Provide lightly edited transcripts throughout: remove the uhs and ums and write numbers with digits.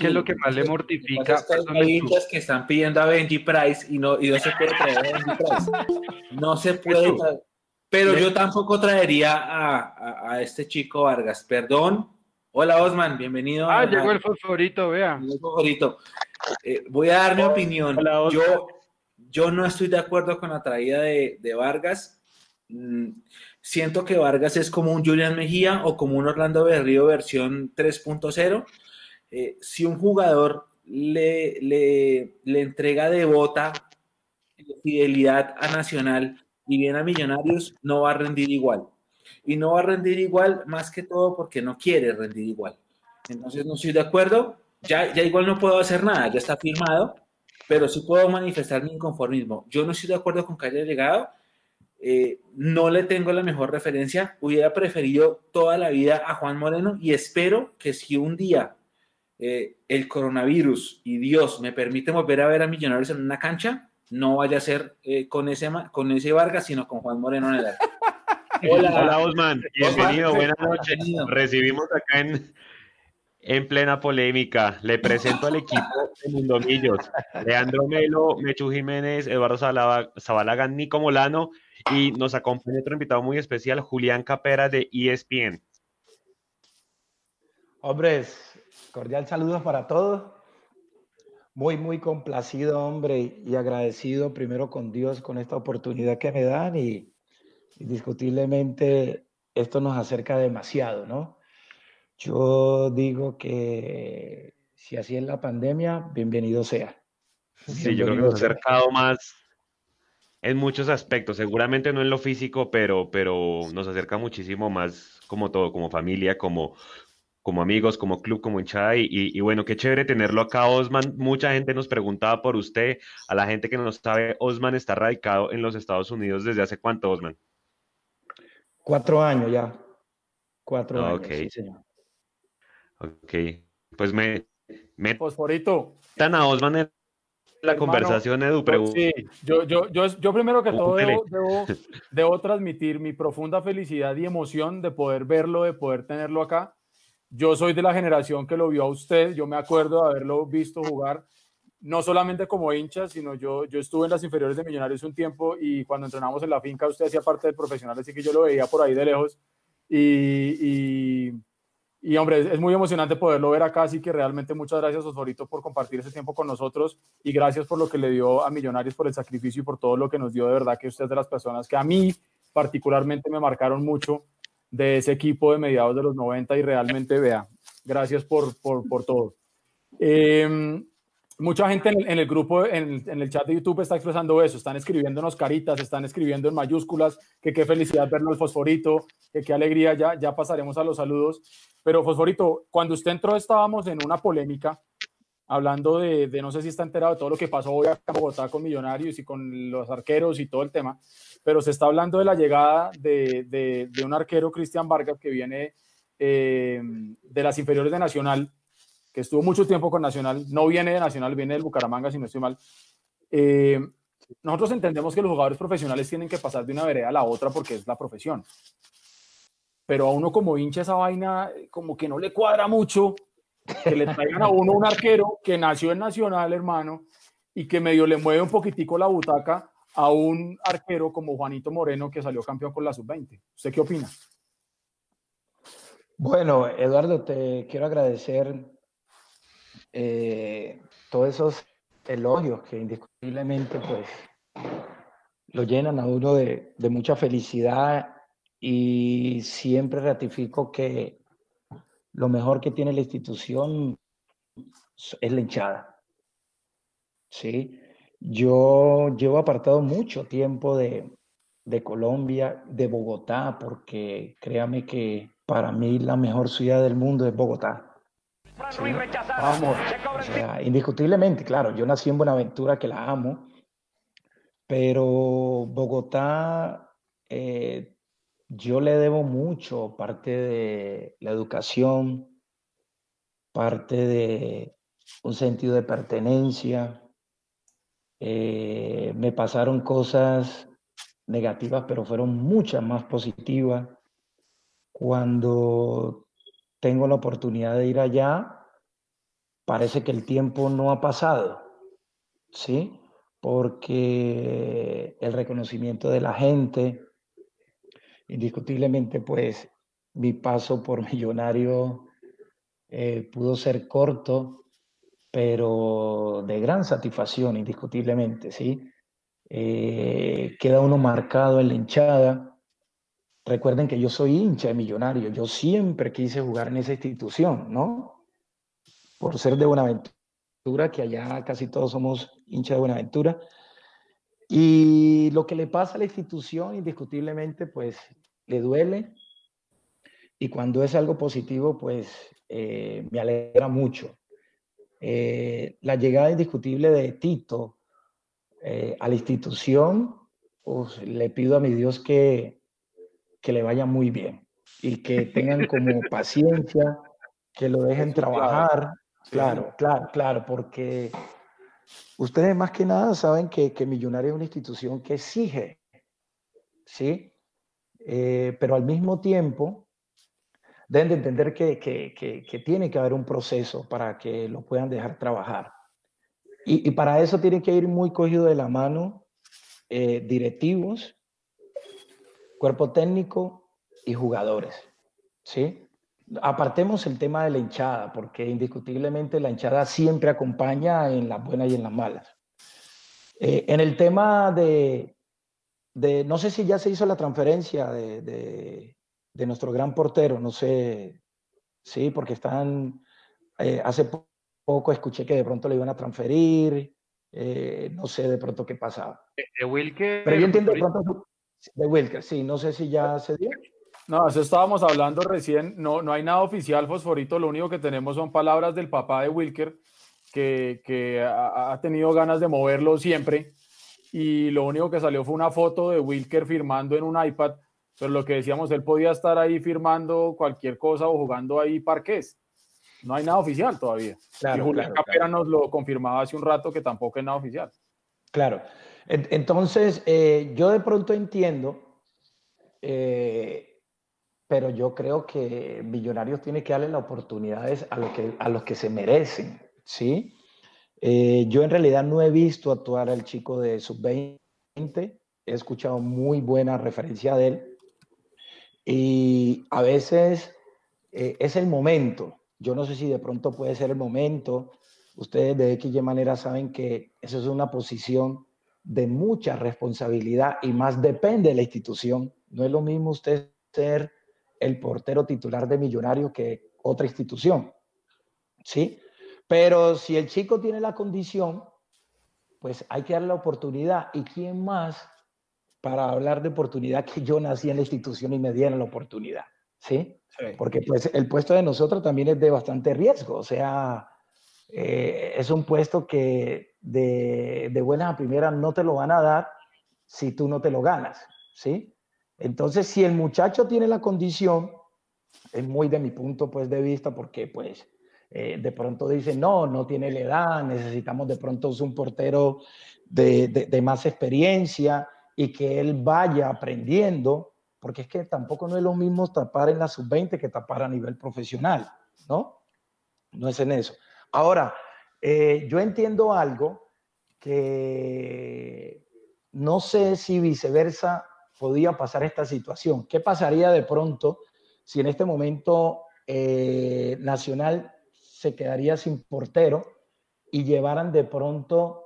¿Qué es lo Sí, que más le lo que pasa es mortifica? que Perdón, hay hinchas que están pidiendo a Benji Price y no se puede traer a Benji Price. No se puede eso. traer. Pero Le- yo tampoco traería a este chico Vargas. Perdón. Hola Osman, bienvenido a Llegó el fosforito, vea. mi favorito. Voy a dar mi opinión. Hola, Oscar. Yo no estoy de acuerdo con la traída de Vargas. Siento que Vargas es como un Julián Mejía o como un Orlando Berrío versión 3.0. Si un jugador le entrega de bota fidelidad a Nacional y bien a Millonarios, no va a rendir igual. Y no va a rendir igual más que todo porque no quiere rendir igual. Entonces no estoy de acuerdo. Ya igual no puedo hacer nada, ya está firmado, pero sí puedo manifestar mi inconformismo. Yo no estoy de acuerdo con que haya llegado. No le tengo la mejor referencia. Hubiera preferido toda la vida a Juan Moreno y espero que si un día el coronavirus y Dios me permite volver a ver a Millonarios en una cancha, no vaya a ser con ese Vargas, sino con Juan Moreno en el arco. Hola, Hola, Osman. Osman, Bienvenido, buenas noches. bienvenido. Recibimos acá en plena polémica. Le presento al equipo de Mundomillos. Leandro Melo, Mechu Jiménez, Eduardo Zabalaga, Nico Molano y nos acompaña otro invitado muy especial, Julián Capera de ESPN. Hombres, cordial saludos para todos. Muy complacido, hombre, y agradecido primero con Dios con esta oportunidad que me dan y indiscutiblemente esto nos acerca demasiado, ¿no? Yo digo que si así es la pandemia, bienvenido sea. Sí, yo creo que nos Bienvenido ha sea. acercado más en muchos aspectos, seguramente no en lo físico, pero nos acerca muchísimo más como todo, como familia, como amigos, como club, como hinchada. Y bueno, qué chévere tenerlo acá, Osman. Mucha gente nos preguntaba por usted. A la gente que no sabe, Osman está radicado en los Estados Unidos desde hace cuánto, Osman. 4 años ya. 4 años, Ok, sí, señor. ok. Pues me metan Fosforito, a Osman en la hermano, conversación, Edu. sí, yo primero que todo Pregúntele. debo transmitir mi profunda felicidad y emoción de poder verlo, de poder tenerlo acá. Yo soy de la generación que lo vio a usted, yo me acuerdo de haberlo visto jugar, no solamente como hincha, sino yo estuve en las inferiores de Millonarios un tiempo y cuando entrenamos en la finca usted hacía parte del profesional, así que yo lo veía por ahí de lejos y y hombre, es muy emocionante poderlo ver acá, así que realmente muchas gracias, Osforito, por compartir ese tiempo con nosotros y gracias por lo que le dio a Millonarios, por el sacrificio y por todo lo que nos dio. De verdad que usted es de las personas que a mí particularmente me marcaron mucho de ese equipo de mediados de los 90 y realmente, vea, gracias por todo. Eh, Mucha gente en el grupo, en el chat de YouTube está expresando eso, están escribiéndonos caritas, están escribiendo en mayúsculas, que qué felicidad verlo al Fosforito, que qué alegría, ya pasaremos a los saludos. Pero Fosforito, cuando usted entró estábamos en una polémica hablando de no sé si está enterado de todo lo que pasó hoy acá en Bogotá con Millonarios y con los arqueros y todo el tema, pero se está hablando de la llegada de un arquero, Cristian Vargas, que viene de las inferiores de Nacional, que estuvo mucho tiempo con Nacional, no viene de Nacional, viene del Bucaramanga, si no estoy mal. Eh, Nosotros entendemos que los jugadores profesionales tienen que pasar de una vereda a la otra porque es la profesión. Pero a uno como hincha esa vaina como que no le cuadra mucho que le traigan a uno un arquero que nació en Nacional, hermano, y que medio le mueve un poquitico la butaca a un arquero como Juanito Moreno que salió campeón con la sub-20. ¿Usted qué opina? Bueno, Eduardo, te quiero agradecer todos esos elogios que indiscutiblemente pues lo llenan a uno de mucha felicidad y siempre ratifico que lo mejor que tiene la institución es la hinchada, ¿sí? Yo llevo apartado mucho tiempo de Colombia, de Bogotá, porque créame que para mí la mejor ciudad del mundo es Bogotá. ¿Sí? Vamos. O sea, indiscutiblemente, claro, yo nací en Buenaventura, que la amo, pero Bogotá, yo le debo mucho, parte de la educación, parte de un sentido de pertenencia. Me pasaron cosas negativas, pero fueron muchas más positivas. Cuando tengo la oportunidad de ir allá, parece que el tiempo no ha pasado, ¿sí? Porque el reconocimiento de la gente, indiscutiblemente, pues mi paso por Millonario pudo ser corto, pero de gran satisfacción, indiscutiblemente, ¿sí? Queda uno marcado en la hinchada. Recuerden que yo soy hincha de Millonario, yo siempre quise jugar en esa institución, ¿no? Por ser de Buenaventura, que allá casi todos somos hinchas de Buenaventura. Y lo que le pasa a la institución, indiscutiblemente, pues le duele. Y cuando es algo positivo, pues me alegra mucho. La llegada indiscutible de Tito a la institución, pues, le pido a mi Dios que le vaya muy bien y que tengan como paciencia, que lo dejen Eso es clave. trabajar. Sí. Claro, claro, claro, porque ustedes más que nada saben que Millonario es una institución que exige, ¿sí? Pero al mismo tiempo deben de entender que tiene que haber un proceso para que lo puedan dejar trabajar. Y para eso tienen que ir muy cogido de la mano directivos, cuerpo técnico y jugadores, ¿sí? Apartemos el tema de la hinchada, porque indiscutiblemente la hinchada siempre acompaña en las buenas y en las malas. En el tema no sé si ya se hizo la transferencia de nuestro gran portero, no sé, sí, porque hace poco escuché que de pronto le iban a transferir, no sé de pronto qué pasaba. De Wilker, Pero yo entiendo de Fosforito. pronto de Wilker, sí, no sé si ya se dio. No, eso estábamos hablando recién. No, no hay nada oficial, Fosforito. Lo único que tenemos son palabras del papá de Wilker, que ha tenido ganas de moverlo siempre. Y lo único que salió fue una foto de Wilker firmando en un iPad. Pero lo que decíamos, él podía estar ahí firmando cualquier cosa o jugando ahí parqués. No hay nada oficial todavía. Y Claro, Julián claro, Capera claro. nos lo confirmaba hace un rato que tampoco es nada oficial. Claro. Entonces, yo de pronto entiendo, eh, pero yo creo que Millonarios tiene que darle las oportunidades a los que se merecen, ¿sí? Yo en realidad no he visto actuar al chico de sub-20, he escuchado muy buena referencia de él y a veces es el momento. Yo no sé si de pronto puede ser el momento. Ustedes de X y manera saben que esa es una posición de mucha responsabilidad y más depende de la institución. No es lo mismo usted ser el portero titular de Millonarios que otra institución, ¿sí? Pero si el chico tiene la condición, pues hay que darle la oportunidad. ¿Y quién más para hablar de oportunidad que yo nací en la institución y me dieron la oportunidad? ¿Sí? Sí. Porque pues el puesto de nosotros también es de bastante riesgo, o sea, es un puesto que de buenas a primeras no te lo van a dar si tú no te lo ganas, ¿sí? Entonces, si el muchacho tiene la condición, es muy de mi punto pues de vista, porque pues de pronto dicen, no, no tiene la edad, necesitamos de pronto un portero de más experiencia y que él vaya aprendiendo, porque es que tampoco no es lo mismo tapar en la sub-20 que tapar a nivel profesional, ¿no? No es en eso. Ahora, yo entiendo algo que no sé si viceversa podía pasar esta situación. ¿Qué pasaría de pronto si en este momento Nacional se quedaría sin portero y llevaran de pronto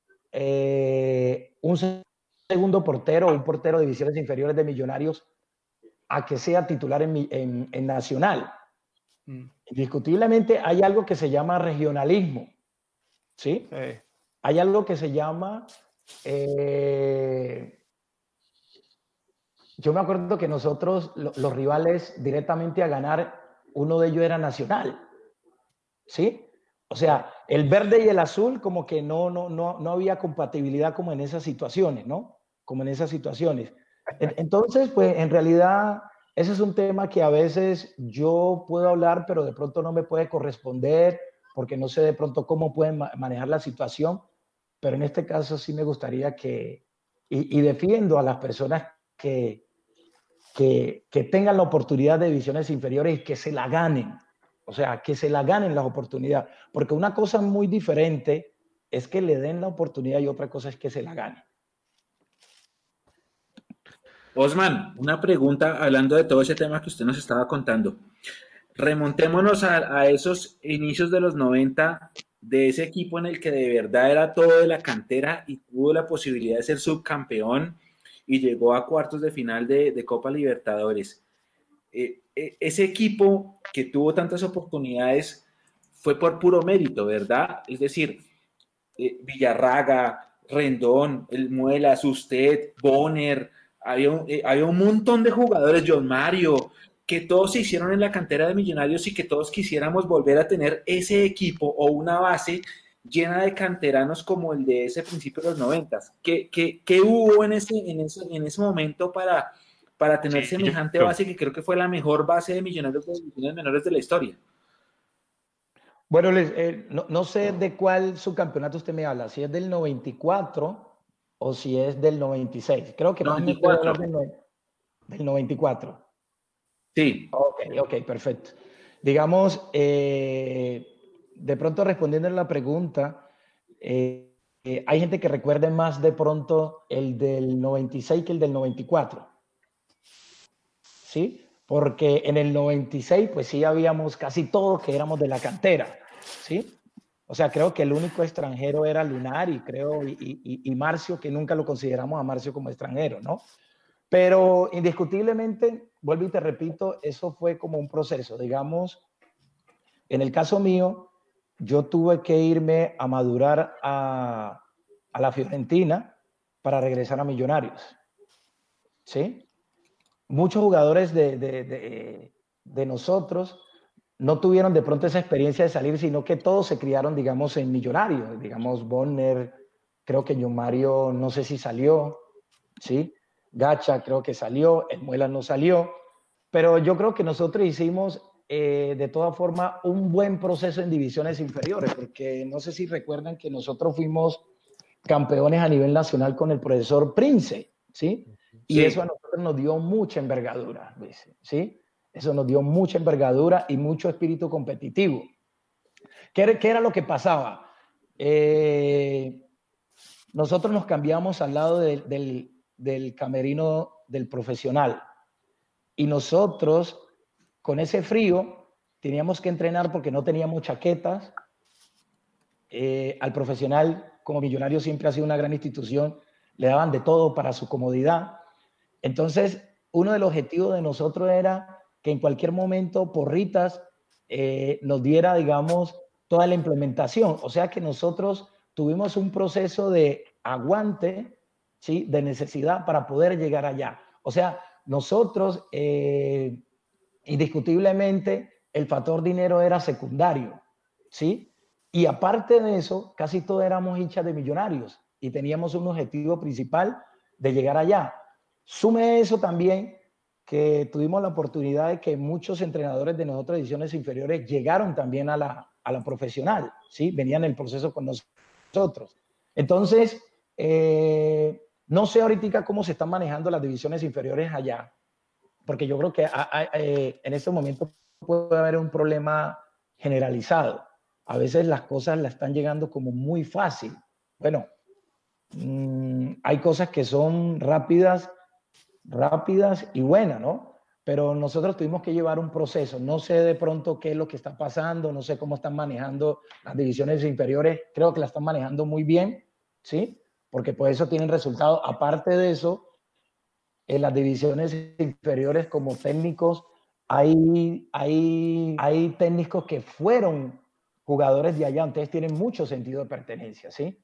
un segundo portero o un portero de divisiones inferiores de Millonarios a que sea titular en Nacional? Indiscutiblemente hay algo que se llama regionalismo, ¿sí? Hay algo que se llama... yo me acuerdo que nosotros, los rivales directamente a ganar, uno de ellos era Nacional, ¿sí? O sea, el verde y el azul como que no había compatibilidad como en esas situaciones, ¿no? Como en esas situaciones. Entonces, pues en realidad ese es un tema que a veces yo puedo hablar, pero de pronto no me puede corresponder porque no sé de pronto cómo pueden manejar la situación, pero en este caso sí me gustaría y defiendo a las personas que tengan la oportunidad de divisiones inferiores y que se la ganen, O sea, que se la ganen las oportunidades. Porque una cosa muy diferente es que le den la oportunidad y otra cosa es que se la ganen. Osman, una pregunta hablando de todo ese tema que usted nos estaba contando. Remontémonos a esos inicios de los 90 de ese equipo en el que de verdad era todo de la cantera y tuvo la posibilidad de ser subcampeón y llegó a cuartos de final de Copa Libertadores. Ese equipo que tuvo tantas oportunidades fue por puro mérito, ¿verdad? Es decir, Villarraga, Rendón, El Muelas, usted, Bonner, había un montón de jugadores, John Mario, que todos se hicieron en la cantera de Millonarios y que todos quisiéramos volver a tener ese equipo o una base llena de canteranos como el de ese principio de los 90. ¿Qué hubo en ese momento para tener Sí, semejante base que creo que fue la mejor base de Millonarios de divisiones menores de la historia? Bueno, no sé de cuál subcampeonato usted me habla, si es del 94 o si es del 96. Creo que más me puede 94. hablar del 94. Sí. Ok, perfecto. Digamos, de pronto respondiendo a la pregunta, hay gente que recuerde más de pronto el del 96 que el del 94. ¿Sí? Porque en el 96, pues sí habíamos casi todos que éramos de la cantera, ¿sí? O sea, creo que el único extranjero era Lunari, creo, y Marcio, que nunca lo consideramos a Marcio como extranjero, ¿no? Pero indiscutiblemente, vuelvo y te repito, eso fue como un proceso. Digamos, en el caso mío, yo tuve que irme a madurar a la Fiorentina para regresar a Millonarios, ¿sí? Muchos jugadores de nosotros no tuvieron de pronto esa experiencia de salir, sino que todos se criaron, digamos, en Millonarios. Digamos, Bonner, creo que John Mario, no sé si salió, ¿sí? Gacha creo que salió, El Muela no salió, pero yo creo que nosotros hicimos de todas formas un buen proceso en divisiones inferiores, porque no sé si recuerdan que nosotros fuimos campeones a nivel nacional con el profesor Prince, ¿sí? Y eso a Sí. nosotros nos dio mucha envergadura, ¿sí? Eso nos dio mucha envergadura y mucho espíritu competitivo. ¿Qué era lo que pasaba? Nosotros nos cambiamos al lado del camerino del profesional y nosotros con ese frío teníamos que entrenar porque no teníamos chaquetas. Al profesional, como Millonario siempre ha sido una gran institución, le daban de todo para su comodidad. Entonces, uno de los objetivos de nosotros era que en cualquier momento Porritas nos diera, digamos, toda la implementación. O sea que nosotros tuvimos un proceso de aguante, ¿sí? De necesidad para poder llegar allá. O sea, nosotros, indiscutiblemente, el factor dinero era secundario, ¿sí? Y aparte de eso, casi todos éramos hinchas de Millonarios y teníamos un objetivo principal de llegar allá. Sume eso también que tuvimos la oportunidad de que muchos entrenadores de nosotras divisiones inferiores llegaron también a la profesional, ¿sí? Venían en el proceso con nosotros. Entonces, no sé ahorita cómo se están manejando las divisiones inferiores allá, porque yo creo que en este momento puede haber un problema generalizado. A veces las cosas la están llegando como muy fácil. Bueno, hay cosas que son rápidas y buenas, ¿no? Pero nosotros tuvimos que llevar un proceso. No sé de pronto qué es lo que está pasando, no sé cómo están manejando las divisiones inferiores. Creo que la están manejando muy bien, ¿sí? Porque por eso tienen resultados. Aparte de eso, en las divisiones inferiores como técnicos, hay técnicos que fueron jugadores de allá, entonces tienen mucho sentido de pertenencia, ¿sí?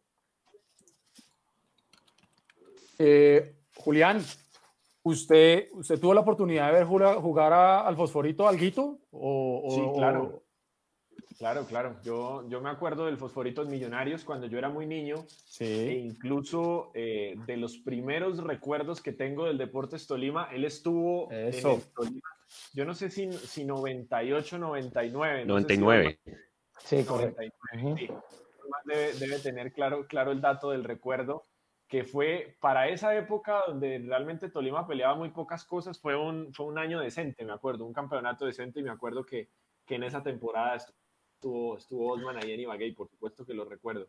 Julián, ¿usted tuvo la oportunidad de ver jugar al Fosforito Alguito? Sí, claro. Claro. Yo me acuerdo del Fosforito Millonarios cuando yo era muy niño e Sí. incluso de los primeros recuerdos que tengo del Deportes Tolima, él estuvo en Eso. el Tolima, yo no sé si 98, 99, no sé si Osman 99. Sí, correcto. 99, sí. Osman debe tener claro el dato del recuerdo, que fue para esa época donde realmente Tolima peleaba muy pocas cosas, fue un año decente, me acuerdo, un campeonato decente y me acuerdo que en esa temporada estuvo Osman ahí en Ibagué, y por supuesto que lo recuerdo.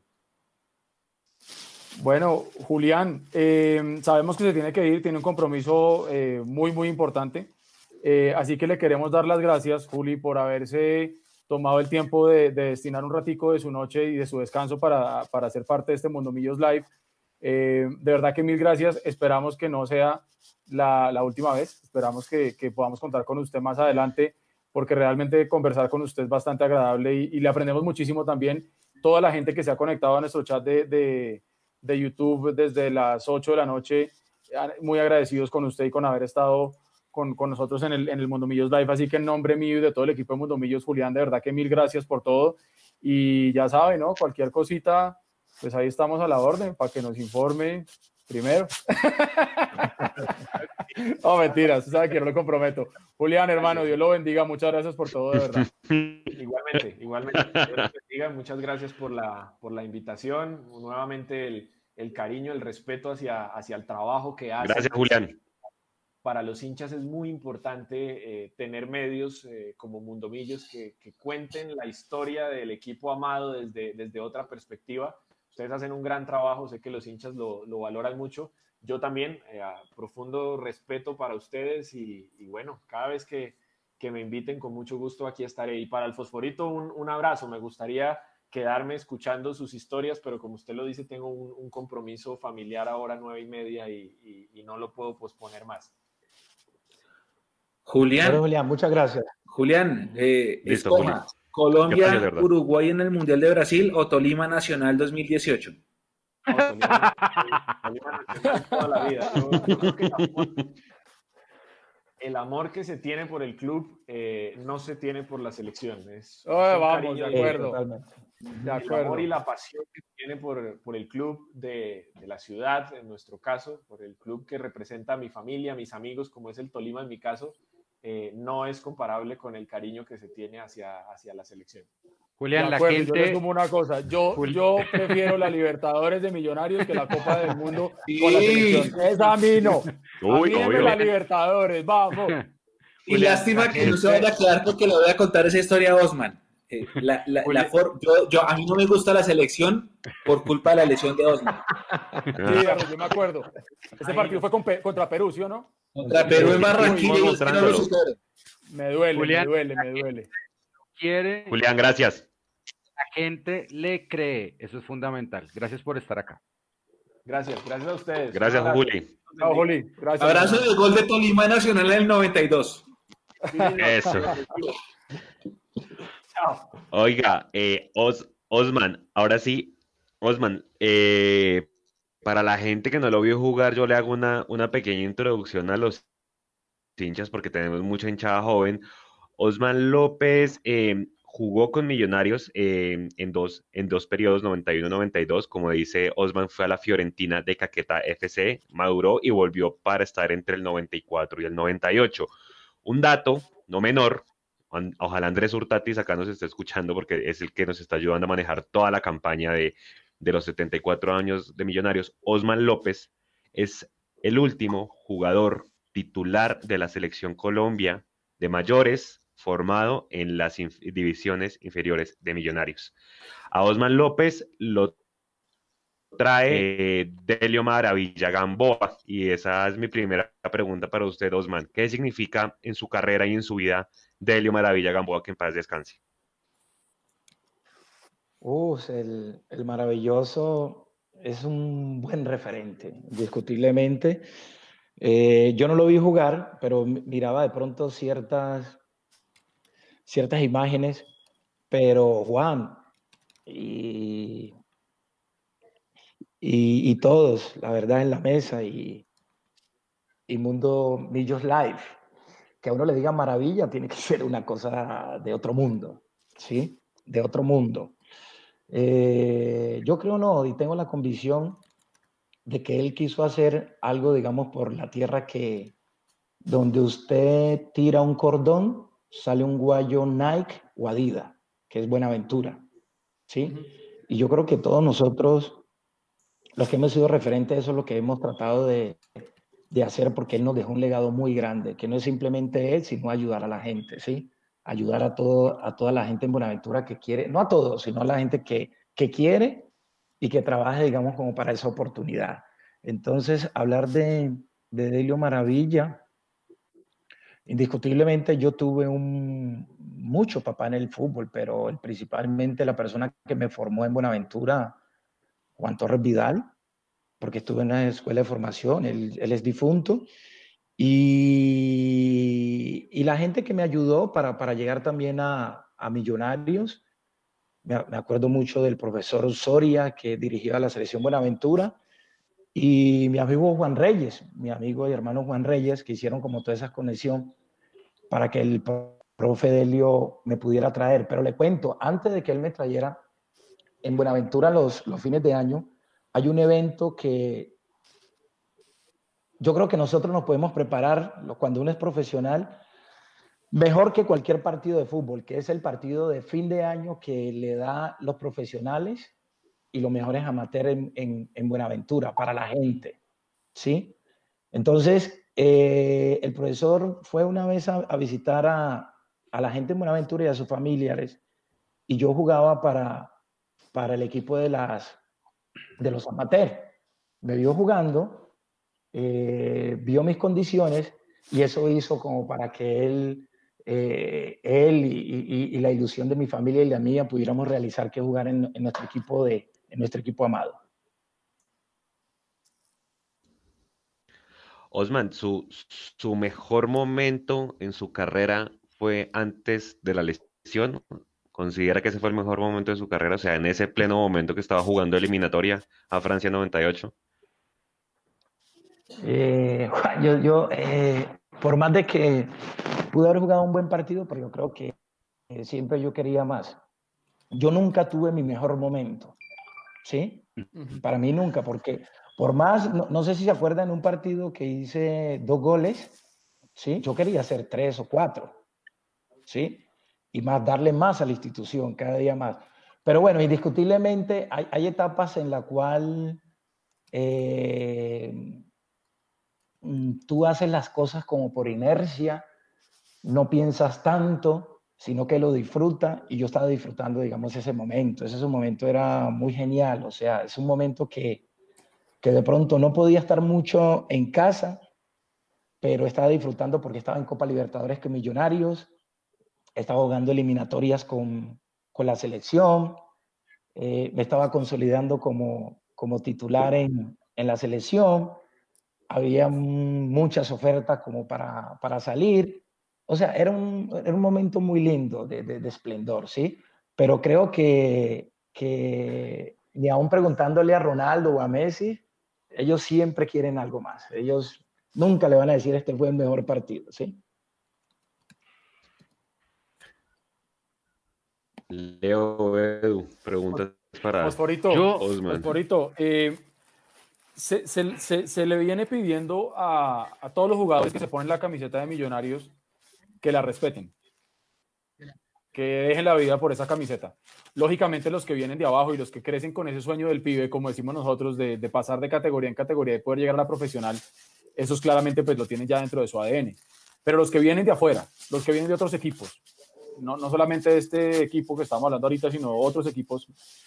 Bueno, Julián, sabemos que se tiene que ir, tiene un compromiso muy, muy importante. Así que le queremos dar las gracias, Juli, por haberse tomado el tiempo de destinar un ratico de su noche y de su descanso para ser parte de este Mundo Millos Live. De verdad que mil gracias. Esperamos que no sea la última vez. Esperamos que podamos contar con usted más adelante, porque realmente conversar con usted es bastante agradable y le aprendemos muchísimo también. Toda la gente que se ha conectado a nuestro chat de YouTube desde las 8 de la noche, muy agradecidos con usted y con haber estado con nosotros en el Mundo Millos Live. Así que en nombre mío y de todo el equipo de Mundo Millos, Julián, de verdad que mil gracias por todo. Y ya saben, ¿no? Cualquier cosita, pues ahí estamos a la orden para que nos informe primero. No, mentiras, sabe que no lo comprometo. Julián, hermano, Dios lo bendiga. Muchas gracias por todo, de verdad. Igualmente. Dios los bendiga. Muchas gracias por la invitación. Nuevamente el cariño, el respeto hacia el trabajo que hacen. Gracias, Julián. Para los hinchas es muy importante tener medios como Mundomillos que cuenten la historia del equipo amado desde otra perspectiva. Ustedes hacen un gran trabajo, sé que los hinchas lo valoran mucho. Yo también, profundo respeto para ustedes y bueno, cada vez que me inviten, con mucho gusto aquí estaré. Y para el Fosforito, un abrazo. Me gustaría quedarme escuchando sus historias, pero como usted lo dice, tengo un compromiso familiar ahora 9:30 y no lo puedo posponer más. Julián, Bueno, Julián, muchas gracias. Julián, Listo, escoja Juli. Colombia, Gracias, de verdad. Uruguay en el Mundial de Brasil o Tolima Nacional 2018. No, Tolima Nacional toda la vida. Yo creo que el amor que se tiene por el club no se tiene por la selección. Es un Vamos, cariño de acuerdo. Totalmente. De el acuerdo. amor y la pasión que tiene por el club de la ciudad, en nuestro caso, por el club que representa a mi familia, a mis amigos, como es el Tolima en mi caso, no es comparable con el cariño que se tiene hacia la selección. Julián, De la acuerdo, yo les gente, sumo una cosa. Yo prefiero la Libertadores de Millonarios que la Copa del Mundo con la Sí. selección. Esa a mí no. A Uy, mí deme obvio. la Libertadores, vamos. Y Julián, lástima la que no se gente- vaya a quedar porque le voy a contar esa historia a Osman. A mí no me gusta la selección por culpa de la lesión de Osman. Sí, yo me acuerdo. Ese partido fue contra Perú, ¿sí o no? Contra Perú en Sí, Barranquilla y es que no lo mostrándolo. supero. Me duele, Julián, me duele. quiere, Julián, gracias. la gente le cree. Eso es fundamental. Gracias por estar acá. Gracias a ustedes. Gracias, Un abrazo. Juli. Chao, Juli. Gracias. Abrazo hermano. del gol de Tolima Nacional en el 92. Sí, señor. Eso. Chao. Oiga, Osman, ahora sí, Osman, para la gente que no lo vio jugar, yo le hago una pequeña introducción a los hinchas porque tenemos mucha hinchada joven. Osman López jugó con Millonarios en dos periodos, 91-92. Como dice, Osman fue a la Fiorentina de Caquetá FC, maduró y volvió para estar entre el 94 y el 98. Un dato no menor, ojalá Andrés Hurtatis acá nos esté escuchando porque es el que nos está ayudando a manejar toda la campaña de los 74 años de Millonarios. Osman López es el último jugador titular de la selección Colombia de mayores formado en las divisiones inferiores de Millonarios. A Osman López lo trae Delio Maravilla Gamboa y esa es mi primera pregunta para usted, Osman. ¿Qué significa en su carrera y en su vida Delio Maravilla Gamboa, que en paz descanse? El maravilloso es un buen referente, indiscutiblemente. Yo no lo vi jugar, pero miraba de pronto ciertas imágenes, pero Juan y todos, la verdad, en la mesa y Mundo Millos Live, que a uno le diga maravilla, tiene que ser una cosa de otro mundo, ¿sí? De otro mundo. Yo creo no, y tengo la convicción de que él quiso hacer algo, digamos, por la tierra que donde usted tira un cordón, sale un guayo Nike o Adidas, que es Buenaventura, ¿sí? Y yo creo que todos nosotros, los que hemos sido referentes, eso es lo que hemos tratado de hacer, porque él nos dejó un legado muy grande, que no es simplemente él, sino ayudar a la gente, ¿sí? ayudar a toda la gente en Buenaventura que quiere, no a todos, sino a la gente que quiere y que trabaje, digamos, como para esa oportunidad. Entonces, hablar de Delio Maravilla, indiscutiblemente yo tuve mucho papá en el fútbol, pero principalmente la persona que me formó en Buenaventura, Juan Torres Vidal, porque estuve en una escuela de formación, él es difunto, y la gente que me ayudó para llegar también a Millonarios, me acuerdo mucho del profesor Soria, que dirigía la selección Buenaventura, y mi amigo Juan Reyes, mi amigo y hermano Juan Reyes, que hicieron como toda esa conexión para que el profe Delio me pudiera traer. Pero le cuento, antes de que él me trayera, en Buenaventura los fines de año hay un evento que yo creo que nosotros nos podemos preparar cuando uno es profesional mejor que cualquier partido de fútbol, que es el partido de fin de año que le da los profesionales y los mejores amateurs en Buenaventura para la gente, ¿sí? Entonces, el profesor fue una vez a visitar a la gente en Buenaventura y a sus familiares, y yo jugaba para el equipo de los amateurs. Me vio jugando, vio mis condiciones y eso hizo como para que él y la ilusión de mi familia y la mía pudiéramos realizar que jugar en nuestro equipo amado. Osman, su mejor momento en su carrera fue antes de la lesión. ¿Considera que ese fue el mejor momento de su carrera? O sea, en ese pleno momento que estaba jugando eliminatoria a Francia 98. Por más de que pude haber jugado un buen partido, pero yo creo que siempre yo quería más. Yo nunca tuve mi mejor momento, ¿sí? Para mí nunca, porque por más, no sé si se acuerdan, en un partido que hice 2 goles, ¿sí? Yo quería hacer 3 o 4, ¿sí? Y más, darle más a la institución, cada día más. Pero bueno, indiscutiblemente hay etapas en la cual tú haces las cosas como por inercia, no piensas tanto, sino que lo disfrutas, y yo estaba disfrutando, digamos, ese momento. Ese momento era muy genial, o sea, es un momento que de pronto no podía estar mucho en casa, pero estaba disfrutando porque estaba en Copa Libertadores con Millonarios, estaba jugando eliminatorias con la selección, me estaba consolidando como titular en la selección, había muchas ofertas como para salir, o sea, era un momento muy lindo de esplendor, ¿sí? Pero creo que ni aún preguntándole a Ronaldo o a Messi, ellos siempre quieren algo más, ellos nunca le van a decir este fue el mejor partido, ¿sí? Leo, Edu, preguntas para Fosforito, Yo, Osman. Fosforito, se le viene pidiendo a todos los jugadores que se ponen la camiseta de Millonarios que la respeten, que dejen la vida por esa camiseta. Lógicamente los que vienen de abajo y los que crecen con ese sueño del pibe, como decimos nosotros, de pasar de categoría en categoría y poder llegar a la profesional, esos claramente pues lo tienen ya dentro de su ADN. Pero los que vienen de afuera, los que vienen de otros equipos, no solamente de este equipo que estamos hablando ahorita, sino otros equipos,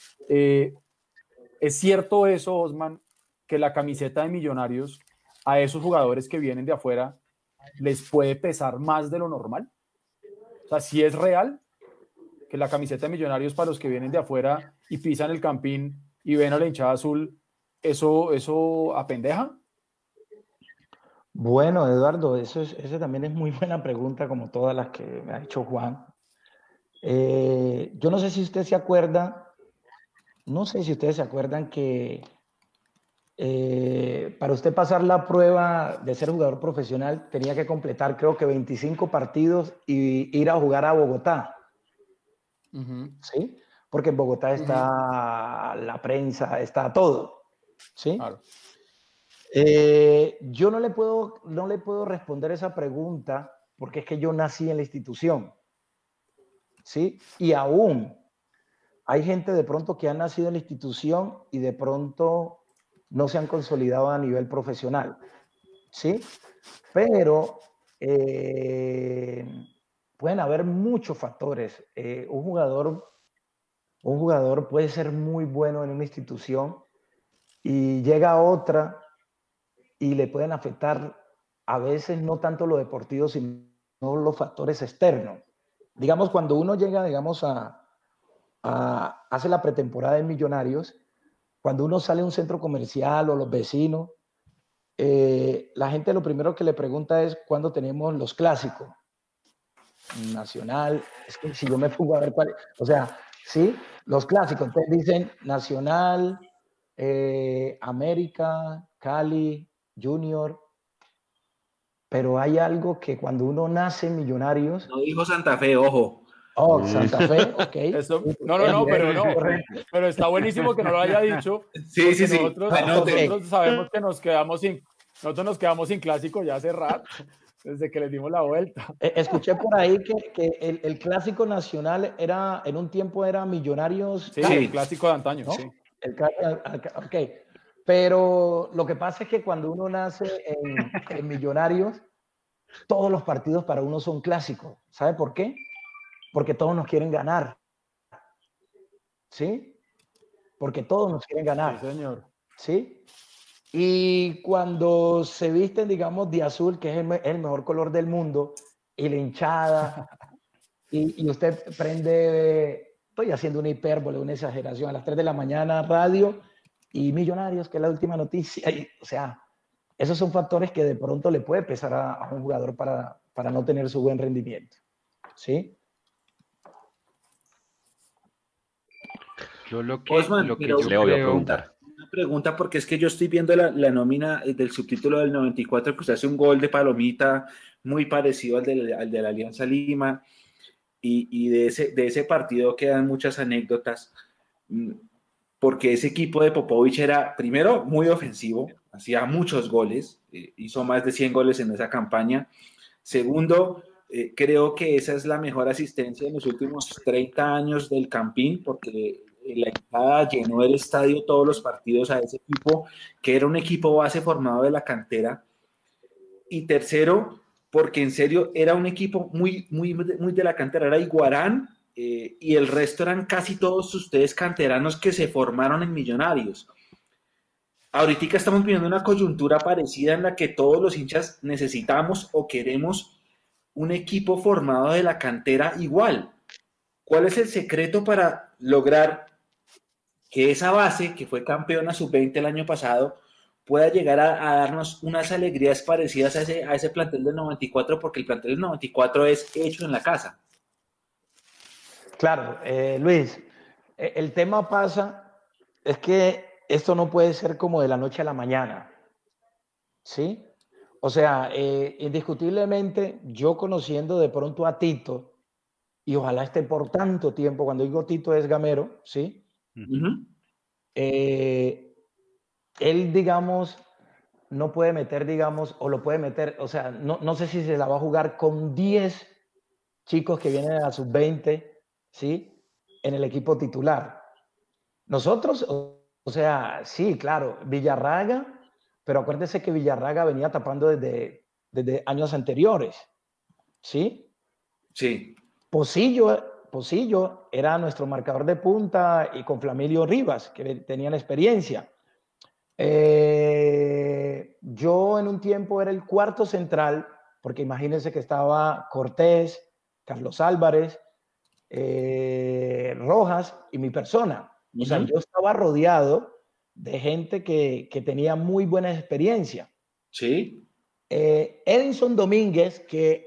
¿es cierto eso, Osman, que la camiseta de Millonarios a esos jugadores que vienen de afuera les puede pesar más de lo normal? O sea, si es real que la camiseta de Millonarios para los que vienen de afuera y pisan el campín y ven a la hinchada azul, ¿eso apendeja? Bueno, Eduardo, eso también es muy buena pregunta, como todas las que me ha hecho Juan. Yo no sé si usted se acuerda, no sé si ustedes se acuerdan que para usted pasar la prueba de ser jugador profesional tenía que completar creo que 25 partidos y ir a jugar a Bogotá, ¿sí? Porque en Bogotá está la prensa, está todo, ¿sí? Claro. Yo no le puedo responder esa pregunta porque es que yo nací en la institución, ¿sí? Y aún hay gente de pronto que ha nacido en la institución y de pronto no se han consolidado a nivel profesional, ¿sí? Pero pueden haber muchos factores. Un jugador puede ser muy bueno en una institución y llega a otra y le pueden afectar a veces no tanto lo deportivo, sino los factores externos. Digamos, cuando uno llega, digamos, hace la pretemporada en Millonarios, cuando uno sale a un centro comercial o los vecinos, la gente lo primero que le pregunta es cuándo tenemos los clásicos. Nacional, es que si yo me pongo a ver cuál, o sea, sí, los clásicos, entonces dicen Nacional, América, Cali, Junior, pero hay algo que cuando uno nace en Millonarios, No dijo Santa Fe, ojo. oh, Santa Fe, ok, Eso, bien, no, correcto, pero está buenísimo que no lo haya dicho, Sí, sí, porque sí. ok. nosotros sabemos que nosotros nos quedamos sin clásico ya hace rato, desde que les dimos la vuelta. Escuché por ahí que el clásico nacional era, en un tiempo era Millonarios Sí, el Cali, Sí. clásico de antaño, ¿no? sí. Ok, pero lo que pasa es que cuando uno nace en Millonarios, todos los partidos para uno son clásicos. ¿Sabe por qué? Porque todos nos quieren ganar, ¿sí? Porque todos nos quieren Sí, ganar, señor. ¿sí? Y cuando se visten, digamos, de azul, que es el mejor color del mundo, y la hinchada, y usted prende, estoy haciendo una hipérbole, una exageración, a las 3 de la mañana radio y Millonarios, que es la última noticia, o sea, esos son factores que de pronto le puede pesar a un jugador para no tener su buen rendimiento, ¿sí? Yo Osman, lo que pero yo Leo iba a creo, una, preguntar. una pregunta, porque es que yo estoy viendo la nómina del subtítulo del 94, que usted hace un gol de palomita muy parecido al de la Alianza Lima, y de ese partido quedan muchas anécdotas, porque ese equipo de Popovich era, primero, muy ofensivo, hacía muchos goles, hizo más de 100 goles en esa campaña. Segundo, creo que esa es la mejor asistencia en los últimos 30 años del Campín, porque la hinchada llenó el estadio todos los partidos a ese equipo, que era un equipo base formado de la cantera. Y tercero, porque en serio era un equipo muy de la cantera, era Iguarán, y el resto eran casi todos ustedes canteranos que se formaron en Millonarios. Ahorita estamos viviendo una coyuntura parecida en la que todos los hinchas necesitamos o queremos un equipo formado de la cantera igual. ¿Cuál es el secreto para lograr que esa base, que fue campeona sub-20 el año pasado, pueda llegar a darnos unas alegrías parecidas a ese plantel del 94? Porque el plantel del 94 es hecho en la casa. Claro, Luis, el tema pasa, es que esto no puede ser como de la noche a la mañana, ¿sí? O sea, indiscutiblemente, yo conociendo de pronto a Tito, y ojalá esté por tanto tiempo, cuando digo Tito es Gamero, ¿sí? ujú, Ujú. Eh, él, digamos, no puede meter, digamos, o lo puede meter, o sea, no sé si se la va a jugar con 10 chicos que vienen a la sub-20, ¿sí? En el equipo titular. Nosotros, o sea, sí, claro, Villarraga, pero acuérdese que Villarraga venía tapando desde años anteriores, ¿sí? Sí, Posillo era nuestro marcador de punta y con Flamilio Rivas, que tenían experiencia. Yo en un tiempo era el cuarto central, porque imagínense que estaba Cortés, Carlos Álvarez, Rojas y mi persona. O sea, ujú. yo estaba rodeado de gente que tenía muy buena experiencia. Sí, Edinson Domínguez,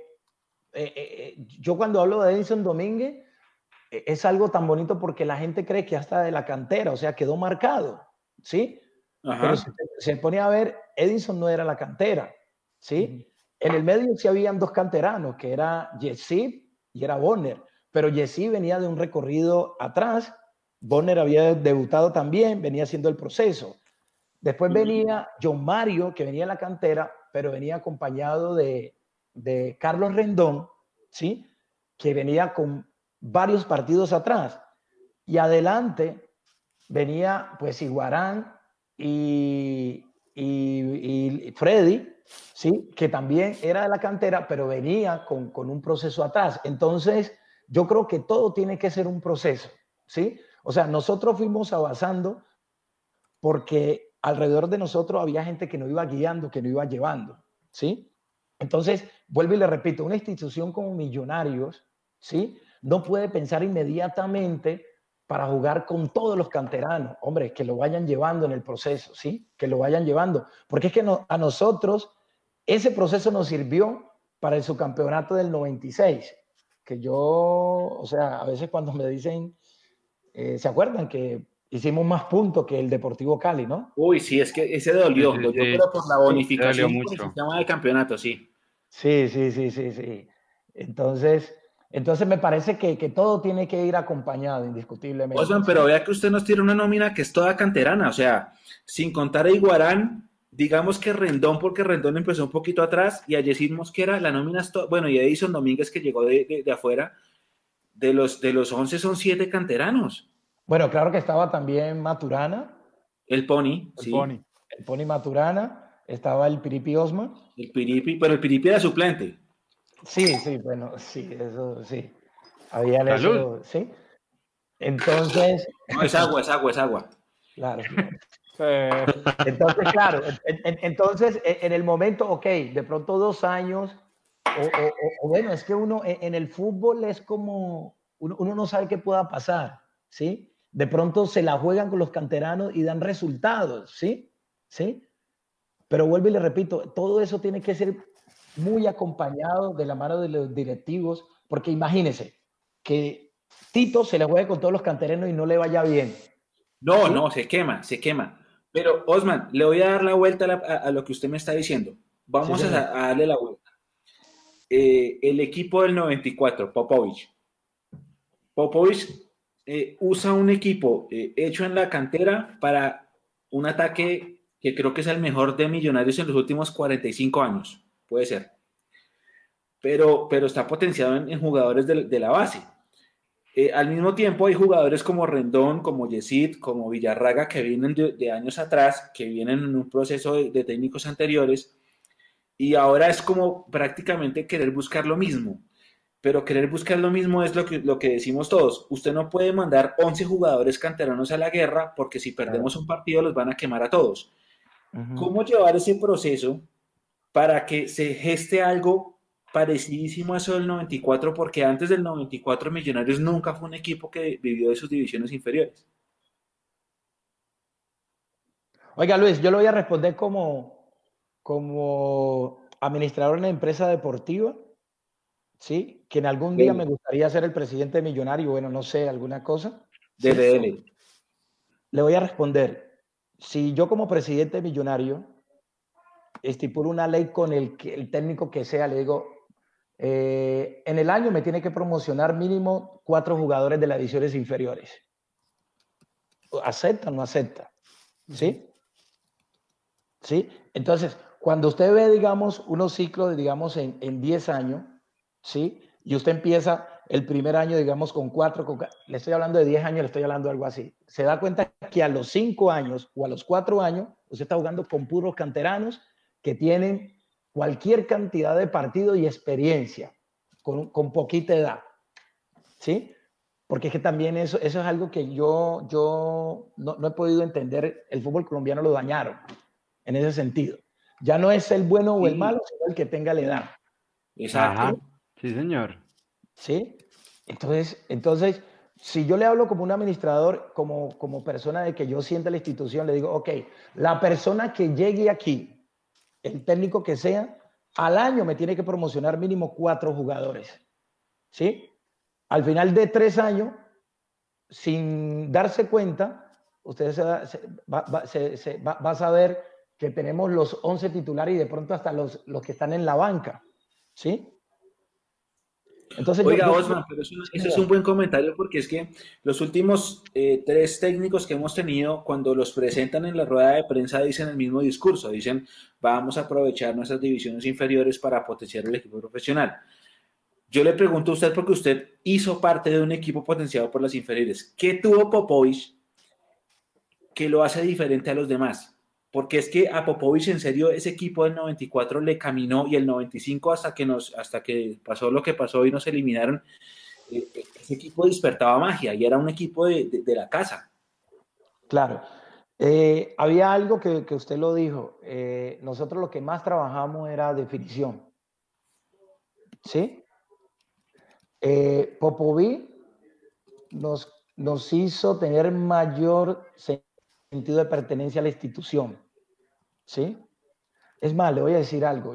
yo cuando hablo de Edinson Domínguez, es algo tan bonito porque la gente cree que hasta de la cantera, o sea, quedó marcado, ¿sí? Pero si ajá. se pone a ver, Edison no era la cantera, Ujú. ¿sí? En el medio sí habían dos canteranos, que era Yesib y era Bonner, pero Yesib venía de un recorrido atrás, Bonner había debutado también, venía haciendo el proceso. Después Ujú. venía John Mario, que venía en la cantera, pero venía acompañado de Carlos Rendón, ¿sí? Que venía con varios partidos atrás. Y adelante venía pues Iguarán y Freddy, ¿sí? Que también era de la cantera, pero venía con un proceso atrás. Entonces, yo creo que todo tiene que ser un proceso, ¿sí? O sea, nosotros fuimos avanzando porque alrededor de nosotros había gente que nos iba guiando, que nos iba llevando, ¿sí? Entonces, vuelvo y le repito, una institución como Millonarios, ¿sí? No puede pensar inmediatamente para jugar con todos los canteranos. Hombre, que lo vayan llevando en el proceso, ¿sí? Que lo vayan llevando. Porque es que a nosotros ese proceso nos sirvió para el subcampeonato del 96, que yo, o sea, a veces cuando me dicen, ¿se acuerdan que hicimos más puntos que el Deportivo Cali, ¿no? Uy, sí, es que ese Sí, dolió, sí, dolió, sí, pero por la Sí, te dolió bonificación y por el mucho. sistema de campeonato, sí. sí. Entonces me parece que todo tiene que ir acompañado, indiscutiblemente, Osman, pero ¿sí? vea que usted nos tiene una nómina que es toda canterana, o sea, sin contar a Iguarán, digamos que Rendón, porque Rendón empezó un poquito atrás, y a Yesid Mosquera, la nómina es bueno, y Edison Domínguez que llegó de afuera, de los 11 son 7 canteranos. Bueno, claro que estaba también Maturana, El Pony, El sí, Pony. el Pony Maturana, estaba el Piripi Osma. el Piripi, pero el Piripi era suplente. Sí, bueno, sí, eso sí. Habían Salud. eso, sí. Entonces, No, es agua, es agua, es agua. claro. Entonces, Sí. claro, entonces en el momento, ok, de pronto 2 años, o bueno, es que uno en el fútbol es como, uno no sabe qué pueda pasar, ¿sí? De pronto se la juegan con los canteranos y dan resultados, ¿sí? ¿Sí? Pero vuelvo y le repito, todo eso tiene que ser muy acompañado de la mano de los directivos, porque imagínense que Tito se le juegue con todos los canteranos y no le vaya bien, No, ¿sí? no, se quema, se quema. Pero, Osman, le voy a dar la vuelta a lo que usted me está diciendo. Sí, Vamos señor. a darle la vuelta. El equipo del 94, Popovich. Popovich usa un equipo hecho en la cantera para un ataque que creo que es el mejor de Millonarios en los últimos 45 años. Puede ser. Pero está potenciado en jugadores de la base. Al mismo tiempo hay jugadores como Rendón, como Yesid, como Villarraga que vienen de años atrás, que vienen en un proceso de técnicos anteriores, y ahora es como prácticamente querer buscar lo mismo. Pero querer buscar lo mismo es lo que decimos todos. Usted no puede mandar 11 jugadores canteranos a la guerra porque si Claro. perdemos un partido los van a quemar a todos. Ujú. ¿Cómo llevar ese proceso para que se geste algo parecidísimo a eso del 94? Porque antes del 94 Millonarios nunca fue un equipo que vivió de sus divisiones inferiores. Oiga, Luis, yo lo voy a responder como administrador en una empresa deportiva, ¿sí? Que en algún día me Dele, gustaría ser el presidente millonario, bueno, no sé, alguna cosa, dele, ¿sí? dele. Le voy a responder, si yo como presidente millonario estipulo una ley con el técnico que sea, le digo, en el año me tiene que promocionar mínimo 4 jugadores de las divisiones inferiores. ¿Acepta o no acepta? ¿Sí? ¿Sí? Entonces, cuando usted ve, digamos, unos ciclos, digamos, en 10 años, ¿sí? Y usted empieza el primer año, digamos, con 4, le estoy hablando de 10 años, le estoy hablando de algo así. Se da cuenta que a los 5 años o a los 4 años, usted está jugando con puros canteranos que tienen cualquier cantidad de partido y experiencia, con poquita edad, ¿sí? Porque es que también eso es algo que yo no he podido entender. El fútbol colombiano lo dañaron en ese sentido. Ya no es el bueno o el malo, Sí, sino el que tenga la edad. sí, exacto. Ajá, sí, señor. ¿Sí? Entonces, si yo le hablo como un administrador, como persona de que yo sienta la institución, le digo, ok, la persona que llegue aquí, el técnico que sea, al año me tiene que promocionar mínimo 4 jugadores. ¿Sí? Al final de 3 años, sin darse cuenta, usted va a saber que tenemos los 11 titulares y de pronto hasta los que están en la banca. ¿Sí? Entonces Oiga, Osman, pero sí, eso es un señor. buen comentario porque es que los últimos 3 técnicos que hemos tenido, cuando los presentan en la rueda de prensa, dicen el mismo discurso, dicen, vamos a aprovechar nuestras divisiones inferiores para potenciar el equipo profesional. Yo le pregunto a usted porque usted hizo parte de un equipo potenciado por las inferiores. ¿Qué tuvo Popovich que lo hace diferente a los demás? porque es que a Popovich, en serio, ese equipo del 94 le caminó y el 95 hasta que pasó lo que pasó y nos eliminaron, ese equipo despertaba magia y era un equipo de la casa. Claro. Había algo que usted lo dijo. Nosotros lo que más trabajamos era definición. ¿Sí? Popoví nos hizo tener mayor sentido de pertenencia a la institución. ¿Sí? Es más, le voy a decir algo.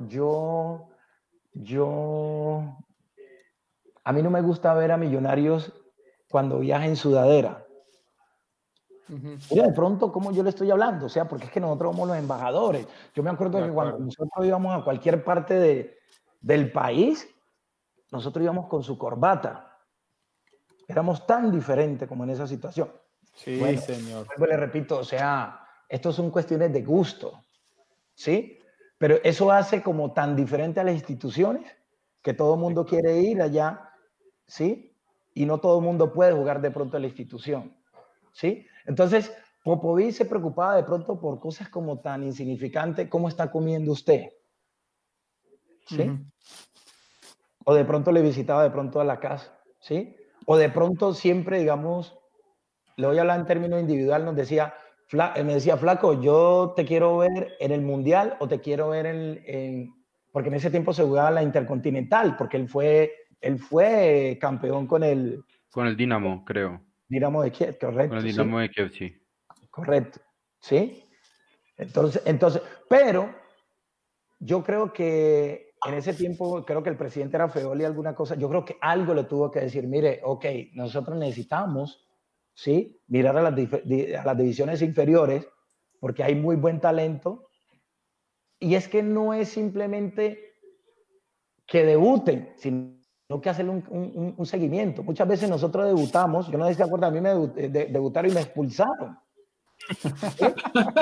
A mí no me gusta ver a Millonarios cuando viaja en sudadera. Mira, de pronto, ¿cómo yo le estoy hablando? O sea, porque es que nosotros somos los embajadores. Yo me acuerdo que cuando nosotros íbamos a cualquier parte del país, nosotros íbamos con su corbata. Éramos tan diferentes como en esa situación. Sí, bueno, señor. Le repito, o sea, estos son cuestiones de gusto, ¿sí? Pero eso hace como tan diferente a las instituciones que todo el mundo quiere ir allá, ¿sí? Y no todo el mundo puede jugar de pronto a la institución, ¿sí? Entonces, Popovic se preocupaba de pronto por cosas como tan insignificantes, ¿cómo está comiendo usted? ¿Sí? O de pronto le visitaba de pronto a la casa, ¿sí? O de pronto siempre, digamos, le voy a hablar en términos individual, nos decía, me decía, flaco, yo te quiero ver en el Mundial o te quiero ver porque en ese tiempo se jugaba la Intercontinental, porque él fue campeón con el Con el Dinamo, creo. Dinamo de Kiev, Con el correcto, Dinamo ¿sí? de Kiev, sí. Correcto, ¿sí? Entonces, pero yo creo que en ese tiempo, creo que el presidente era Feoli alguna cosa, yo creo que algo le tuvo que decir, mire, ok, nosotros necesitamos, ¿sí? Mirar a las divisiones inferiores, porque hay muy buen talento, y es que no es simplemente que debuten, sino que hacer un seguimiento. Muchas veces nosotros debutamos, yo no sé si se acuerdan, a mí me debutaron y me expulsaron. ¿Sí?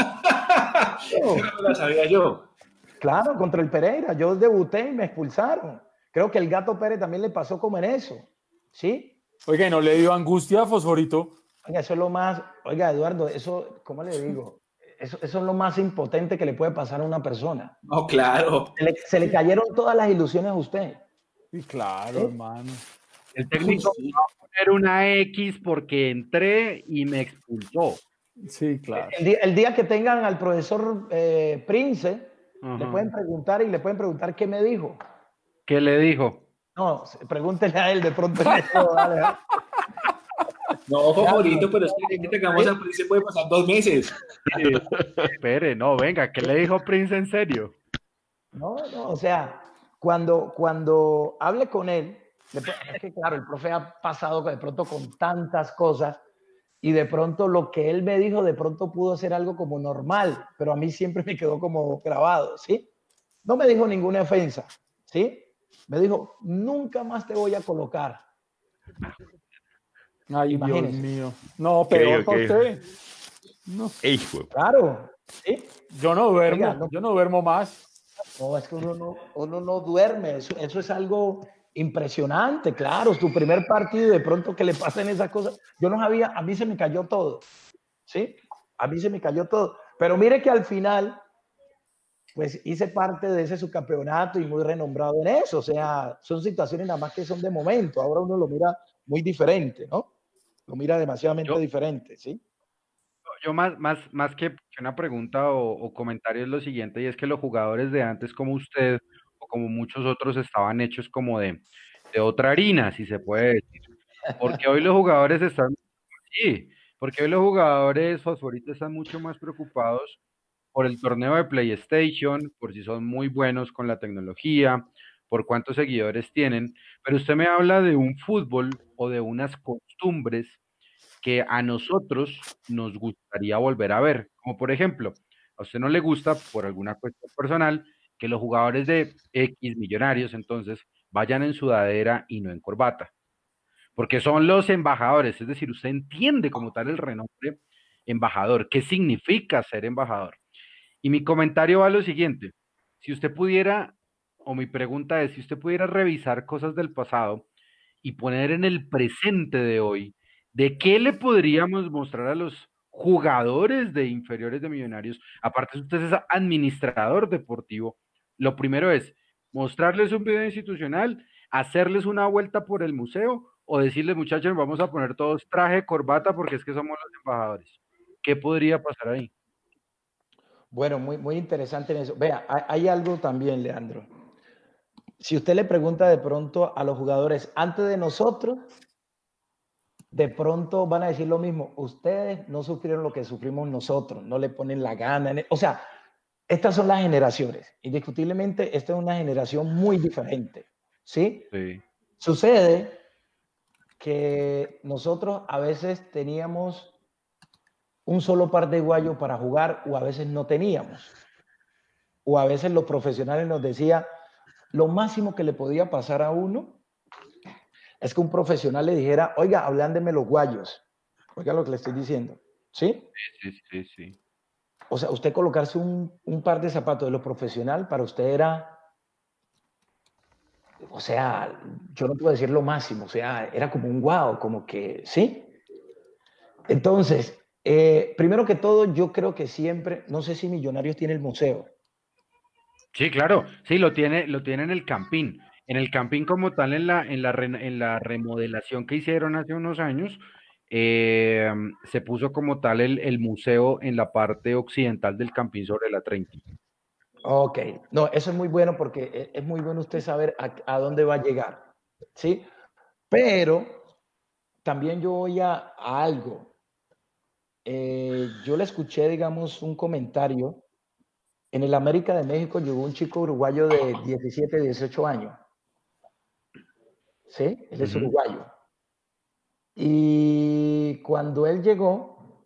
Eso no lo sabía yo. Claro, contra el Pereira. Yo debuté y me expulsaron. Creo que el Gato Pérez también le pasó como en eso. ¿Sí? Oiga, ¿y no le dio angustia, Fosforito? Oiga, eso es lo más. Oiga, Eduardo, eso, ¿cómo le digo? Eso es lo más impotente que le puede pasar a una persona. No, claro. Se le cayeron todas las ilusiones a usted. Sí, claro, ¿Sí? hermano. El técnico Sí. va a poner una X porque entré y me expulsó. Sí, claro. El día que tengan al profesor Prince, le Ajá. pueden preguntar y le pueden preguntar qué me dijo. ¿Qué le dijo? No, pregúntele a él de pronto en eso. Vale. No, favorito, pero es que tengamos ¿Sí? a Prince puede pasar 2 meses. Espere, no, venga, ¿qué le dijo Prince en serio? No, o sea, cuando hable con él, es que claro, el profe ha pasado de pronto con tantas cosas y de pronto lo que él me dijo de pronto pudo ser algo como normal, pero a mí siempre me quedó como grabado, ¿sí? No me dijo ninguna ofensa, ¿sí? Me dijo, nunca más te voy a colocar. Ay, Dios Imagínense. mío. No, ¿Qué peor dijo? para ¿Qué dijo? usted. No. Hijo. Claro, ¿sí? Yo no Oiga, duermo, yo no duermo más. no, es que uno no duerme, eso es algo impresionante, claro, su primer partido de pronto que le pasen esas cosas, yo no sabía, a mí se me cayó todo, ¿sí? A mí se me cayó todo, pero mire que al final, pues hice parte de ese subcampeonato y muy renombrado en eso, o sea, son situaciones nada más que son de momento, ahora uno lo mira muy diferente, ¿no? Lo mira demasiadamente Yo, diferente, ¿sí? yo más que una pregunta o comentario es lo siguiente, y es que los jugadores de antes como usted o como muchos otros estaban hechos como de otra harina, si se puede decir. Porque hoy los jugadores están, sí, porque hoy los jugadores fosforitos están mucho más preocupados por el torneo de PlayStation, por si son muy buenos con la tecnología, por cuántos seguidores tienen, pero usted me habla de un fútbol o de unas costumbres que a nosotros nos gustaría volver a ver, como por ejemplo, a usted no le gusta por alguna cuestión personal que los jugadores de X millonarios entonces vayan en sudadera y no en corbata, porque son los embajadores, es decir, usted entiende como tal el renombre embajador, qué significa ser embajador. Y mi comentario va a lo siguiente, si usted pudiera, o mi pregunta es, si usted pudiera revisar cosas del pasado y poner en el presente de hoy, ¿de qué le podríamos mostrar a los jugadores de inferiores de Millonarios, aparte si usted es administrador deportivo, lo primero es mostrarles un video institucional, hacerles una vuelta por el museo o decirles, muchachos, vamos a poner todos traje, corbata, porque es que somos los embajadores. ¿Qué podría pasar ahí? Bueno, muy interesante en eso. Vea, hay algo también, Leandro. Si usted le pregunta de pronto a los jugadores antes de nosotros, de pronto van a decir lo mismo. Ustedes no sufrieron lo que sufrimos nosotros, no le ponen la gana. O sea, estas son las generaciones. Indiscutiblemente, esta es una generación muy diferente. ¿Sí? Sí. Sucede que nosotros a veces teníamos un solo par de guayos para jugar o a veces no teníamos. O a veces los profesionales nos decían, lo máximo que le podía pasar a uno es que un profesional le dijera, oiga, ablándeme los guayos. Oiga lo que le estoy diciendo. ¿Sí? Sí. O sea, usted colocarse un par de zapatos de lo profesional para usted era, o sea, yo no puedo decir lo máximo, o sea, era como un guau, como que, ¿sí? Entonces, primero que todo, yo creo que siempre, no sé si Millonarios tiene el museo. Sí, claro, sí, lo tiene en el Campín. En el Campín como tal, en la remodelación que hicieron hace unos años, se puso como tal el museo en la parte occidental del Campín sobre la 30. Ok, no, eso es muy bueno porque es muy bueno usted saber a dónde va a llegar, ¿sí? Pero también yo voy a algo. Yo le escuché, digamos, un comentario. En el América de México llegó un chico uruguayo de 17, 18 años, ¿sí? Él es Ujú. uruguayo. Y cuando él llegó,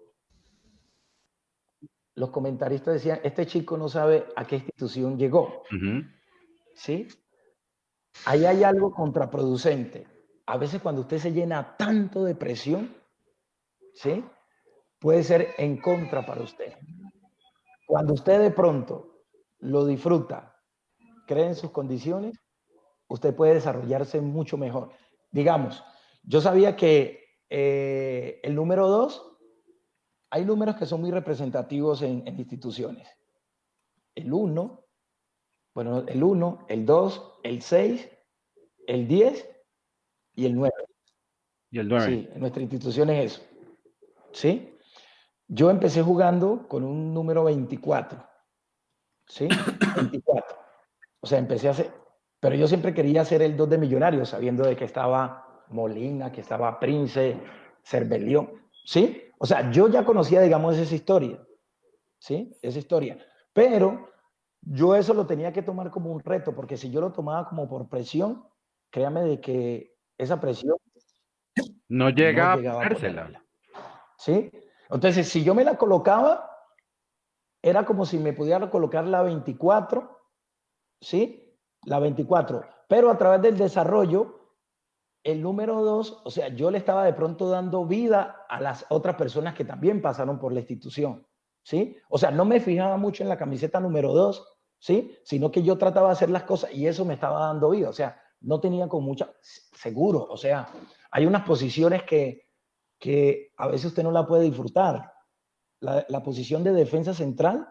los comentaristas decían, este chico no sabe a qué institución llegó, Ujú. ¿sí? Ahí hay algo contraproducente. A veces cuando usted se llena tanto de presión, ¿sí? Puede ser en contra para usted. Cuando usted de pronto lo disfruta, cree en sus condiciones, usted puede desarrollarse mucho mejor. Digamos, yo sabía que el número 2, hay números que son muy representativos en instituciones. El 1, bueno, el 1, el 2, el 6, el 10 y el 9. Y el 9. Sí, en nuestra institución es eso. ¿Sí? Yo empecé jugando con un número 24. ¿Sí? 24. O sea, empecé a hacer, pero yo siempre quería ser el 2 de Millonarios, sabiendo de que estaba Molina, que estaba Prince, Cervelión, ¿sí? O sea, yo ya conocía, digamos, esa historia, ¿sí? Esa historia. Pero yo eso lo tenía que tomar como un reto, porque si yo lo tomaba como por presión, créame de que esa presión No no llega a llegaba a ponérsela. ponérmela, ¿sí? Entonces, si yo me la colocaba, era como si me pudiera colocar la 24, ¿sí? La 24. Pero a través del desarrollo, el número 2, o sea, yo le estaba de pronto dando vida a las otras personas que también pasaron por la institución, ¿sí? O sea, no me fijaba mucho en la camiseta número 2, ¿sí? Sino que yo trataba de hacer las cosas y eso me estaba dando vida, o sea, no tenía con mucha, seguro, o sea, hay unas posiciones que a veces usted no la puede disfrutar. La posición de defensa central,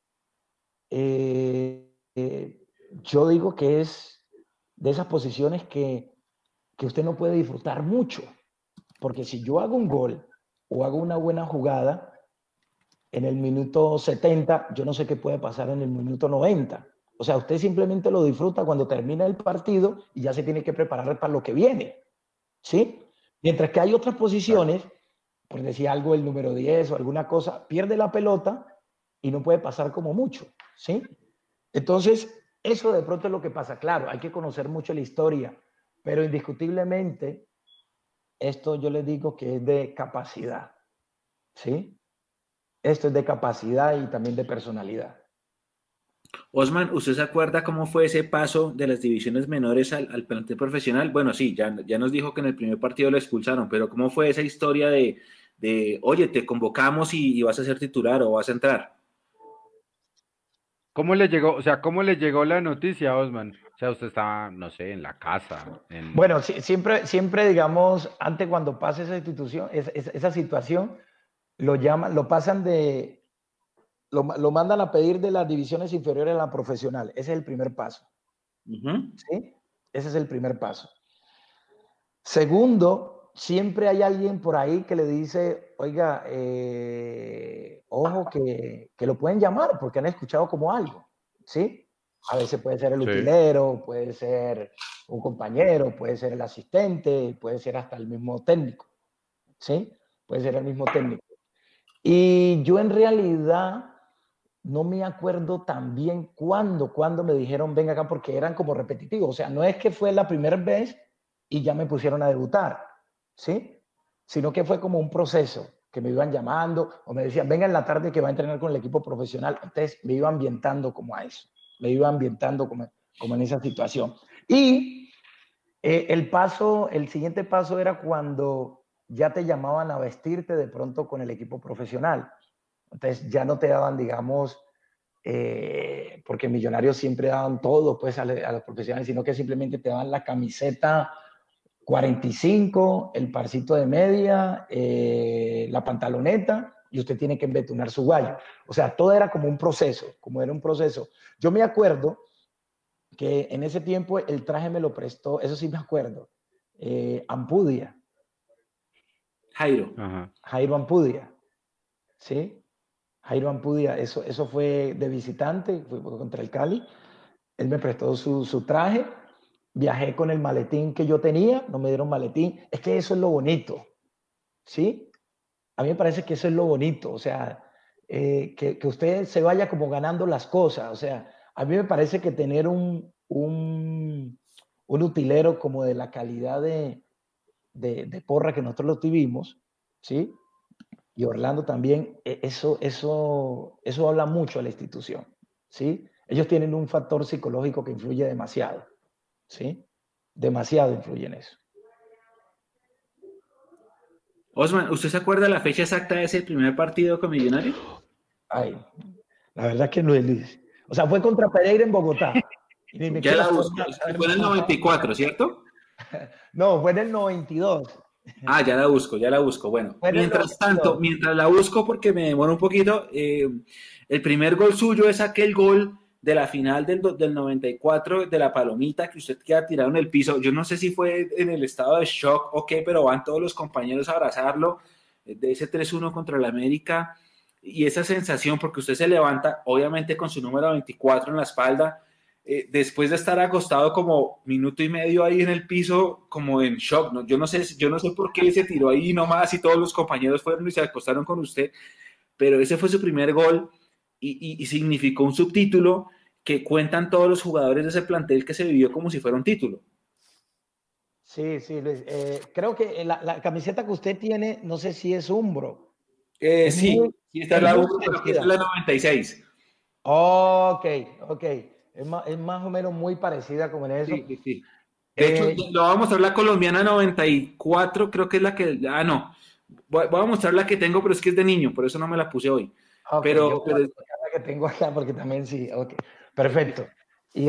yo digo que es de esas posiciones que usted no puede disfrutar mucho, porque si yo hago un gol o hago una buena jugada en el minuto 70, yo no sé qué puede pasar en el minuto 90. O sea, usted simplemente lo disfruta cuando termina el partido y ya se tiene que preparar para lo que viene, ¿sí? Mientras que hay otras Claro. posiciones, por decir algo, el número 10 o alguna cosa, pierde la pelota y no puede pasar como mucho, ¿sí? Entonces, eso de pronto es lo que pasa. Claro, hay que conocer mucho la historia, pero indiscutiblemente esto yo les digo que es de capacidad, ¿sí? Esto es de capacidad y también de personalidad. Osman, ¿usted se acuerda cómo fue ese paso de las divisiones menores al plantel profesional? Bueno, sí, ya nos dijo que en el primer partido lo expulsaron, pero ¿cómo fue esa historia de oye, te convocamos y vas a ser titular o vas a entrar? ¿Cómo le llegó, o sea, cómo le llegó la noticia, Osman? O sea, usted estaba, no sé, en la casa, Bueno, siempre, digamos, antes cuando pasa esa institución, esa situación, lo pasan lo mandan a pedir de las divisiones inferiores a la profesional. Ese es el primer paso. ¿Sí? Ese es el primer paso. Segundo, siempre hay alguien por ahí que le dice, oiga, ojo que lo pueden llamar porque han escuchado como algo, ¿sí? A veces puede ser el Sí. utilero, puede ser un compañero, puede ser el asistente, puede ser hasta el mismo técnico, ¿sí? Puede ser el mismo técnico. Y yo en realidad no me acuerdo tan bien cuándo me dijeron venga acá porque eran como repetitivos. O sea, no es que fue la primera vez y ya me pusieron a debutar, ¿sí? Sino que fue como un proceso, que me iban llamando o me decían venga en la tarde que va a entrenar con el equipo profesional. Entonces me iba ambientando como a eso, me iba ambientando como en esa situación. Y el siguiente paso era cuando ya te llamaban a vestirte de pronto con el equipo profesional. Entonces ya no te daban, digamos, porque Millonarios siempre daban todo pues a los profesionales, sino que simplemente te daban la camiseta 45, el parcito de media, la pantaloneta, y usted tiene que embetunar su guayo. O sea, todo era como un proceso, como era un proceso. Yo me acuerdo que en ese tiempo el traje me lo prestó, eso sí me acuerdo, Ampudia, Jairo. Jairo Ampudia, ¿sí? Jairo Ampudia, eso fue de visitante, fue contra el Cali. Él me prestó su traje, viajé con el maletín que yo tenía, no me dieron maletín. Es que eso es lo bonito, ¿sí? A mí me parece que eso es lo bonito, o sea, que usted se vaya como ganando las cosas. O sea, a mí me parece que tener un utilero como de la calidad de Porra que nosotros lo tuvimos, ¿sí? Y Orlando también, eso habla mucho a la institución, ¿sí? Ellos tienen un factor psicológico que influye demasiado, ¿sí? Demasiado influye en eso. Osman, ¿usted se acuerda la fecha exacta de ese primer partido con Millonarios? Ay, la verdad que no es. O sea, fue contra Pereira en Bogotá. Y ni me Ya quiero la busco. saber Fue en el más. 94, ¿cierto? No, fue en el 92. Ah, ya la busco, ya la busco. Bueno, Fue en el mientras tanto, 92. mientras la busco porque me demoro un poquito, el primer gol suyo es aquel gol de la final del 94 de la palomita que usted queda tirado en el piso. Yo no sé si fue en el estado de shock o qué, pero van todos los compañeros a abrazarlo de ese 3-1 contra el América y esa sensación porque usted se levanta, obviamente con su número 24 en la espalda, después de estar acostado como minuto y medio ahí en el piso, como en shock, ¿no? Yo no sé por qué se tiró ahí nomás y todos los compañeros fueron y se acostaron con usted, pero ese fue su primer gol y significó un subtítulo que cuentan todos los jugadores de ese plantel que se vivió como si fuera un título. Sí, sí, Luis. Creo que la camiseta que usted tiene, no sé si es Umbro. Sí, sí, esta es Es la muy 1, pero que esta es parecida. la 96. Ok, ok. Es más o menos muy parecida como en eso. Sí, sí, sí. De hecho, Eh, lo voy a mostrar la colombiana 94, creo que es la que. Ah, no. Voy a mostrar la que tengo, pero es que es de niño, por eso no me la puse hoy. ok, yo Pero, voy a pero buscar la que tengo acá porque también sí. Ok, perfecto. sí, Y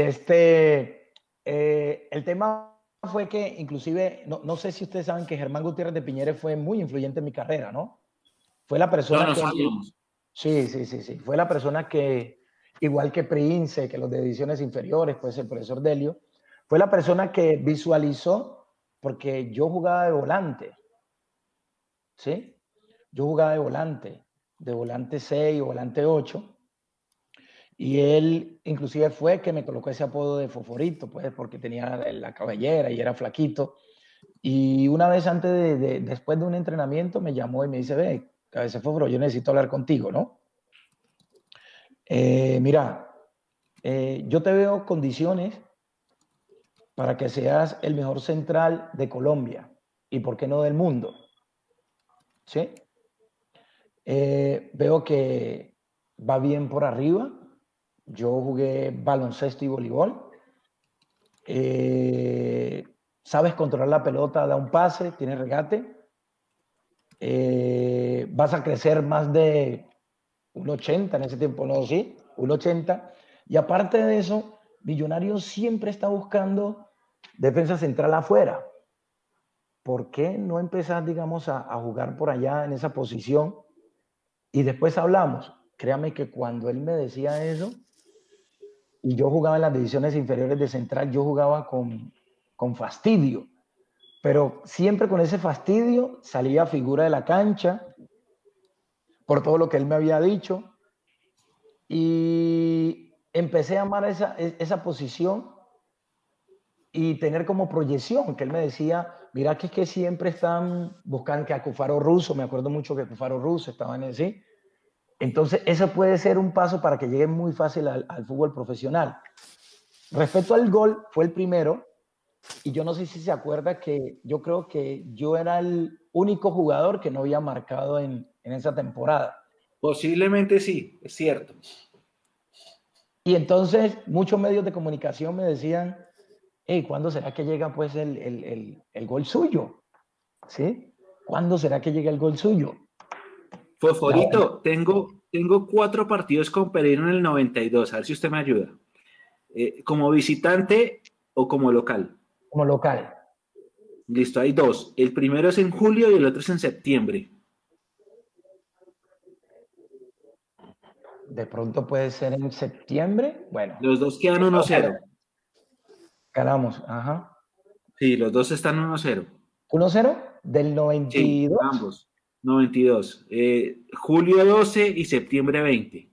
el tema fue que inclusive, no sé si ustedes saben que Germán Gutiérrez de Piñeres fue muy influyente en mi carrera, ¿no? Fue la no, persona no que, sabíamos. sí, sí, sí, sí, fue la persona que, igual que Prince, que los de divisiones inferiores, pues el profesor Delio, fue la persona que visualizó, porque yo jugaba de volante, ¿sí? Yo jugaba de volante 6 o volante 8, y él inclusive fue que me colocó ese apodo de Foforito, pues porque tenía la cabellera y era flaquito. Y una vez después de un entrenamiento me llamó y me dice, ve, cabeza Foforo, yo necesito hablar contigo, ¿no? Mira, yo te veo condiciones para que seas el mejor central de Colombia y por qué no del mundo, ¿sí? Veo que va bien por arriba. Yo jugué baloncesto y voleibol. Sabes controlar la pelota, da un pase, tienes regate. Vas a crecer más de 1,80 en ese tiempo, no, sí, 1,80. Y aparte de eso, Millonarios siempre está buscando defensa central afuera. ¿Por qué no empezar, digamos, a jugar por allá en esa posición? Y después hablamos. Créame que cuando él me decía eso, y yo jugaba en las divisiones inferiores de Central, yo jugaba con fastidio, pero siempre con ese fastidio salía figura de la cancha por todo lo que él me había dicho y empecé a amar esa posición y tener como proyección, que él me decía, mira que es que siempre están buscando que a Cufaro Russo, me acuerdo mucho que Cufaro Russo estaba en ese, entonces eso puede ser un paso para que llegue muy fácil al fútbol profesional. Respecto al gol, fue el primero, y yo no sé si se acuerda que yo creo que yo era el único jugador que no había marcado en esa temporada. Posiblemente sí, es cierto. Y entonces muchos medios de comunicación me decían, hey, ¿cuándo será que llega pues el gol suyo? ¿Sí? ¿Cuándo será que llega el gol suyo? Fosforito, tengo 4 partidos con Pereira en el 92, a ver si usted me ayuda. ¿Como visitante o como local? Como local. Listo, hay 2. El primero es en julio y el otro es en septiembre. De pronto puede ser en septiembre. Bueno, Los dos quedan 1-0. ganamos. Ajá. Sí, los dos están 1-0. 1-0 del Sí, 92. ambos. 92. Julio 12 y septiembre 20.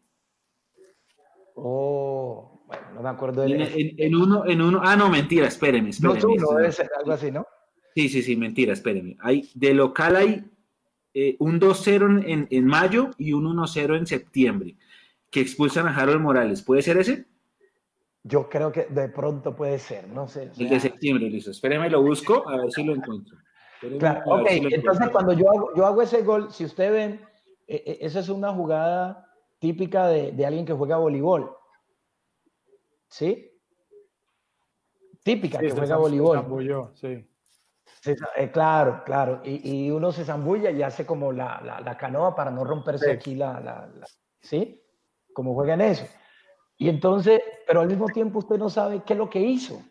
Oh, bueno, no me acuerdo En, del en, en uno, en uno. Ah, no, mentira, espéreme. 2-1, debe ser algo así, ¿no? Sí, mentira, espéreme. De local hay un 2-0 en mayo y un 1-0 en septiembre, que expulsan a Harold Morales. ¿Puede ser ese? Yo creo que de pronto puede ser, no sé. O El de sea, septiembre, listo. Espéreme, lo busco a ver si lo encuentro. claro, Espéreme a ok. ver si lo Entonces, encuentro. cuando yo hago ese gol, si ustedes ven, esa es una jugada típica de alguien que juega voleibol. ¿Sí? Típica Sí, que juega se voleibol. zambulló, sí. Claro, claro. Y uno se zambulla y hace como la canoa para no romperse Sí. aquí ¿sí? Como juegan eso. Y entonces, pero al mismo tiempo usted no sabe qué es lo que hizo.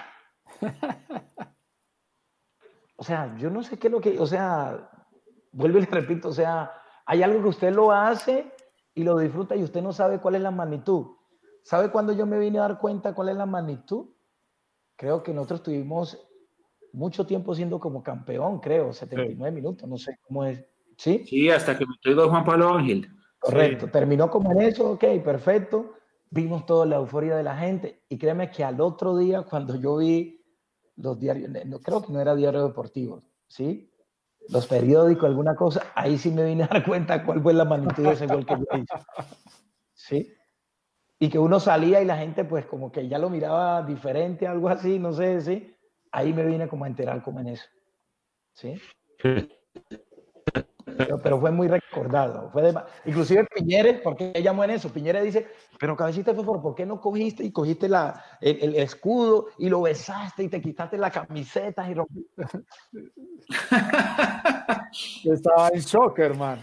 O sea, yo no sé qué es lo que, o sea, vuelvo y le repito, o sea, hay algo que usted lo hace y lo disfruta y usted no sabe cuál es la magnitud. ¿Sabe cuándo yo me vine a dar cuenta cuál es la magnitud? Creo que nosotros tuvimos mucho tiempo siendo como campeón, creo, Sí. 79 minutos, no sé cómo es. ¿Sí? Sí, hasta que me traigo Juan Pablo Ángel. Correcto. Sí. Terminó como en eso, ok, perfecto. Vimos toda la euforia de la gente y créeme que al otro día cuando yo vi los diarios, no, creo que no era diario deportivo, ¿sí? Los periódicos, alguna cosa, ahí sí me vine a dar cuenta cuál fue la magnitud de ese gol que yo hice, ¿sí? Y que uno salía y la gente pues como que ya lo miraba diferente, algo así, no sé, ¿sí? Ahí me vine como a enterar como en eso, ¿sí? Pero fue muy recordado. Inclusive Piñeres, ¿por qué llamó en eso? Piñeres dice, pero Cabecita de Fósforo, ¿por qué no cogiste y cogiste el escudo y lo besaste y te quitaste la camiseta y rompiste? Yo estaba en shock, hermano.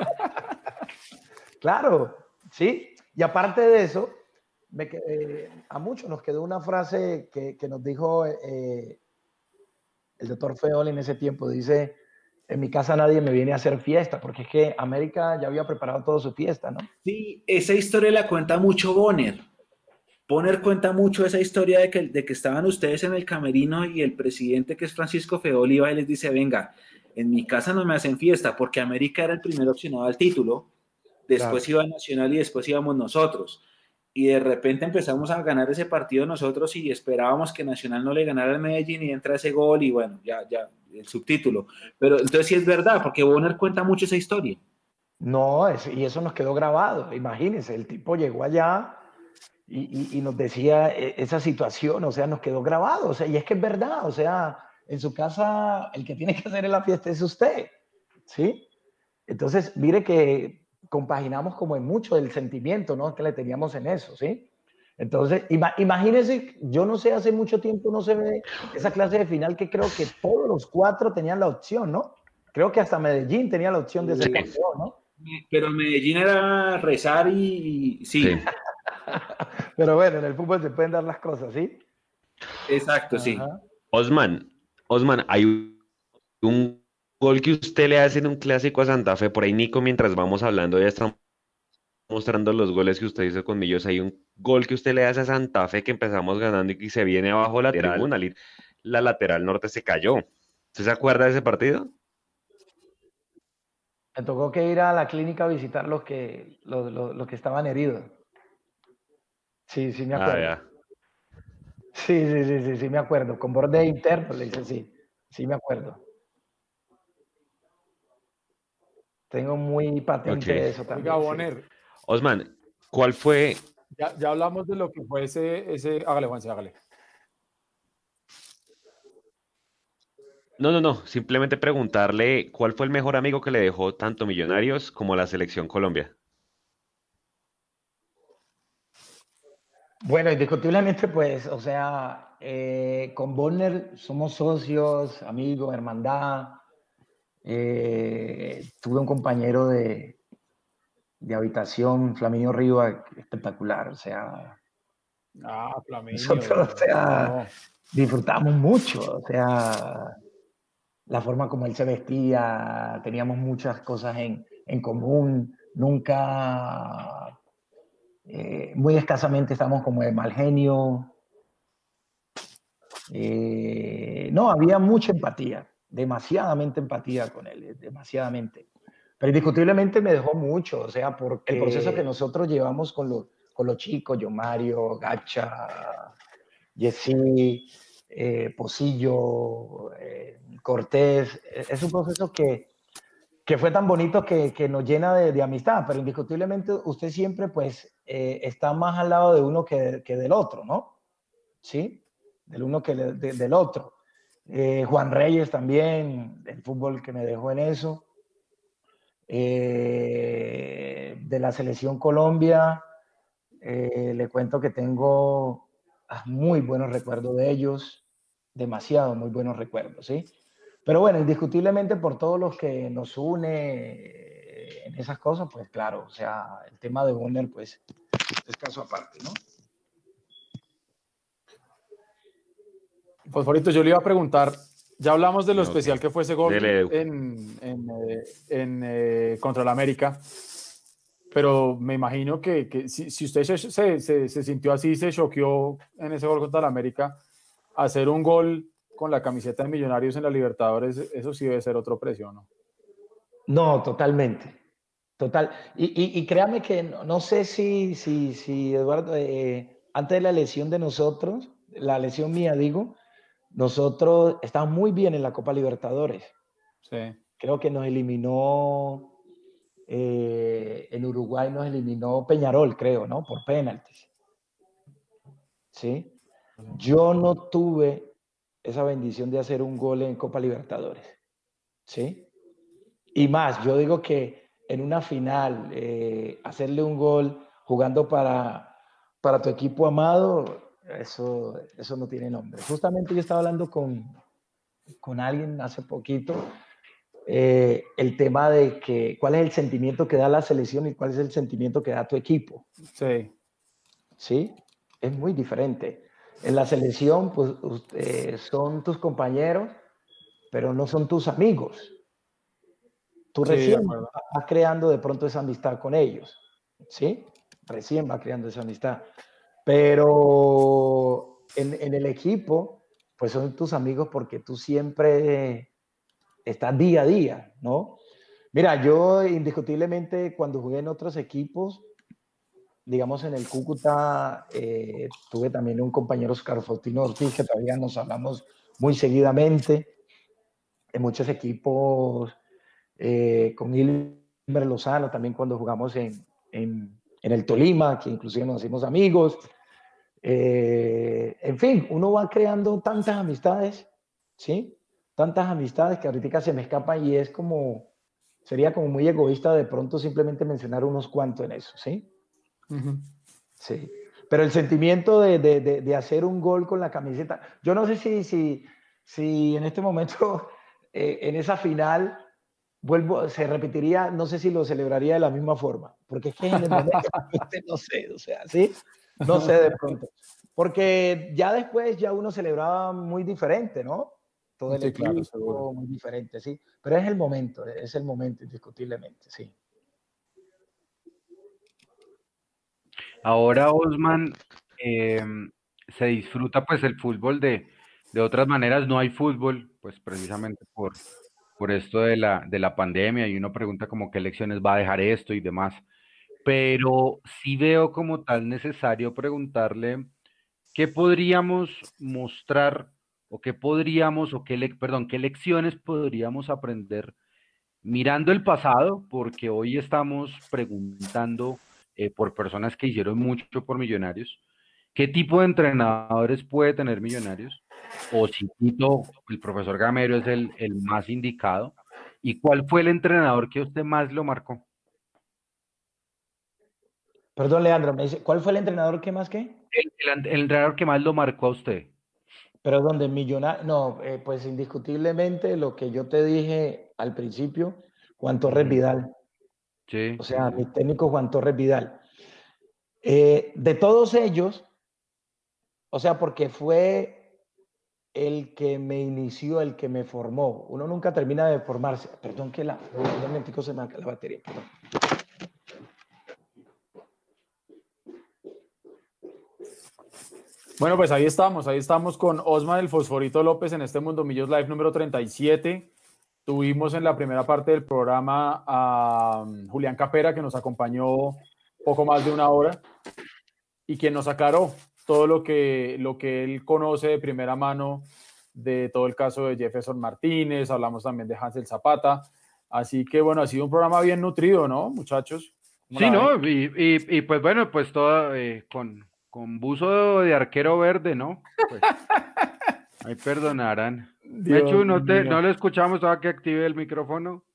Claro, sí. Y aparte de eso, a muchos nos quedó una frase que nos dijo el doctor Feol en ese tiempo. Dice, en mi casa nadie me viene a hacer fiesta, porque es que América ya había preparado toda su fiesta, ¿no? Sí, esa historia la cuenta mucho Bonner. Bonner cuenta mucho esa historia de que estaban ustedes en el camerino y el presidente, que es Francisco Feoli, va y les dice, venga, en mi casa no me hacen fiesta, porque América era el primer opcionado al título, después Claro. iba Nacional y después íbamos nosotros. Y de repente empezamos a ganar ese partido nosotros y esperábamos que Nacional no le ganara al Medellín y entra ese gol y bueno, ya, el subtítulo. Pero entonces sí es verdad, porque Bonner cuenta mucho esa historia. No, y eso nos quedó grabado. Imagínense, el tipo llegó allá y nos decía esa situación, o sea, nos quedó grabado. O sea, y es que es verdad, o sea, en su casa el que tiene que hacer la fiesta es usted, ¿sí? Entonces, mire que compaginamos como en mucho del sentimiento, ¿no? Que le teníamos en eso, ¿sí? Entonces, imagínense, yo no sé, hace mucho tiempo no se ve esa clase de final que creo que todos los 4 tenían la opción, ¿no? Creo que hasta Medellín tenía la opción de ser Sí, campeón, ¿no? Pero Medellín era rezar y sí, sí. Pero bueno, en el fútbol se pueden dar las cosas, ¿sí? exacto, sí. Ajá. Osman, hay un gol que usted le hace en un clásico a Santa Fe, por ahí Nico, mientras vamos hablando, ya está mostrando los goles que usted hizo con Millos. Hay un gol que usted le hace a Santa Fe que empezamos ganando y que se viene abajo la tribuna. La lateral norte se cayó. ¿Usted se acuerda de ese partido? Me tocó que ir a la clínica a visitar los que estaban heridos. Sí, sí me Ah, acuerdo. ya. Sí, me acuerdo. Con borde interno, le dice sí. Sí me acuerdo. Tengo muy Ok. patente eso Oiga, también, sí. Bonner, Osman, ¿cuál fue? ya hablamos de lo que fue hágale, Juanse, hágale. No. Simplemente preguntarle cuál fue el mejor amigo que le dejó tanto Millonarios como la Selección Colombia. Bueno, indiscutiblemente, pues, o sea, con Bonner somos socios, amigos, hermandad. Tuve un compañero de habitación, Flaminio Riva, espectacular. O sea, Ah, nosotros, o Flaminio, cómo sea, no. disfrutamos mucho. O sea, la forma como él se vestía, teníamos muchas cosas en común. Nunca, muy escasamente estamos como de mal genio. No, había mucha empatía, demasiadamente empatía con él, demasiadamente. Pero indiscutiblemente me dejó mucho, o sea, porque el proceso que nosotros llevamos con los chicos, yo Mario, Gacha, Jessy, Pocillo, Cortés, es un proceso que fue tan bonito que nos llena de amistad, pero indiscutiblemente usted siempre pues está más al lado de uno que del otro, ¿no? ¿Sí? Del uno del otro. Juan Reyes también, el fútbol que me dejó en eso. De la selección Colombia, le cuento que tengo muy buenos recuerdos de ellos, demasiado muy buenos recuerdos, ¿sí? Pero bueno, indiscutiblemente por todos los que nos une en esas cosas, pues claro, o sea, el tema de Bonner, pues es caso aparte, ¿no? Fosforito, yo le iba a preguntar, ya hablamos de lo Ok. especial que fue ese gol Dele, Edu. contra el América, pero me imagino que si usted se sintió así, se choqueó en ese gol contra el América, hacer un gol con la camiseta de Millonarios en la Libertadores, eso sí debe ser otro precio, ¿no? No, totalmente. Total. Y créame que no sé si Eduardo, antes de la lesión de nosotros, la lesión mía, digo, nosotros estábamos muy bien en la Copa Libertadores. Sí. Creo que nos eliminó, en Uruguay nos eliminó Peñarol, creo, ¿no? Por penaltis. ¿Sí? Yo no tuve esa bendición de hacer un gol en Copa Libertadores. ¿Sí? Y más, yo digo que en una final, hacerle un gol jugando para tu equipo amado, eso no tiene nombre. Justamente yo estaba hablando con alguien hace poquito, el tema de que cuál es el sentimiento que da la selección y cuál es el sentimiento que da tu equipo. Sí. ¿Sí? Es muy diferente. En la selección, pues, son tus compañeros, pero no son tus amigos. Tú Sí, de recién acuerdo. vas creando de pronto esa amistad con ellos, ¿sí? Recién vas creando esa amistad. Pero en el equipo, pues son tus amigos porque tú siempre estás día a día, ¿no? Mira, yo indiscutiblemente cuando jugué en otros equipos, digamos en el Cúcuta, tuve también un compañero, Oscar Faustino Ortiz, que todavía nos hablamos muy seguidamente. En muchos equipos, con Ilmer Lozano, también cuando jugamos en el Tolima, que inclusive nos hicimos amigos. En fin, uno va creando tantas amistades, ¿sí? Tantas amistades que ahorita se me escapan y es como, sería como muy egoísta de pronto simplemente mencionar unos cuantos en eso, ¿sí? Uh-huh. Sí. Pero el sentimiento de hacer un gol con la camiseta, yo no sé si en este momento, en esa final, se repetiría, no sé si lo celebraría de la misma forma, porque es que en el momento, no sé, o sea, ¿sí? No sé de pronto. Porque ya después ya uno celebraba muy diferente, ¿no? todo el Sí, claro, equipo, seguro. muy diferente, sí. Pero es el momento, indiscutiblemente, sí. Ahora, Osman, se disfruta pues el fútbol de otras maneras. No hay fútbol, pues precisamente por esto de la pandemia y uno pregunta como qué lecciones va a dejar esto y demás. Pero sí veo como tal necesario preguntarle qué podríamos mostrar o qué podríamos, o perdón, qué lecciones podríamos aprender mirando el pasado, porque hoy estamos preguntando por personas que hicieron mucho por Millonarios, ¿qué tipo de entrenadores puede tener Millonarios? O si Tito, el profesor Gamero es el más indicado. ¿Y cuál fue el entrenador que a usted más lo marcó? Perdón, Leandro, me dice, ¿cuál fue el entrenador que más qué? El entrenador que más lo marcó a usted. Pero donde Millonario, no, pues indiscutiblemente lo que yo te dije al principio, Juan Torres Ujú. Vidal, Sí, o sí, sea, mi sí. técnico Juan Torres Vidal. De todos ellos, o sea, porque fue el que me inició, el que me formó. Uno nunca termina de formarse. Perdón que un momentico se me acaba la batería, perdón. Bueno, pues ahí estamos con Osman el Fosforito López en este Mundo Millos Live número 37. Tuvimos en la primera parte del programa a Julián Capera, que nos acompañó poco más de una hora y quien nos aclaró todo lo que él conoce de primera mano de todo el caso de Jefferson Martínez. Hablamos también de Hansel Zapata. Así que bueno, ha sido un programa bien nutrido, ¿no, muchachos? ¿Cómo Sí, la ven? ¿no? Y pues bueno, pues todo con buzo de arquero verde, ¿no? Pues ahí perdonarán. Dios Mechu, mío. no lo escuchamos, ahora que active el micrófono.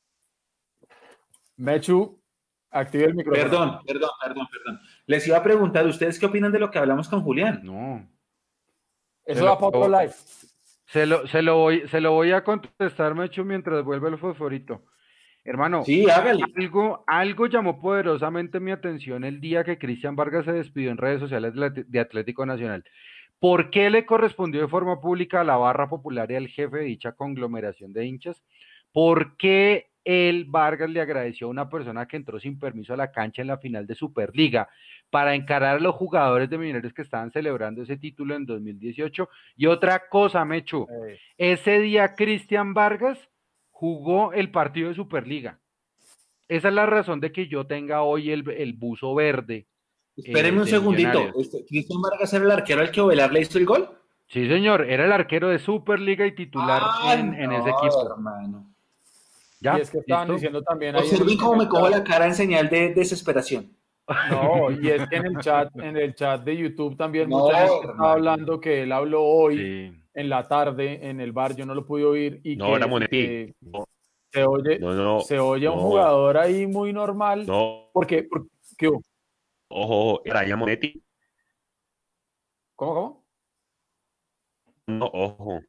Mechu, active el micrófono. Perdón. Les iba a preguntar, ¿ustedes qué opinan de lo que hablamos con Julián? No. Se Eso lo, da para otro live. se lo voy a contestar, Mechu, mientras vuelve el fosforito. Hermano, Sí, hágale. algo llamó poderosamente mi atención el día que Cristian Vargas se despidió en redes sociales de Atlético Nacional. ¿Por qué le correspondió de forma pública a la barra popular y al jefe de dicha conglomeración de hinchas? ¿Por qué el Vargas le agradeció a una persona que entró sin permiso a la cancha en la final de Superliga para encarar a los jugadores de Millonarios que estaban celebrando ese título en 2018? Y otra cosa, Mechu, ese día Cristian Vargas jugó el partido de Superliga. Esa es la razón de que yo tenga hoy el buzo verde Espérenme un de segundito. Millonarios. ¿Cristian Vargas era el arquero al que Ovelar le hizo el gol? Sí, señor, era el arquero de Superliga y titular Ah, en ese no, equipo. hermano. Y ¿Ya? es que estaban ¿Listo? diciendo también ahí Observen en cómo el me cojo chat. la cara en señal de desesperación. No, y es que en el chat de YouTube también No, mucha gente estaba hermano. hablando que él habló hoy Sí. en la tarde en el bar, yo no lo pude oír No, era Monetti. No, no, no, se oye a un no, jugador ahí muy normal, no. porque ¿qué hubo? Ojo, era Monetti. ¿Cómo? No, ojo.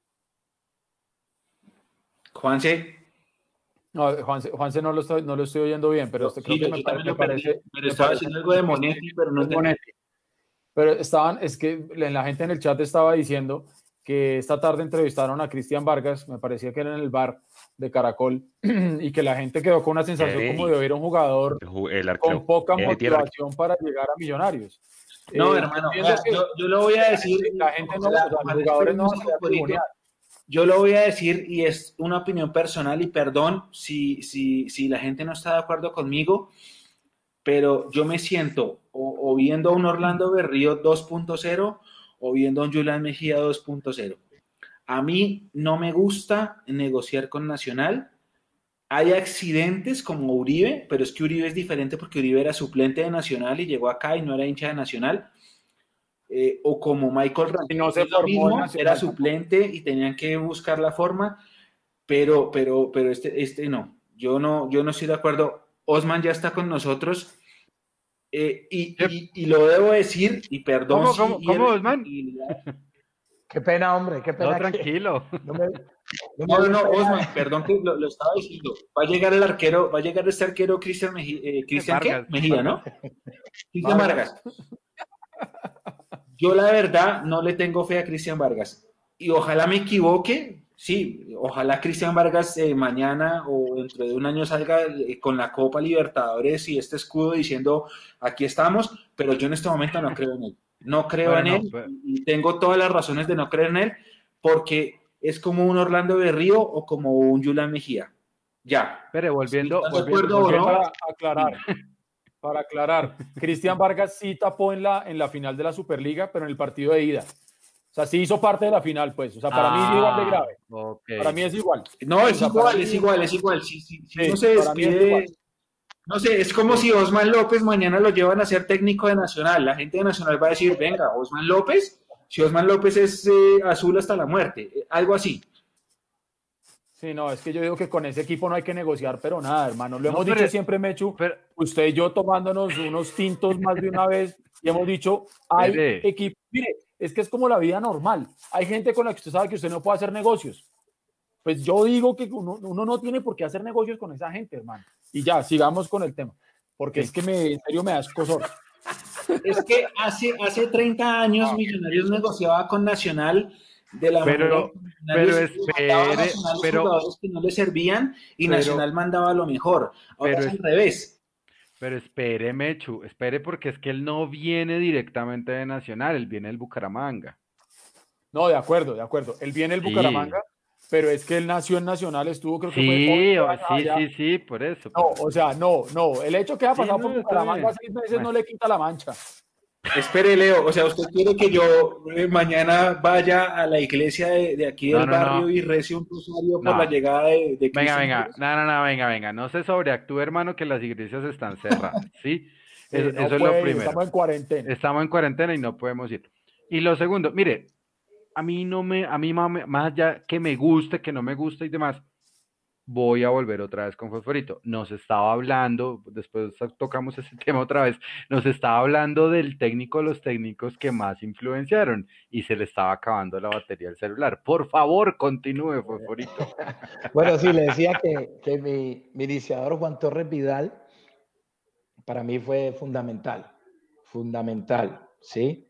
Juanse, No, Juanse no lo estoy oyendo bien, pero creo sí, que yo también me lo perdí, parece, pero estaba haciendo algo de Monetti, pero no es entendí. Monetti. Pero es que la gente en el chat estaba diciendo que esta tarde entrevistaron a Cristian Vargas, me parecía que era en el bar de Caracol, y que la gente quedó con una sensación como de oír a un jugador El con arquero. poca Tierra. motivación para llegar a Millonarios. No, Yo hermano, entiendo que yo lo voy a decir, la gente no, o ojalá, sea, los ojalá jugadores esperen no un van a salir a tribunear. segundito. Yo lo voy a decir y es una opinión personal y perdón si la gente no está de acuerdo conmigo, pero yo me siento o viendo a un Orlando Berrío 2.0 o viendo a un Julián Mejía 2.0. A mí no me gusta negociar con Nacional. Hay accidentes como Uribe, pero es que Uribe es diferente porque Uribe era suplente de Nacional y llegó acá y no era hincha de Nacional. O como Michael Y Ramírez, no es se lo formó en mismo, era Nacional tampoco. suplente y tenían que buscar la forma, pero este no. Yo no estoy de acuerdo. Osman ya está con nosotros y lo debo decir, y perdón si Cómo, hiere Osman? sensibilidad. Qué pena, hombre, qué No, pena que tranquilo. no me, no me No, dio pena. Osman, perdón que lo estaba diciendo. Va a llegar el arquero, va a llegar este arquero Cristian Mejía, ¿Cristian qué? Mejía, Vargas. ¿no? Cristian Vargas. Vargas. Yo la verdad no le tengo fe a Cristian Vargas. Y ojalá me equivoque. sí, ojalá Cristian Vargas mañana o dentro de un año salga con la Copa Libertadores y este escudo diciendo, aquí estamos, pero yo en este momento no creo en él. No creo Bueno, en no, él y tengo todas las razones de no creer en él porque es como un Orlando Berrío o como un Julián Mejía. Ya. pero Si volviendo, estás de volviendo, acuerdo o volviendo. no, Para aclarar, Cristian Vargas sí tapó en la final de la Superliga, pero en el partido de ida. O sea, sí hizo parte de la final, pues. O sea, para mí es igual de Ah, grave. ok. Para mí es igual. no, O es sea, para igual, mí, es igual, es igual. Si uno sí, se para mí es igual. despide, no sé, es como Sí. si Osman López mañana lo llevan a ser técnico de Nacional. La gente de Nacional va a decir, venga, Osman López, si Osman López es azul hasta la muerte, algo así. Sí, no, es que yo digo que con ese equipo no hay que negociar, pero nada, hermano. Lo No, hemos dicho siempre, Mechu, usted y yo tomándonos unos tintos más de una vez y hemos dicho, hay espere. equipo. Mire, es que es como la vida normal. Hay gente con la que usted sabe que usted no puede hacer negocios. Pues yo digo que uno no tiene por qué hacer negocios con esa gente, hermano. Y ya, sigamos con el tema. Porque es Sí. que en serio me da escosor. Es que hace 30 años Millonarios negociaba con Nacional de la manera en Pero, que pero Millonarios le mandaba a espere, Nacional los jugadores que no le servían y pero, Nacional mandaba lo mejor. Ahora pero, es al revés. pero espere, Mechu, espere porque es que él no viene directamente de Nacional, él viene del Bucaramanga. No, de acuerdo, de acuerdo. Él viene el Sí, Bucaramanga, pero es que él nació en Nacional, estuvo creo que fue 11 sí, años sí, allá. sí, sí, por eso, No, por o eso. sea, no. El hecho que haya Sí, pasado por no, está Bucaramanga bien. 6 meses Bueno, no le quita la mancha. Espere, Leo, o sea, ¿usted quiere que yo mañana vaya a la iglesia de aquí no, del no, barrio no, y rece un rosario por la no. llegada de Venga, Cristian venga, Vargas? no, no, no, venga, venga, no se sobreactúe, hermano, que las iglesias están cerradas, ¿sí? Sí, no Eso es lo puede ir, primero. estamos en cuarentena. Estamos en cuarentena y no podemos ir. Y lo segundo, mire, a mí no me, a mí más allá que me guste, que no me guste y demás, voy a volver otra vez con Fosforito. Nos estaba hablando, después tocamos ese tema otra vez, nos estaba hablando del técnico, los técnicos que más influenciaron y se le estaba acabando la batería del celular. Por favor, continúe, Fosforito. Bueno, sí, le decía que mi iniciador Juan Torres Vidal para mí fue fundamental, ¿sí?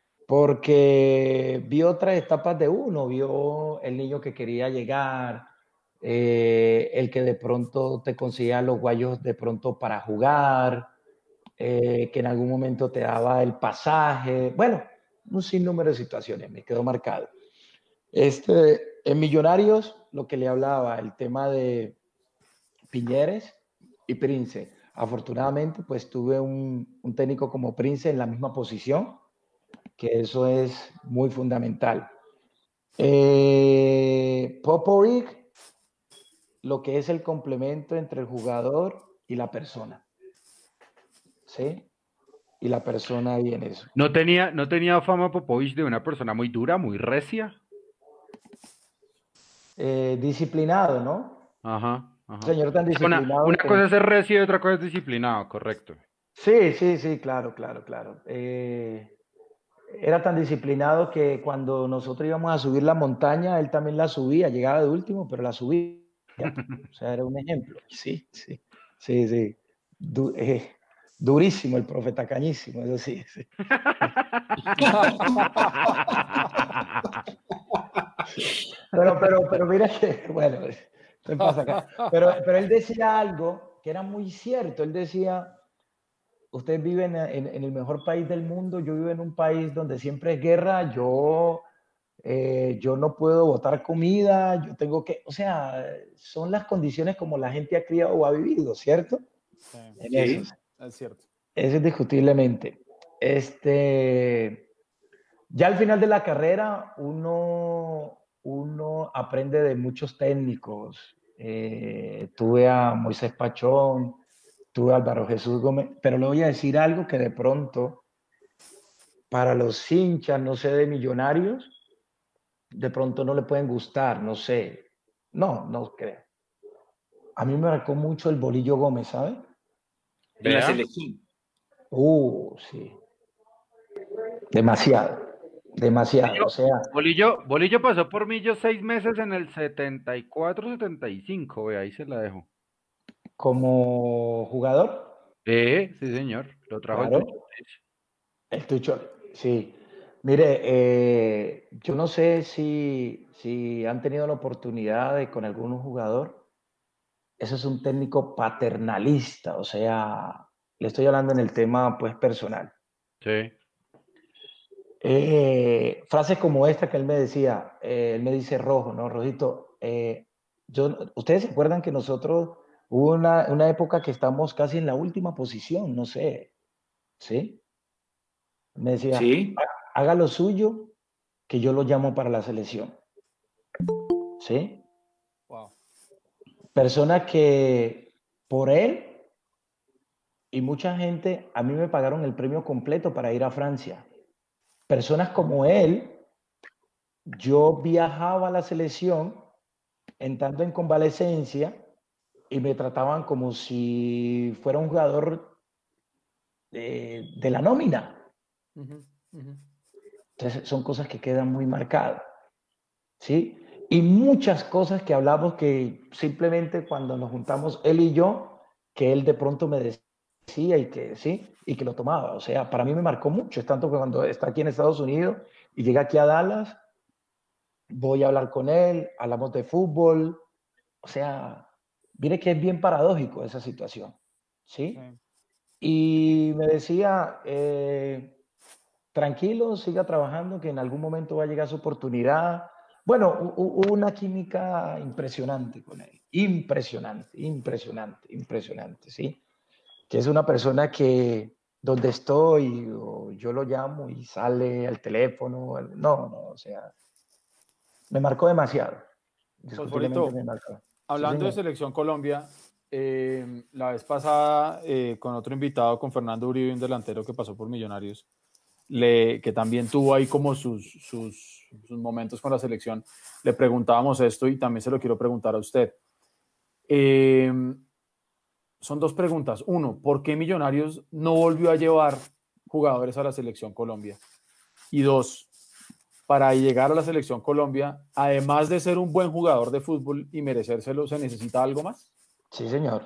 Porque vio otras etapas de uno, vio el niño que quería llegar, el que de pronto te conseguía los guayos de pronto para jugar, que en algún momento te daba el pasaje, bueno, un sinnúmero de situaciones, me quedó marcado. En Millonarios, lo que le hablaba, el tema de Piñeres y Prince. Afortunadamente, pues tuve un técnico como Prince en la misma posición, que eso es muy fundamental. Popovic, lo que es el complemento entre el jugador y la persona, ¿sí? Y la persona ahí en eso. No tenía fama Popovich de una persona muy dura, muy recia. Disciplinado, ¿no? Ajá, ajá. Señor tan O sea, una disciplinado que... cosa es ser recio y otra cosa es disciplinado, correcto. Sí, claro. Era tan disciplinado que cuando nosotros íbamos a subir la montaña, él también la subía, llegaba de último, pero la subía. O sea, era un ejemplo. Sí. Du- eh, Durísimo el profeta Cañísimo, eso sí. Pero mira que, bueno, esto pasa acá. Pero él decía algo que era muy cierto. Él decía, usted vive en el mejor país del mundo, yo vivo en un país donde siempre es guerra, yo no puedo botar comida, yo tengo que, o sea, son las condiciones como la gente ha criado o ha vivido, ¿cierto? Sí, En eso, Sí. es cierto. eso es discutiblemente. Ya al final de la carrera uno aprende de muchos técnicos. Tuve a Moisés Pachón, tuve a Álvaro Jesús Gómez, pero le voy a decir algo que de pronto para los hinchas, no sé, de Millonarios, de pronto no le pueden gustar, no sé. No creo. A mí me marcó mucho el Bolillo Gómez, ¿sabe? En la Vea. selección. Sí. Demasiado. O sea, Bolillo pasó por Millo 6 meses en el 74, 75, vea, ahí se la dejo. como jugador, Sí, señor, lo trajo el Tucho. claro, el Tucho, sí. Mire, yo no sé si han tenido la oportunidad de con algún jugador. Eso es un técnico paternalista, o sea, le estoy hablando en el tema pues personal. Sí, Frases como esta que él me decía, él me dice Rojo, ¿no? Rojito, ustedes se acuerdan que nosotros hubo una época que estamos casi en la última posición, no sé, ¿sí? Me decía, Sí, haga lo suyo, que yo lo llamo para la selección, ¿sí? Wow. Persona que por él y mucha gente, a mí me pagaron el premio completo para ir a Francia. Personas como él, yo viajaba a la selección entrando en convalecencia y me trataban como si fuera un jugador de la nómina. Ujú, ujú. Entonces son cosas que quedan muy marcadas, ¿sí? Y muchas cosas que hablamos que simplemente cuando nos juntamos él y yo, que él de pronto me decía y que sí, y que lo tomaba. O sea, para mí me marcó mucho, es tanto que cuando está aquí en Estados Unidos y llega aquí a Dallas, voy a hablar con él, hablamos de fútbol. O sea, mire que es bien paradójico esa situación, ¿sí? Sí. Y me decía, tranquilo, siga trabajando, que en algún momento va a llegar su oportunidad. Bueno, hubo una química impresionante con él, impresionante, impresionante, impresionante, ¿sí? Que es una persona que donde estoy, o yo lo llamo y sale al teléfono, no, no, o sea, me marcó demasiado, indiscutiblemente Fosforito, me marcó. Sí, hablando de señor. Selección Colombia, la vez pasada con otro invitado, con Fernando Uribe, un delantero que pasó por Millonarios, que también tuvo ahí como sus momentos con la selección, le preguntábamos esto y también se lo quiero preguntar a usted. Eh, Son dos preguntas. Uno, ¿por qué Millonarios no volvió a llevar jugadores a la Selección Colombia? Y dos, para llegar a la Selección Colombia, además de ser un buen jugador de fútbol y merecérselo, ¿se necesita algo más? Sí, señor.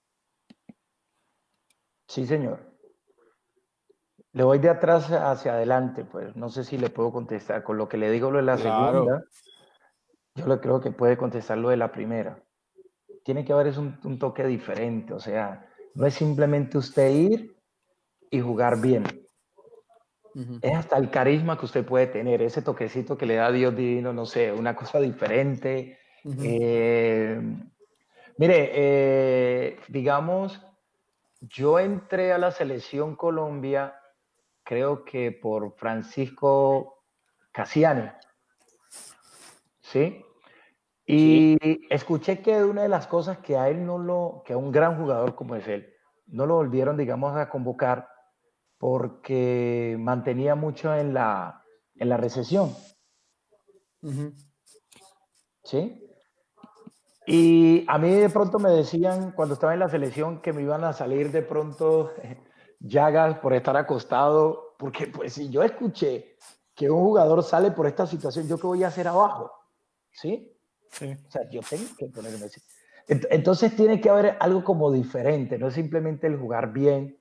Sí, señor. Le voy de atrás hacia adelante, pues no sé si le puedo contestar. Con lo que le digo lo de la Claro. segunda, yo le creo que puede contestar lo de la primera. Tiene que haber es un toque diferente, o sea, no es simplemente usted ir y jugar bien. Ujú. Es hasta el carisma que usted puede tener, ese toquecito que le da Dios divino, no sé, una cosa diferente. Ujú. Eh, mire, digamos, yo entré a la selección Colombia, creo que por Francisco Cassiani, ¿sí? sí. Y escuché que una de las cosas que a él que a un gran jugador como es él, no lo volvieron, digamos, a convocar porque mantenía mucho en la recesión, Ujú. ¿sí? Y a mí de pronto me decían cuando estaba en la selección que me iban a salir de pronto llagas por estar acostado, porque pues si yo escuché que un jugador sale por esta situación, ¿yo qué voy a hacer abajo? ¿Sí? Sí. O sea, yo tengo que ponerme así. Entonces tiene que haber algo como diferente, no es simplemente el jugar bien.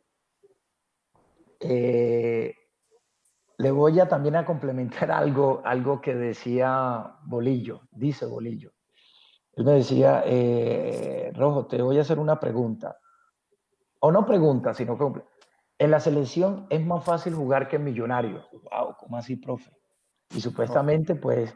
Eh, Le voy a también a complementar algo que decía Bolillo, dice Bolillo. Él me decía, Rojo, te voy a hacer una pregunta. O no pregunta, sino que en la selección es más fácil jugar que en Millonarios. Wow, ¿cómo así, profe? Y Ok. supuestamente, pues,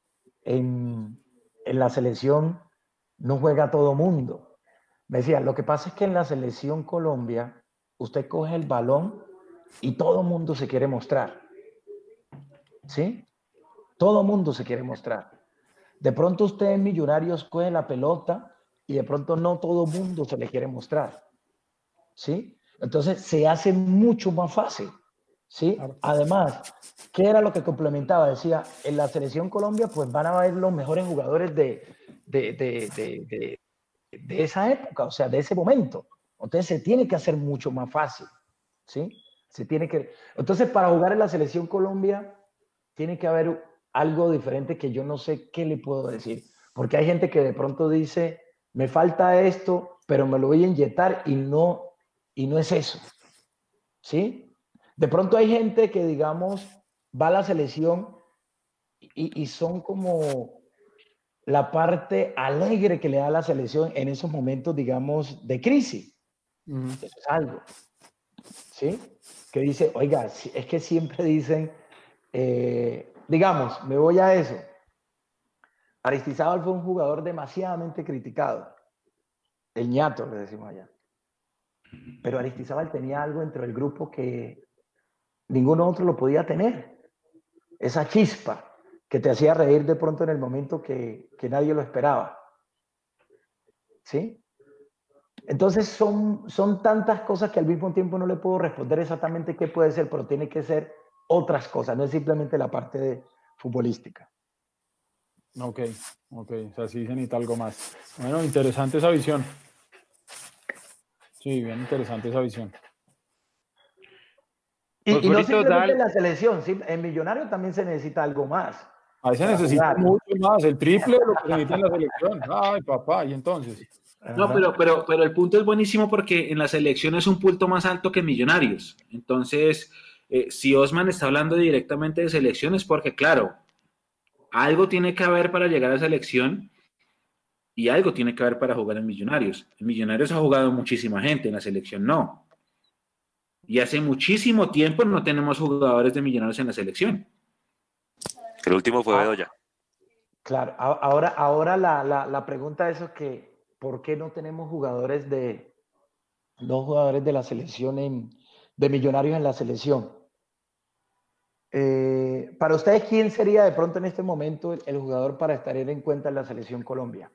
en la selección no juega todo mundo. Me decía, lo que pasa es que en la selección Colombia, usted coge el balón y todo mundo se quiere mostrar, ¿sí? Todo mundo se quiere mostrar. De pronto usted en Millonarios coge la pelota y de pronto no todo mundo se le quiere mostrar, ¿sí? Entonces se hace mucho más fácil, ¿sí? Claro. Además, ¿qué era lo que complementaba? Decía, en la selección Colombia pues van a ver los mejores jugadores de, de, de, de, de esa época, o sea, de ese momento. Entonces se tiene que hacer mucho más fácil, ¿sí? Se tiene que... Entonces para jugar en la selección Colombia tiene que haber algo diferente que yo no sé qué le puedo decir, porque hay gente que de pronto dice, me falta esto, pero me lo voy a inyectar y no es eso, ¿sí? De pronto hay gente que, digamos, va a la selección y son como la parte alegre que le da la selección en esos momentos, digamos, de crisis. Eso es algo, ¿sí? Que dice, oiga, es que siempre dicen, digamos, me voy a eso. Aristizábal fue un jugador demasiadamente criticado. El ñato, le decimos allá. Pero Aristizábal tenía algo dentro del grupo que ninguno otro lo podía tener. Esa chispa que te hacía reír de pronto en el momento que nadie lo esperaba. ¿Sí? Entonces son tantas cosas que al mismo tiempo no le puedo responder exactamente qué puede ser, pero tiene que ser otras cosas, no es simplemente la parte futbolística. Ok, ok, o sea, sí se necesita algo más. Bueno, interesante esa visión. Sí, bien interesante esa visión. Y no Fosforito, simplemente en la selección, ¿sí? En Millonario también se necesita algo más Ahí se para necesita jugar. mucho más, el triple de lo que se necesita en la selección. Ay, papá, y entonces. No, pero el punto es buenísimo porque en la selección es un punto más alto que Millonarios. Entonces, si Osman está hablando directamente de selecciones, porque claro, algo tiene que haber para llegar a selección y algo tiene que haber para jugar en Millonarios. En Millonarios ha jugado muchísima gente, en la selección no. Y hace muchísimo tiempo no tenemos jugadores de Millonarios en la selección. El último fue Bedoya. Claro, ahora la pregunta es que ¿por qué no tenemos dos jugadores de la selección de Millonarios en la selección? Para ustedes, ¿quién sería de pronto en este momento el jugador para estar en cuenta en la selección Colombia?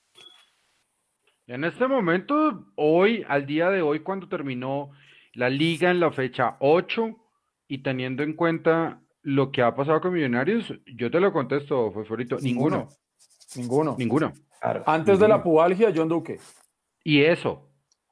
En este momento, hoy, al día de hoy, cuando terminó la liga en la fecha 8 y teniendo en cuenta lo que ha pasado con Millonarios, yo te lo contesto, Fosforito, Ninguno, ninguno, ninguno. ninguno, Claro, Antes de la ninguno. pubalgia, John Duque. Y eso,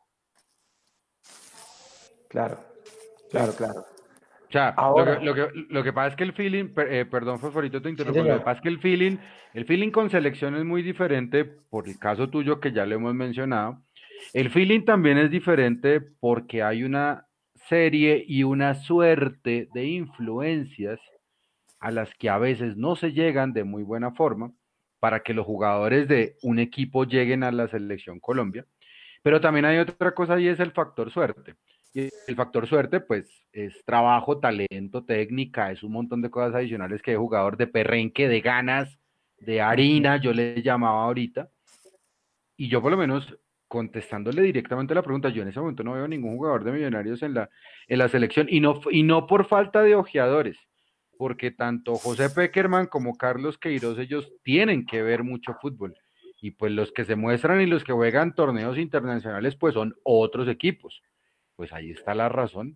claro, Sí. claro. o sea, Ahora, lo que pasa es que el feeling, perdón, Fosforito, te sí, interrumpo, lo que señor. pasa es que el feeling con selección es muy diferente por el caso tuyo que ya lo hemos mencionado. El feeling también es diferente porque hay una serie y una suerte de influencias a las que a veces no se llegan de muy buena forma para que los jugadores de un equipo lleguen a la selección Colombia. Pero también hay otra cosa y es el factor suerte. Y el factor suerte, pues, es trabajo, talento, técnica, es un montón de cosas adicionales que hay jugador de perrenque, de ganas, de harina, yo le llamaba ahorita. Y yo por lo menos, contestándole directamente la pregunta, yo en ese momento no veo ningún jugador de Millonarios en la selección, y no por falta de ojeadores, porque tanto José Peckerman como Carlos Queiroz, ellos tienen que ver mucho fútbol. Y pues los que se muestran y los que juegan torneos internacionales, pues son otros equipos. Pues ahí está la razón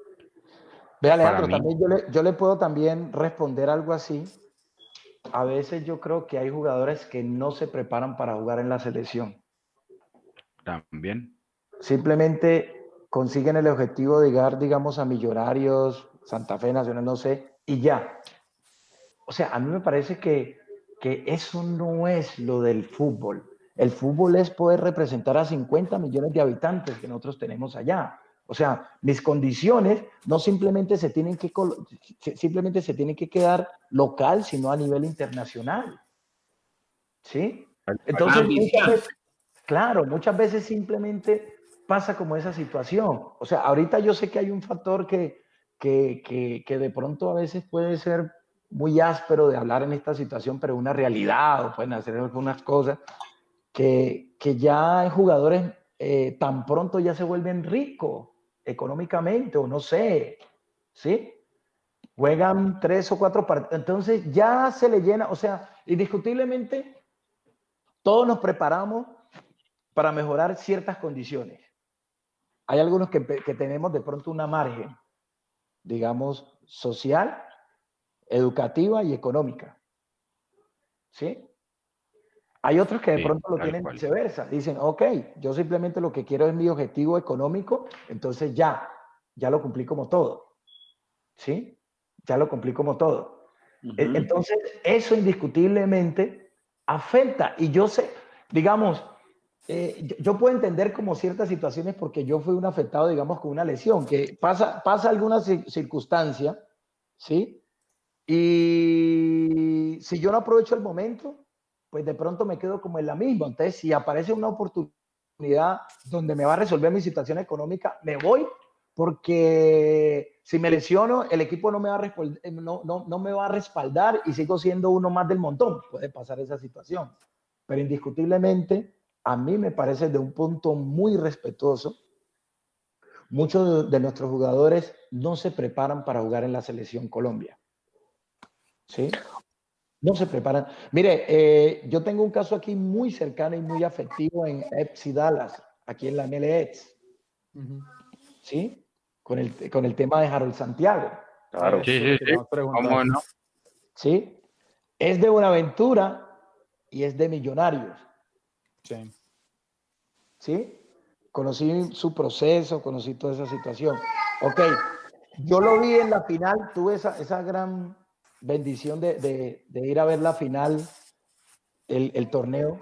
Ve, para Alejandro, mí también yo le puedo también responder algo así. A veces yo creo que hay jugadores que no se preparan para jugar en la selección. también. Simplemente consiguen el objetivo de llegar, digamos, a Millonarios, Santa Fe, Nacional, no sé, y ya. O sea, a mí me parece que eso no es lo del fútbol. El fútbol es poder representar a 50 millones de habitantes que nosotros tenemos allá. O sea, mis condiciones no simplemente simplemente se tienen que quedar local, sino a nivel internacional. ¿Sí? Entonces, Ambición. claro, muchas veces simplemente pasa como esa situación. O sea, ahorita yo sé que hay un factor que de pronto a veces puede ser muy áspero de hablar en esta situación, pero una realidad, o pueden hacer algunas cosas, que ya hay jugadores tan pronto ya se vuelven ricos económicamente, o no sé, ¿sí? Juegan 3 o 4 partidos, entonces ya se le llena, o sea, indiscutiblemente todos nos preparamos para mejorar ciertas condiciones. Hay algunos que tenemos de pronto una margen, digamos, social, educativa y económica, ¿sí? Hay otros que de Sí, pronto lo tal tienen cual. viceversa. Dicen, ok, yo simplemente lo que quiero es mi objetivo económico, entonces ya lo cumplí como todo, ¿sí? Ya lo cumplí como todo. Entonces, eso indiscutiblemente afecta. Y yo sé, digamos, yo puedo entender como ciertas situaciones porque yo fui un afectado, digamos, con una lesión, que pasa alguna circunstancia, ¿sí? Y si yo no aprovecho el momento, pues de pronto me quedo como en la misma. Entonces, si aparece una oportunidad donde me va a resolver mi situación económica, me voy, porque si me lesiono, el equipo no me va a respaldar, no me va a respaldar y sigo siendo uno más del montón. Puede pasar esa situación. Pero indiscutiblemente, a mí me parece de un punto muy respetuoso. Muchos de nuestros jugadores no se preparan para jugar en la selección Colombia. ¿Sí? No se preparan. Mire, yo tengo un caso aquí muy cercano y muy afectivo en FC Dallas, aquí en la MLS, ¿sí? Con el tema de Harold Santiago, Claro. Sí, Eso sí, le sí. queríamos preguntar. ¿Cómo no? ¿sí? Es de Buenaventura y es de Millonarios, Sí. ¿sí? Conocí su proceso, conocí toda esa situación. Ok, yo lo vi en la final, tuve esa gran bendición de ir a ver la final, el torneo,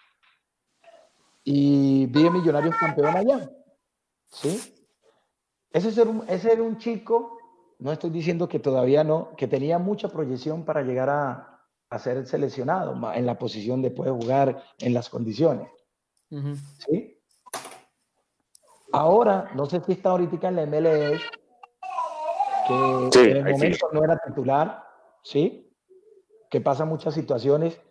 y vi a Millonarios campeón allá, ¿sí? Ese era un chico, no estoy diciendo que todavía no, que tenía mucha proyección para llegar a ser seleccionado en la posición de poder jugar en las condiciones, ¿sí? Ahora, no sé si está ahorita en la MLS, que Sí, en el ahí sigue. momento no era titular, ¿sí? Que pasa muchas situaciones.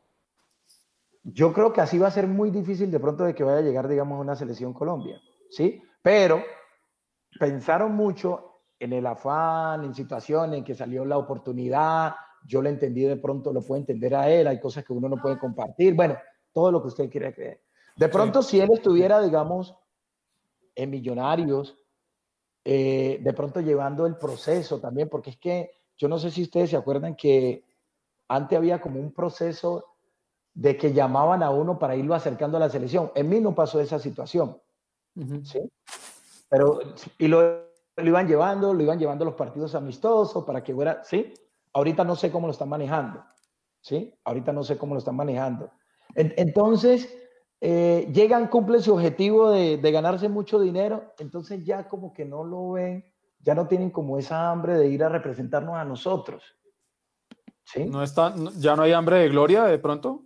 Yo creo que así va a ser muy difícil de pronto de que vaya a llegar, digamos, a una selección Colombia, ¿sí? Pero pensaron mucho en el afán, en situaciones en que salió la oportunidad, yo le entendí de pronto, lo puedo entender a él, hay cosas que uno no puede compartir, bueno, todo lo que usted quiera creer. De pronto, Sí. si él estuviera, digamos, en Millonarios, de pronto llevando el proceso también, porque es que yo no sé si ustedes se acuerdan que antes había como un proceso de que llamaban a uno para irlo acercando a la selección. En mí no pasó esa situación, ¿sí? Pero, y lo iban llevando a los partidos amistosos para que fuera, ¿sí? Ahorita no sé cómo lo están manejando, ¿sí? Ahorita no sé cómo lo están manejando. Entonces, llegan, cumplen su objetivo de ganarse mucho dinero, entonces ya como que no lo ven, ya no tienen como esa hambre de ir a representarnos a nosotros, ¿sí? No está, ya no hay hambre de gloria de pronto.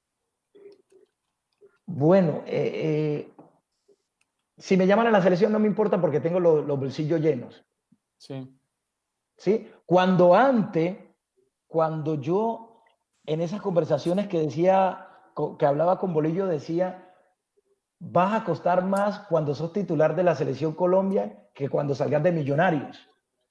Bueno, si me llaman a la selección no me importa porque tengo los bolsillos llenos, Sí. ¿sí? Cuando yo en esas conversaciones que decía, que hablaba con Bolillo, decía, vas a costar más cuando sos titular de la selección Colombia que cuando salgas de Millonarios,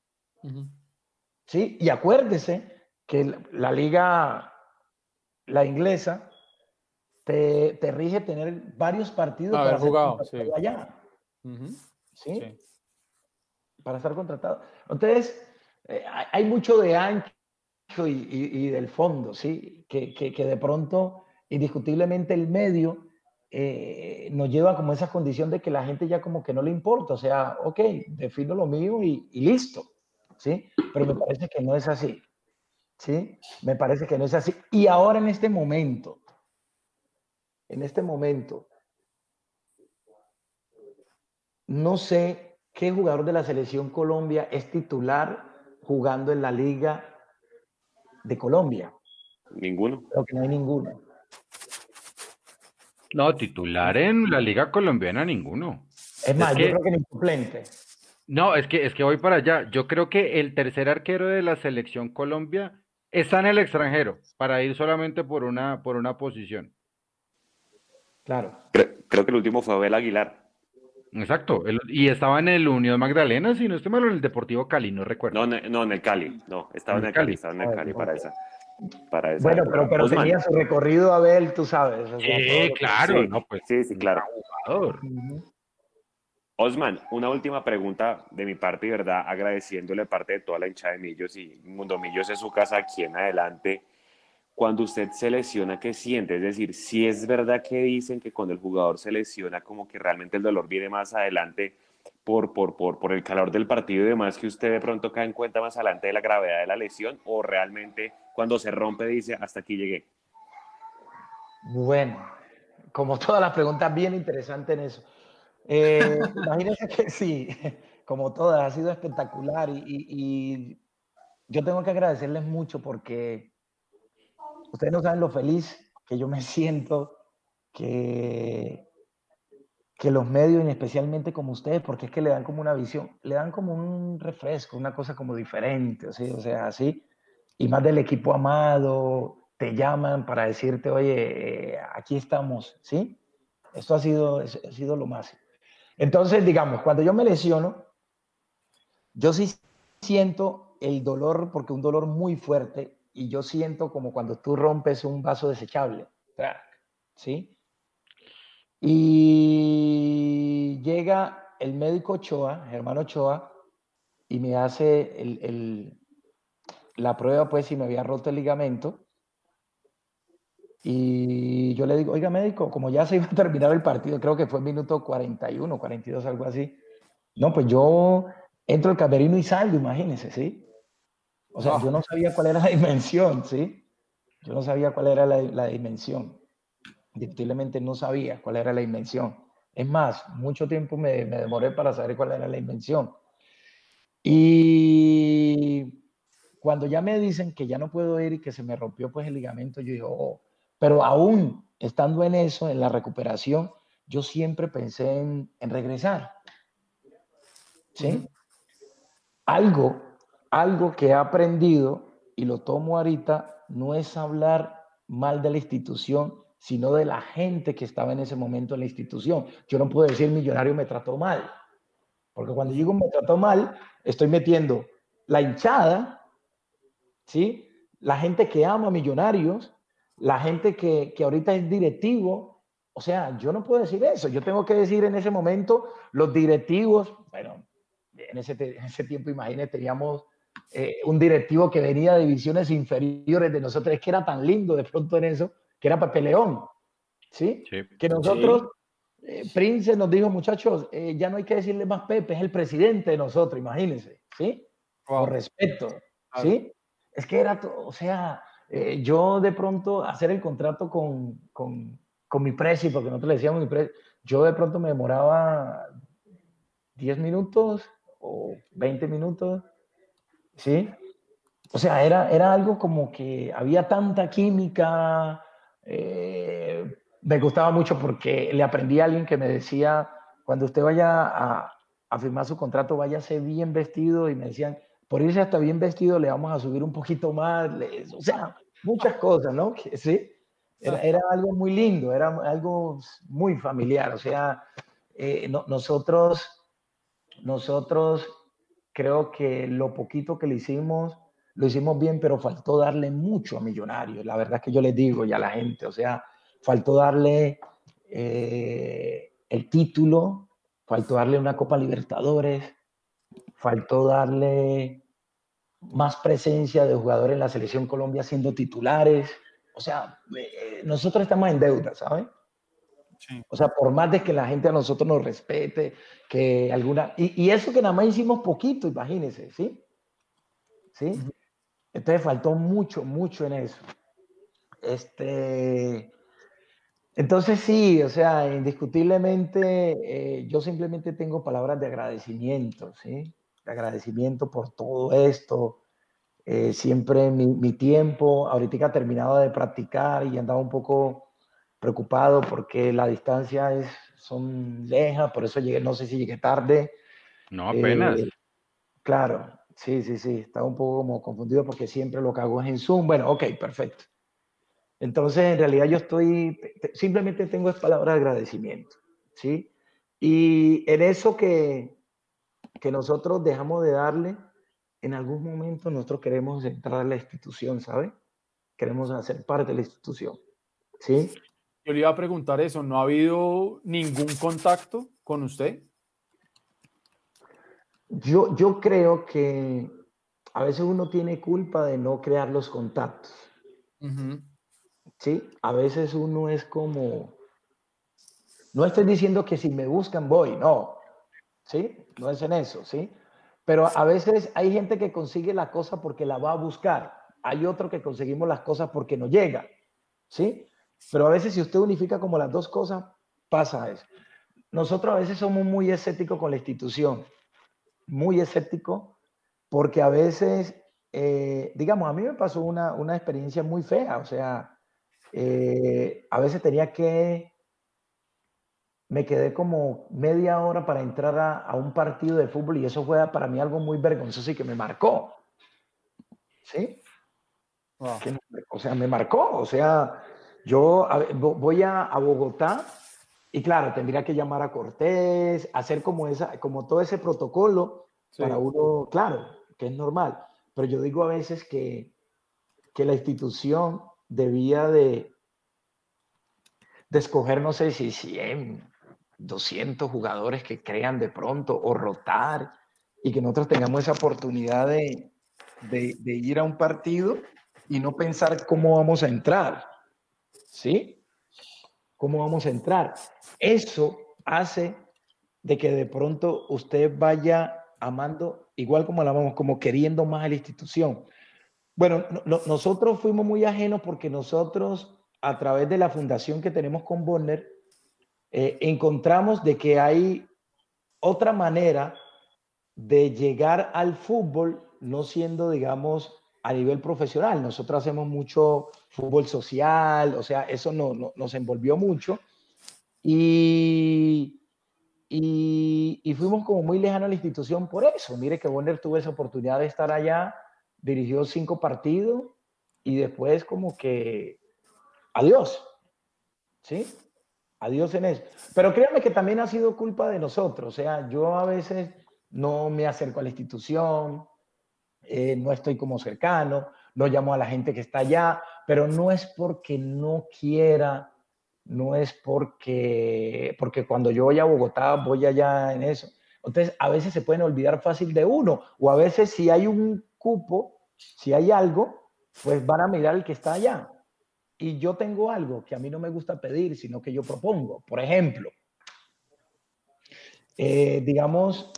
¿sí? Y acuérdese que la liga, la inglesa, te rige tener varios partidos Haber para ser jugado, contratado sí. allá, Ujú. ¿sí? Sí. Para estar contratado. Entonces, hay mucho de ancho y del fondo, ¿sí? Que de pronto, indiscutiblemente, el medio nos lleva como esa condición de que la gente ya como que no le importa, o sea, ok, defino lo mío y listo, ¿sí? Pero me parece que no es así, ¿sí? Me parece que no es así. Y ahora en este momento, no sé qué jugador de la selección Colombia es titular jugando en la Liga de Colombia. Ninguno. Creo que no hay ninguno. No, titular en la Liga Colombiana ninguno. Es Es más, yo creo que, que ni suplente. no, es que voy para allá. Yo creo que el tercer arquero de la selección Colombia está en el extranjero para ir solamente por una posición. Claro. Creo que el último fue Abel Aguilar. Exacto. Y estaba en el Unión Magdalena, si no estoy mal, o en el Deportivo Cali, no No, recuerdo. no, en el Cali. No, estaba En en el el Cali, Cali. estaba en el Ay, Cali no. para esa Bueno, época. pero Osman. tenía su recorrido Abel, tú sabes, o sea, todo Sí, lo que... claro, Sí, no, pues sí, sí, un gran claro. jugador. Ujú. Osman, una última pregunta de mi parte y verdad, agradeciéndole parte de toda la hinchada de Millos y Mundo Millos es su casa aquí en adelante. Cuando usted se lesiona, ¿qué siente? Es decir, si es verdad que dicen que cuando el jugador se lesiona, como que realmente el dolor viene más adelante por el calor del partido y demás, que usted de pronto cae en cuenta más adelante de la gravedad de la lesión, o realmente cuando se rompe dice, hasta aquí llegué. Bueno, como todas las preguntas, bien interesante en eso. Imagínense que sí, como todas, ha sido espectacular y yo tengo que agradecerles mucho porque ustedes no saben lo feliz que yo me siento que, que los medios, y especialmente como ustedes, porque es que le dan como una visión, le dan como un refresco, una cosa como diferente, ¿sí? O sea, así, y más del equipo amado, te llaman para decirte, oye, aquí estamos, ¿sí? Esto ha sido lo más. Entonces, digamos, cuando yo me lesiono, yo sí siento el dolor, porque un dolor muy fuerte, y yo siento como cuando tú rompes un vaso desechable, ¡trac! ¿Sí? Y llega el médico Ochoa, Germán Ochoa, y me hace la prueba, pues, si me había roto el ligamento. Y yo le digo, oiga, médico, como ya se iba a terminar el partido, creo que fue el minuto 41, 42, algo así. No, pues yo entro al camerino y salgo, imagínense, ¿sí? O sea, yo No, no sabía cuál era la dimensión, ¿sí? Yo no sabía cuál era la dimensión. Indiscutiblemente no sabía cuál era la dimensión. Es más, mucho tiempo me demoré para saber cuál era la dimensión. Y cuando ya me dicen que ya no puedo ir y que se me rompió pues el ligamento, yo digo, oh, pero aún estando en eso, en la recuperación, yo siempre pensé en regresar, ujú, ¿sí? Algo, algo que he aprendido y lo tomo ahorita no es hablar mal de la institución, sino de la gente que estaba en ese momento en la institución. Yo no puedo decir Millonario me trató mal, porque cuando ujú. digo me trató mal, estoy metiendo la hinchada, ¿sí? La gente que ama a Millonarios, la gente que ahorita es directivo. O sea, yo no puedo decir eso. Yo tengo que decir en ese momento, los directivos, bueno, en ese tiempo, imagínate, teníamos un directivo que venía de divisiones inferiores de nosotros. Es que era tan lindo de pronto en eso, que era Pepe León, ¿sí? Sí. Que nosotros, Sí, Prince nos dijo, muchachos, ya no hay que decirle más Pepe, es el presidente de nosotros, imagínense, ¿sí? Por Wow, respeto, claro. ¿sí? Es que era, o sea, yo de pronto hacer el contrato con mi presi, porque nosotros le decíamos mi presi, yo de pronto me demoraba 10 minutos o 20 minutos, ¿sí? O sea, era algo como que había tanta química. Me gustaba mucho porque le aprendí a alguien que me decía, cuando usted vaya a firmar su contrato, váyase bien vestido. Y me decían, por irse hasta bien vestido, le vamos a subir un poquito más. O sea, muchas cosas, ¿no? Que, sí, era algo muy lindo, era algo muy familiar. O sea, nosotros creo que lo poquito que le hicimos, lo hicimos bien, pero faltó darle mucho a Millonarios. La verdad es que yo les digo y a la gente, o sea, faltó darle el título, faltó darle una Copa Libertadores, faltó darle más presencia de jugadores en la selección Colombia siendo titulares. O sea, nosotros estamos en deuda, ¿sabes? Sí. O sea, por más de que la gente a nosotros nos respete, que alguna... Y eso que nada más hicimos poquito, imagínense, ¿sí? ¿Sí? Ujú. Entonces faltó mucho, mucho en eso. Entonces sí, o sea, indiscutiblemente yo simplemente tengo palabras de agradecimiento, ¿sí? De agradecimiento por todo esto. Siempre mi tiempo, ahorita terminaba de practicar y andaba un poco preocupado porque la distancia son lejas, por eso llegué, no sé si llegué tarde. No, apenas. Eh, claro, sí, sí, sí, estaba un poco como confundido porque siempre lo que hago es en Zoom. Bueno, ok, perfecto. Entonces, en realidad yo simplemente tengo palabras de agradecimiento, ¿sí? Y en eso que nosotros dejamos de darle, en algún momento nosotros queremos entrar a la institución, ¿sabe? Queremos hacer parte de la institución, ¿sí? Yo le iba a preguntar eso, ¿no ha habido ningún contacto con usted? Yo creo que a veces uno tiene culpa de no crear los contactos, Ujú. ¿sí? A veces uno es como, no estoy diciendo que si me buscan voy, no, ¿sí? No es en eso, ¿sí? Pero a veces hay gente que consigue la cosa porque la va a buscar. Hay otro que conseguimos las cosas porque no llega, ¿sí? Pero a veces si usted unifica como las dos cosas, pasa eso. Nosotros a veces somos muy escépticos con la institución, muy escépticos, porque a veces digamos, a mí me pasó una experiencia muy fea, o sea, a veces me quedé como media hora para entrar a un partido de fútbol y eso fue para mí algo muy vergonzoso y que me marcó, ¿sí? Wow. O sea, me marcó, o sea, yo voy a Bogotá y claro, tendría que llamar a Cortés, hacer como todo ese protocolo Sí. para uno, claro, que es normal, pero yo digo a veces que la institución debía de escoger, no sé si 100, 200 jugadores que crean de pronto o rotar y que nosotros tengamos esa oportunidad de ir a un partido y no pensar cómo vamos a entrar, ¿sí? ¿Cómo vamos a entrar? Eso hace de que de pronto usted vaya amando, igual como la vamos, como queriendo más a la institución. Bueno, nosotros fuimos muy ajenos porque nosotros, a través de la fundación que tenemos con Bonner, encontramos de que hay otra manera de llegar al fútbol, no siendo, digamos, a nivel profesional. Nosotros hacemos mucho fútbol social, o sea, eso nos envolvió mucho y, y fuimos como muy lejanos a la institución por eso. Mire que Bonner tuvo esa oportunidad de estar allá, dirigió 5 partidos y después como que adiós, ¿sí? Adiós en eso. Pero créanme que también ha sido culpa de nosotros. O sea, yo a veces no me acerco a la institución, no estoy como cercano, no llamo a la gente que está allá, pero no es porque no quiera, no es porque cuando yo voy a Bogotá voy allá en eso. Entonces, a veces se pueden olvidar fácil de uno, o a veces si hay un cupo, si hay algo, pues van a mirar el que está allá. Y yo tengo algo que a mí no me gusta pedir, sino que yo propongo. Por ejemplo, digamos,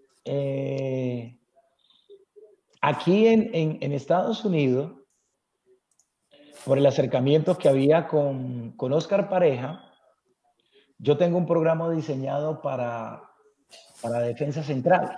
aquí en Estados Unidos, por el acercamiento que había con Oscar Pareja, yo tengo un programa diseñado para defensas centrales.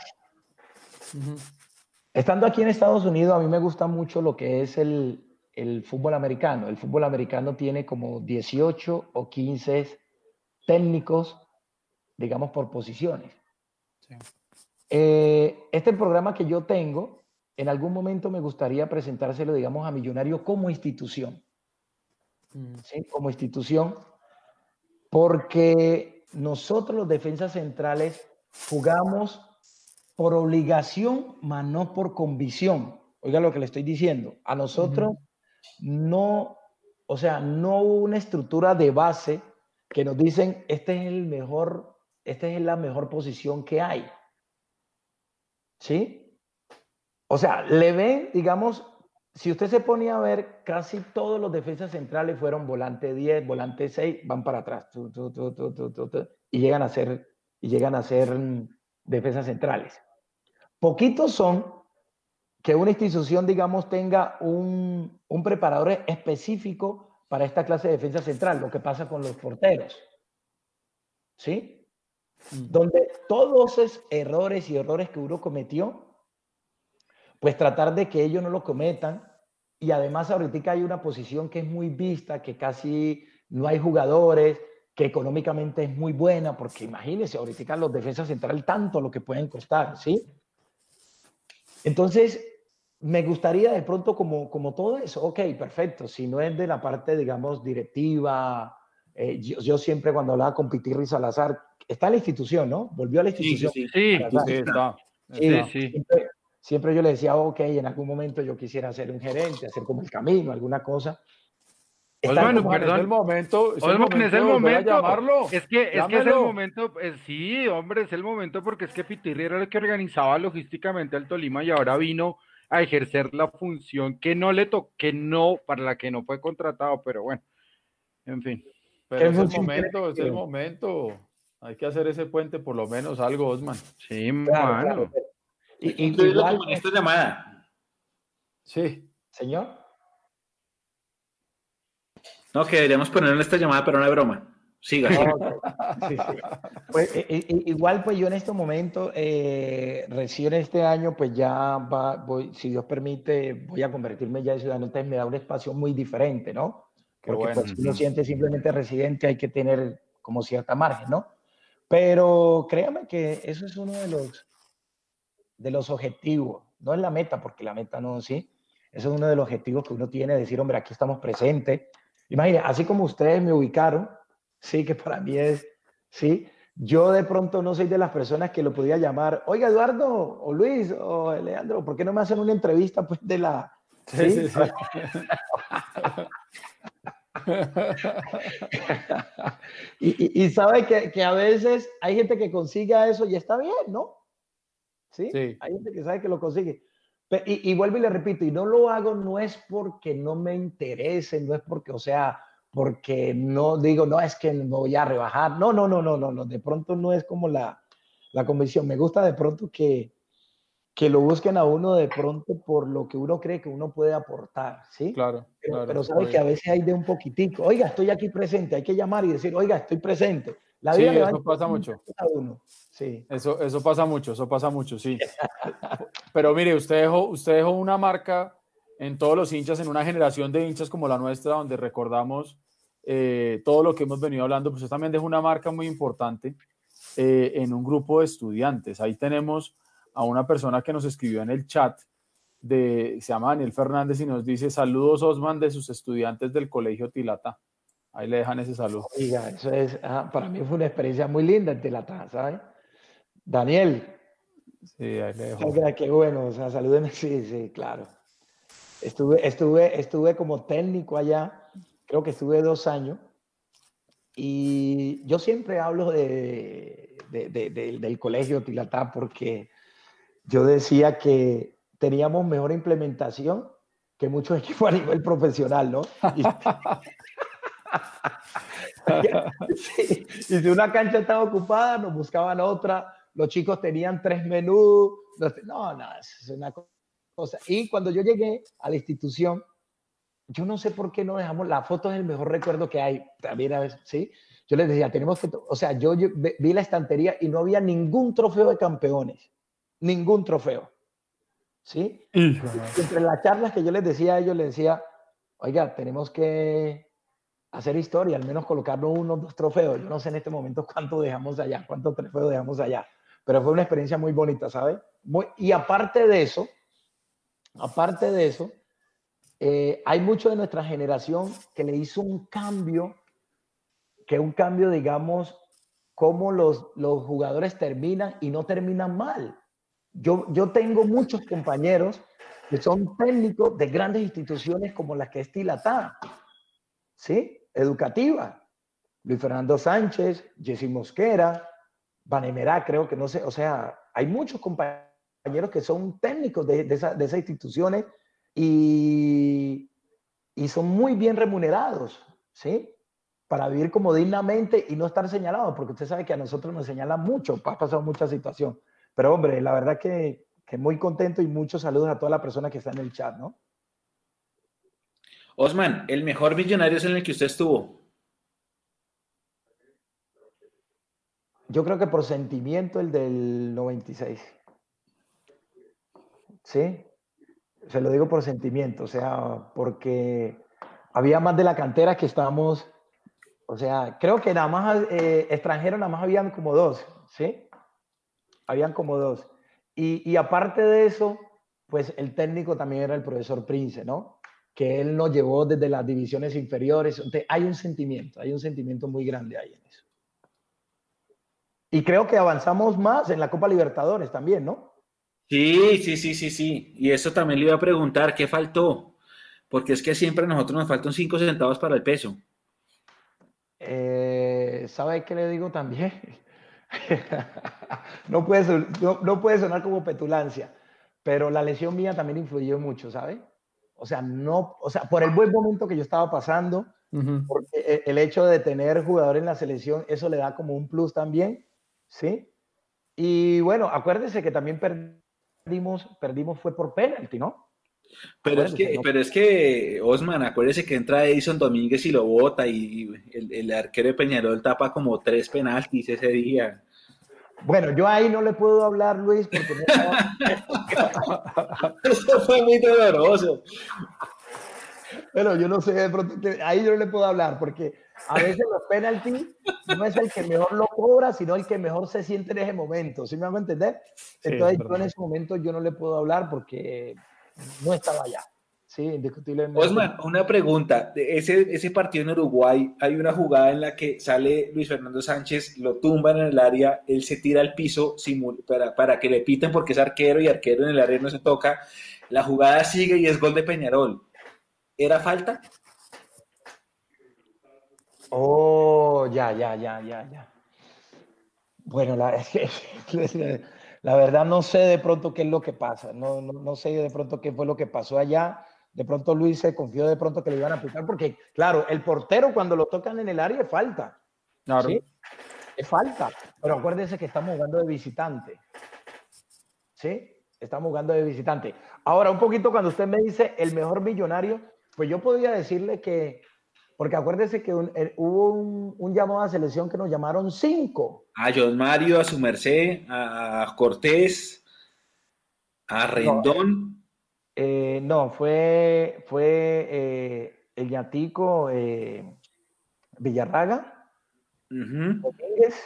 Estando aquí en Estados Unidos, a mí me gusta mucho lo que es el fútbol americano. El fútbol americano tiene como 18 o 15 técnicos, digamos, por posiciones. Sí. Este programa que yo tengo, en algún momento me gustaría presentárselo, digamos, a Millonarios como institución. ¿Sí? Como institución, porque nosotros los defensas centrales jugamos por obligación, mas no por convicción. Oiga lo que le estoy diciendo. A nosotros no, o sea, no hubo una estructura de base que nos dicen, este es el mejor, esta es la mejor posición que hay. ¿Sí? O sea, le ven, digamos, si usted se pone a ver, casi todos los defensas centrales fueron volante 10, volante 6, van para atrás, y llegan a ser defensas centrales. Poquitos son que una institución, digamos, tenga un preparador específico para esta clase de defensa central, lo que pasa con los porteros. ¿Sí? Donde todos esos errores y errores que uno cometió, pues tratar de que ellos no lo cometan. Y además ahorita hay una posición que es muy vista, que casi no hay jugadores, que económicamente es muy buena, porque imagínense, ahorita los defensas centrales tanto lo que pueden costar, ¿sí? Entonces, me gustaría de pronto como todo eso, ok, perfecto, si no es de la parte, digamos, directiva, yo siempre cuando hablaba con Pitirri Salazar, está en la institución, ¿no? Volvió a la institución. Sí, Sí, está. sí. Siempre yo le decía, ok, en algún momento yo quisiera ser un gerente, hacer como el camino, alguna cosa. Estar Osman, como Osman, es el perdón. momento, es el Osman, es momento de el volver a momento. llamarlo. Es que es el Llámelo. momento. Sí, hombre, es el momento porque es que Pitirri era el que organizaba logísticamente al Tolima y ahora vino a ejercer la función que no le tocó, que no, para la que no fue contratado, pero bueno, en fin. Pero ¿qué función es el quiere? momento. Hay que hacer ese puente, por lo menos algo, Osman. Sí, Claro, claro. mano. Hay que incluirlo Igual, como en esta llamada. Sí. señor. No, que deberíamos ponerlo en esta llamada, pero no es broma. Siga. Ok, sí, sí. Pues, igual, pues yo en este momento, recién este año, pues ya voy, si Dios permite, voy a convertirme ya en ciudadano, entonces me da un espacio muy diferente, ¿no? Qué Porque bueno. pues si uno siente simplemente residente, hay que tener como cierta margen, ¿no? Pero créame que eso es uno de los objetivos, no es la meta, porque la meta no, sí, eso es uno de los objetivos que uno tiene, decir, hombre, aquí estamos presentes. Imagínate, así como ustedes me ubicaron, sí, que para mí es, sí, yo de pronto no soy de las personas que lo podía llamar, oiga, Eduardo, o Luis, o Leandro, ¿por qué no me hacen una entrevista, pues, de la, Sí, sí? sí, sí. Y sabe que a veces hay gente que consiga eso y está bien, ¿no? ¿Sí? Sí, Hay gente que sabe que lo consigue. Y vuelvo y le repito, y no lo hago no es porque no me interese, no es porque, o sea, porque no digo, no, es que no voy a rebajar. No, no, no, no, no, no. De pronto no es como la convicción. Me gusta de pronto que lo busquen a uno de pronto por lo que uno cree que uno puede aportar, ¿sí? claro, claro, Pero sabe que obvio. a veces hay de un poquitico, oiga, estoy aquí presente, hay que llamar y decir, oiga, estoy presente. La Sí, vida le va a eso pasa mucho. a uno, sí. Eso pasa mucho, sí. Pero mire, usted dejó una marca en todos los hinchas, en una generación de hinchas como la nuestra, donde recordamos todo lo que hemos venido hablando, pues usted también dejó una marca muy importante en un grupo de estudiantes. Ahí tenemos a una persona que nos escribió en el chat, se llama Daniel Fernández y nos dice, saludos Osman de sus estudiantes del Colegio Tilata. Ahí le dejan ese saludo. Oiga, eso es, para mí fue una experiencia muy linda el Telatá, ¿sabes? Daniel, Sí, ahí le dejo. qué bueno, o sea, salúdenme, sí, sí, claro. Estuve como técnico allá, creo que estuve 2 años, y yo siempre hablo del colegio Tilatá porque yo decía que teníamos mejor implementación que muchos equipos a nivel profesional, ¿no? Y, sí, y si una cancha estaba ocupada, nos buscaban otra, los chicos tenían 3 menús, no, no, es una cosa. Y cuando yo llegué a la institución, yo no sé por qué no dejamos, la foto es el mejor recuerdo que hay, también a veces, ¿sí? Yo les decía, tenemos que, o sea, yo vi la estantería y no había ningún trofeo de campeones, ningún trofeo, ¿sí? Hijo, Y entre las charlas que yo les decía a ellos, les decía, oiga, tenemos que hacer historia, al menos colocarnos 1 o 2 trofeos. Yo no sé en este momento cuánto dejamos allá, cuántos trofeos dejamos allá, pero fue una experiencia muy bonita, ¿sabes? Y aparte de eso, hay mucho de nuestra generación que le hizo un cambio, digamos, cómo los jugadores terminan y no terminan mal. Yo tengo muchos compañeros que son técnicos de grandes instituciones como las que es Tilatá, ¿sí? Educativa. Luis Fernando Sánchez, Jessy Mosquera, Vanemerá, creo que no sé, o sea, hay muchos compañeros que son técnicos de esas instituciones y, y son muy bien remunerados, ¿sí? Para vivir como dignamente y no estar señalados, porque usted sabe que a nosotros nos señalan mucho, ha pasado mucha situación. Pero hombre, la verdad que muy contento y muchos saludos a toda la persona que está en el chat, ¿no? Osman, el mejor millonario es en el que usted estuvo. Yo creo que por sentimiento el del 96, ¿sí? Se lo digo por sentimiento, o sea, porque había más de la cantera que estábamos, o sea, creo que nada más extranjeros, nada más habían como 2, ¿sí? Habían como 2. Y aparte de eso, pues el técnico también era el profesor Prince, ¿no? Que él nos llevó desde las divisiones inferiores. Entonces, hay un sentimiento muy grande ahí en eso. Y creo que avanzamos más en la Copa Libertadores también, ¿no? Sí, sí, sí, sí, sí. Y eso también le iba a preguntar, ¿qué faltó? Porque es que siempre a nosotros nos faltan 5 centavos para el peso. ¿Sabe qué le digo también? No puede sonar como petulancia, pero la lesión mía también influyó mucho, ¿sabe? O sea, no, o sea, por el buen momento que yo estaba pasando, porque el hecho de tener jugadores en la selección, eso le da como un plus también, ¿sí? Y bueno, acuérdese que también perdimos fue por penalti, ¿no? Acuérdese, ¿no? Pero es que, Osman, acuérdese que entra Edison Domínguez y lo bota y el arquero de Peñarol tapa como 3 penaltis ese día. Bueno, yo ahí no le puedo hablar, Luis, porque no estaba. Eso fue muy doloroso. Bueno, yo no sé, de pronto, ahí yo no le puedo hablar, porque a veces los penaltis no es el que mejor lo cobra, sino el que mejor se siente en ese momento. ¿Sí me van a entender? Sí, es Entonces, yo en verdad. ese momento yo no le puedo hablar porque no estaba allá. Sí, indiscutiblemente. Osman, una pregunta. Ese partido en Uruguay, hay una jugada en la que sale Luis Fernando Sánchez, lo tumban en el área, él se tira al piso para que le piten porque es arquero y arquero en el área no se toca. La jugada sigue y es gol de Peñarol. ¿Era falta? Oh, ya. Bueno, la verdad no sé de pronto qué es lo que pasa, no sé de pronto qué fue lo que pasó allá. De pronto Luis se confió de pronto que le iban a aplicar, porque claro, el portero cuando lo tocan en el área es falta, ¿sí? Claro. Es falta, pero acuérdense que estamos jugando de visitante, ¿sí? Estamos jugando de visitante. Ahora, un poquito cuando usted me dice el mejor millonario, pues yo podría decirle que, porque acuérdese que hubo un llamado a selección que nos llamaron 5. A John Mario, a su merced, a Cortés, a No, Rendón. no, fue el Yatico Villarraga, Ujú. Domínguez,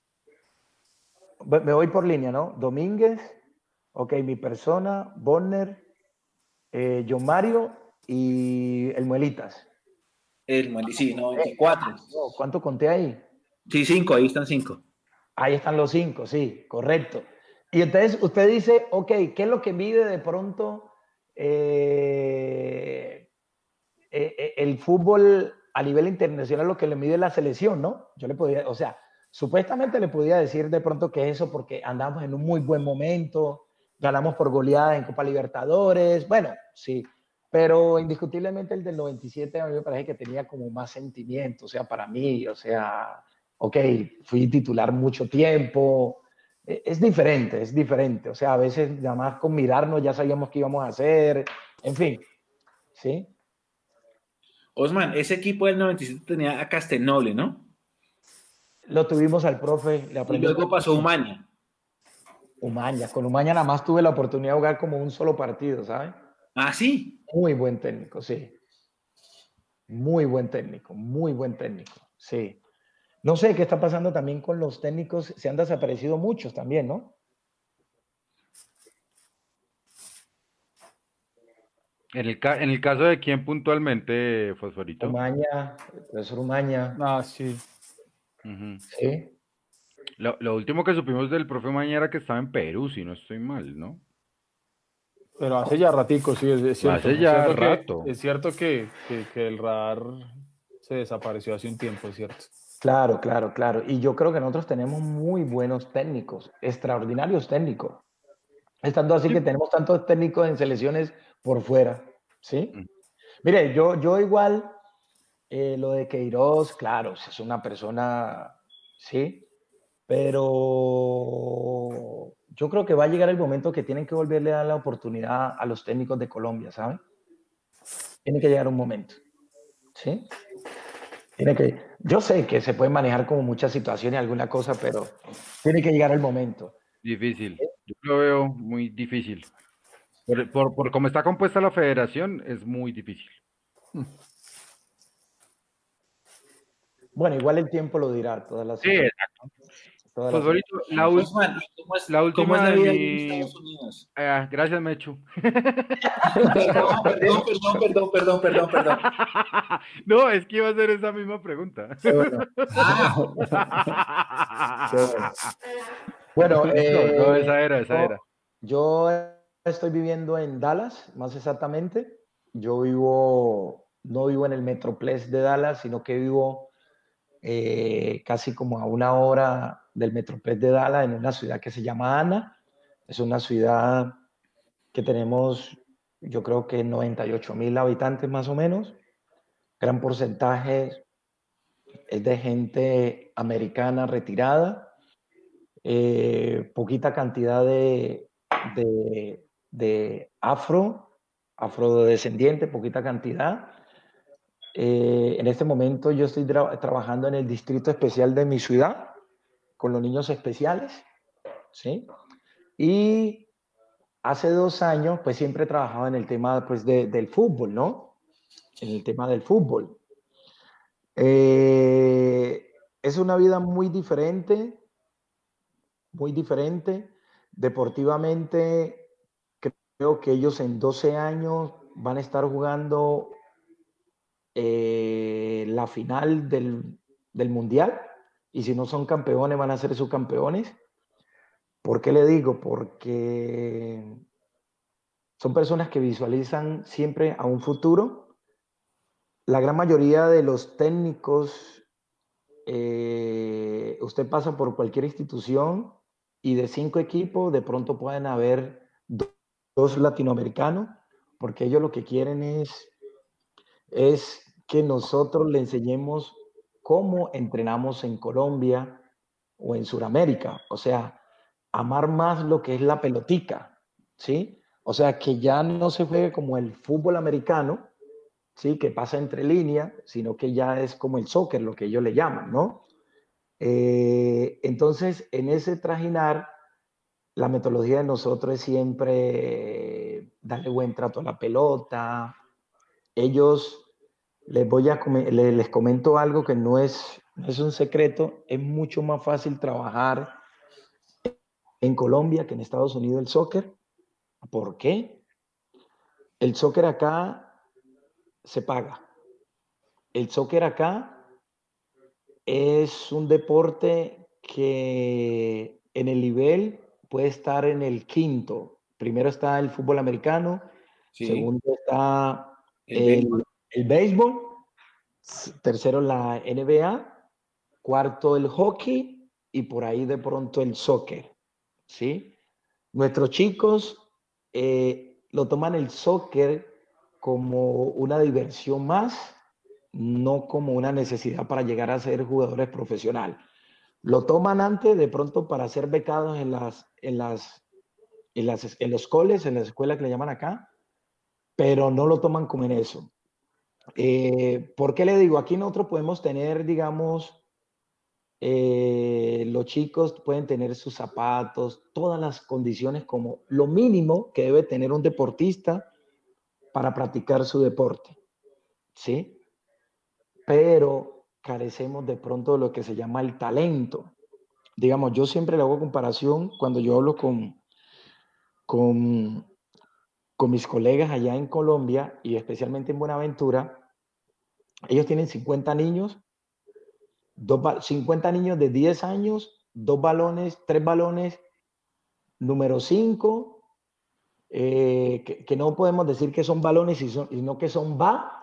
me voy por línea, ¿no? Domínguez, ok, mi persona, Bonner, John Mario y el Muelitas. Sí, 94. No, ¿cuánto conté ahí? Sí, 5, ahí están 5. Ahí están los 5, sí, correcto. Y entonces usted dice, ok, ¿qué es lo que mide de pronto el fútbol a nivel internacional, lo que le mide la selección, ¿no? Yo le podía, o sea, supuestamente le podía decir de pronto que eso porque andamos en un muy buen momento, ganamos por goleada en Copa Libertadores, bueno, sí, pero indiscutiblemente el del 97 a mí me parece que tenía como más sentimiento, o sea, para mí, o sea, ok, fui titular mucho tiempo, es diferente, o sea, a veces nada más con mirarnos ya sabíamos qué íbamos a hacer, en fin, ¿sí? Osman, ese equipo del 97 tenía a Castelnoble, ¿no? Lo tuvimos al profe, le Y aprendí un luego poquito. pasó Umaña. Umaña, con Umaña nada más tuve la oportunidad de jugar como un solo partido, ¿sabes? Ah, sí. Muy buen técnico, sí. Muy buen técnico, sí. No sé qué está pasando también con los técnicos, se han desaparecido muchos también, ¿no? En el caso de quién puntualmente, Fosforito. Umaña, el profesor Umaña, Ah, sí. Ujú. sí. Lo último que supimos del profe Mañera era que estaba en Perú, si no estoy mal, ¿no? Pero hace ya ratico, sí, es cierto. Hace ya rato. Es cierto que el radar se desapareció hace un tiempo, es cierto. Claro. Y yo creo que nosotros tenemos muy buenos técnicos, extraordinarios técnicos. Estando así Sí. que tenemos tantos técnicos en selecciones por fuera, ¿sí? Mm. Mire, yo igual, lo de Queiroz, claro, es una persona, sí, pero yo creo que va a llegar el momento que tienen que volverle a dar la oportunidad a los técnicos de Colombia, ¿saben? Tiene que llegar un momento, ¿sí? Yo sé que se puede manejar como muchas situaciones, alguna cosa, pero tiene que llegar el momento. Difícil. Yo lo veo muy difícil. Por cómo está compuesta la federación, es muy difícil. Bueno, igual el tiempo lo dirá, Sí, exacto. todas las Fosforito, situaciones. Osman, ¿y la cómo es última la de vida allí en mi... Estados Unidos? Gracias, Mechu. Perdón. No, es que iba a hacer esa misma pregunta. Qué bueno, Ah, qué bueno. Bueno, No, no, esa yo, era. yo estoy viviendo en Dallas, más exactamente. No vivo en el Metroplex de Dallas, sino que vivo casi como a una hora del Metroplex de Dallas, en una ciudad que se llama Ana. Es una ciudad que tenemos, yo creo que 98,000 habitantes más o menos. Gran porcentaje es de gente americana retirada, poquita cantidad de afro, afrodescendiente, poquita cantidad. En este momento yo estoy trabajando en el distrito especial de mi ciudad con los niños especiales, ¿sí? Y hace 2 años, pues siempre he trabajado en el tema pues, del fútbol, ¿no? En el tema del fútbol. Es una vida muy diferente, muy diferente. Deportivamente, creo que ellos en 12 años van a estar jugando la final del Mundial, y si no son campeones van a ser subcampeones. ¿Por qué le digo? Porque son personas que visualizan siempre a un futuro. La gran mayoría de los técnicos, usted pasa por cualquier institución y de 5 equipos de pronto pueden haber 2 latinoamericanos, porque ellos lo que quieren es que nosotros le enseñemos cómo entrenamos en Colombia o en Sudamérica. O sea, amar más lo que es la pelotica, ¿sí? O sea, que ya no se juegue como el fútbol americano, ¿sí? Que pasa entre líneas, sino que ya es como el soccer, lo que ellos le llaman, ¿no? Entonces, en ese trajinar, la metodología de nosotros es siempre darle buen trato a la pelota. Ellos, les comento algo que no es un secreto, es mucho más fácil trabajar en Colombia que en Estados Unidos el soccer. ¿Por qué? El soccer acá se paga. El soccer acá es un deporte que en el nivel puede estar en el quinto. Primero está el fútbol americano, Sí, segundo está el béisbol. el béisbol, tercero la NBA, cuarto el hockey y por ahí de pronto el soccer, ¿sí? Nuestros chicos lo toman el soccer como una diversión más, no como una necesidad para llegar a ser jugadores profesionales. Lo toman antes de pronto para ser becados en los coles, en las escuelas que le llaman acá, pero no lo toman como en eso. ¿Por qué le digo? Aquí nosotros podemos tener, digamos, los chicos pueden tener sus zapatos, todas las condiciones como lo mínimo que debe tener un deportista para practicar su deporte, ¿sí? Pero carecemos de pronto de lo que se llama el talento. Digamos, yo siempre le hago comparación cuando yo hablo con, con mis colegas allá en Colombia y especialmente en Buenaventura. Ellos tienen 50 niños, 50 niños de 10 años, 2 balones, 3 balones, número 5, que no podemos decir que son balones, sino que son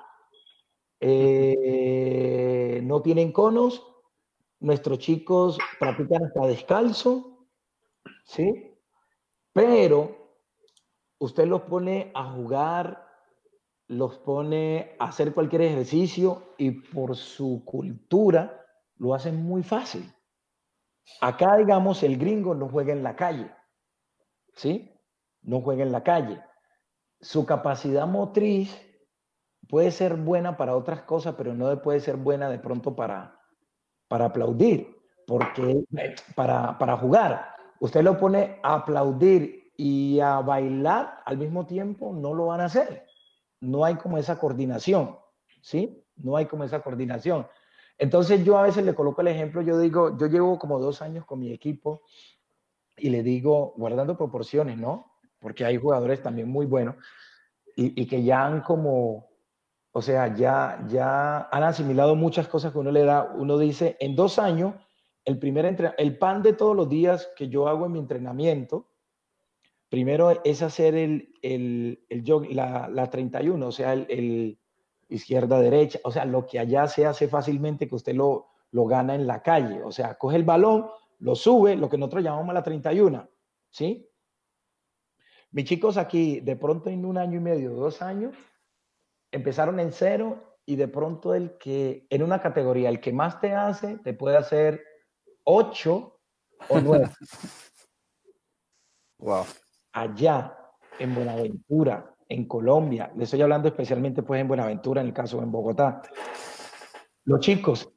no tienen conos, nuestros chicos practican hasta descalzo, ¿sí? Pero usted los pone a jugar, los pone a hacer cualquier ejercicio y por su cultura lo hacen muy fácil. Acá, digamos, el gringo no juega en la calle, ¿sí? No juega en la calle. Su capacidad motriz puede ser buena para otras cosas, pero no puede ser buena de pronto para aplaudir, porque para jugar. Usted lo pone a aplaudir y a bailar al mismo tiempo, no lo van a hacer. No hay como esa coordinación, ¿sí? No hay como esa coordinación. Entonces yo a veces le coloco el ejemplo, yo digo, yo llevo como 2 años con mi equipo y le digo, guardando proporciones, ¿no? Porque hay jugadores también muy buenos y que ya han como, o sea, ya han asimilado muchas cosas que uno le da. Uno dice, en 2 años, el pan de todos los días que yo hago en mi entrenamiento, primero es hacer el jog, la 31, o sea, el izquierda-derecha, o sea, lo que allá se hace fácilmente que usted lo gana en la calle. O sea, coge el balón, lo sube, lo que nosotros llamamos la 31, ¿sí? Mis chicos aquí, de pronto en 1 año y medio, 2 años, empezaron en cero y de pronto en una categoría, el que más te hace, te puede hacer 8 o 9. Wow. Allá en Buenaventura, en Colombia, le estoy hablando especialmente pues en Buenaventura, en el caso en Bogotá, los chicos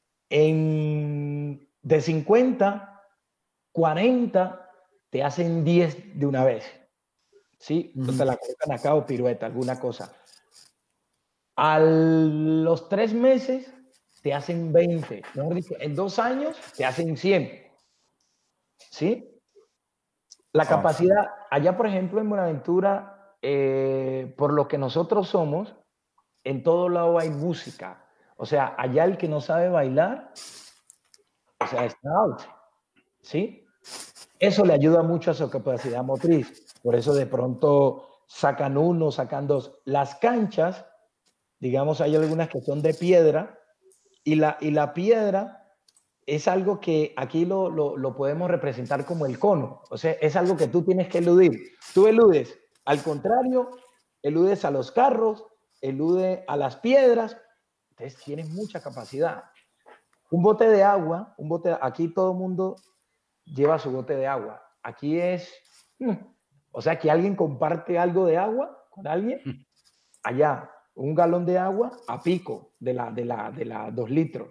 de 50, 40 te hacen 10 de una vez, ¿sí? O te la colocan acá o pirueta, alguna cosa. A los 3 meses te hacen 20, mejor dicho, en 2 años te hacen 100, ¿sí? La capacidad, allá por ejemplo en Buenaventura, por lo que nosotros somos, en todo lado hay música. O sea, allá el que no sabe bailar, o sea, está out, ¿sí? Eso le ayuda mucho a su capacidad motriz. Por eso de pronto sacan uno, sacan dos. Las canchas, digamos, hay algunas que son de piedra y la piedra es algo que aquí lo podemos representar como el cono. O sea, es algo que tú tienes que eludir. Tú eludes, al contrario, eludes a los carros, elude a las piedras. Entonces tienes mucha capacidad. Un bote de agua, aquí todo el mundo lleva su bote de agua. Aquí o sea, que alguien comparte algo de agua con alguien, allá, un galón de agua a pico de la 2 litros.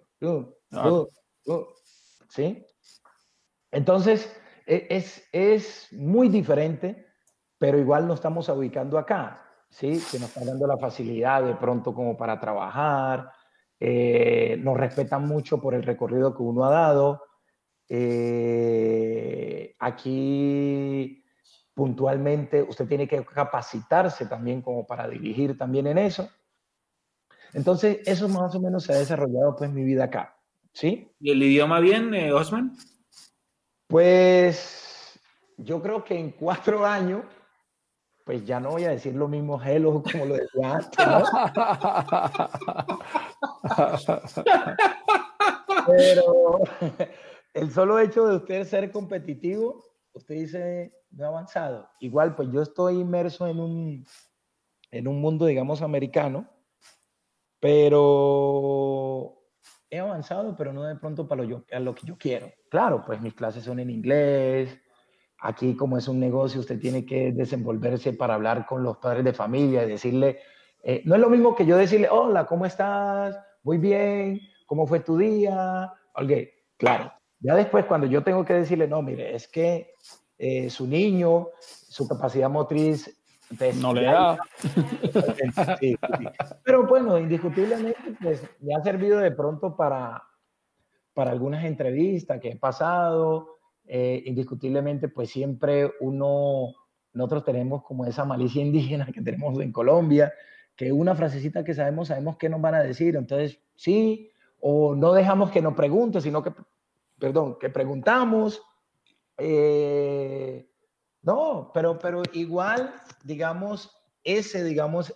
¿Sí? Entonces, es muy diferente, pero igual nos estamos ubicando acá, ¿sí? Que nos está dando la facilidad de pronto como para trabajar, nos respetan mucho por el recorrido que uno ha dado. Aquí puntualmente usted tiene que capacitarse también como para dirigir también en eso. Entonces, eso más o menos se ha desarrollado pues mi vida acá, ¿sí? ¿Y el idioma bien, Osman? Pues yo creo que en 4 años, pues ya no voy a decir lo mismo hello como lo decía antes, ¿no? Pero el solo hecho de usted ser competitivo, usted dice, no he avanzado. Igual, pues yo estoy inmerso en un mundo, digamos, americano, pero he avanzado, pero no de pronto a lo que yo quiero. Claro, pues mis clases son en inglés. Aquí, como es un negocio, usted tiene que desenvolverse para hablar con los padres de familia y decirle, no es lo mismo que yo decirle, hola, ¿cómo estás? Muy bien, ¿cómo fue tu día? Ok, claro. Ya después, cuando yo tengo que decirle, no, mire, es que su niño, su capacidad motriz, entonces, No le ya da. sí, sí. Pero bueno, indiscutiblemente, pues me ha servido de pronto para algunas entrevistas que he pasado. Indiscutiblemente, pues siempre nosotros tenemos como esa malicia indígena que tenemos en Colombia, que una frasecita que sabemos qué nos van a decir. Entonces, sí, o no dejamos que nos pregunten, sino que, perdón, que preguntamos. No, pero igual, digamos, digamos,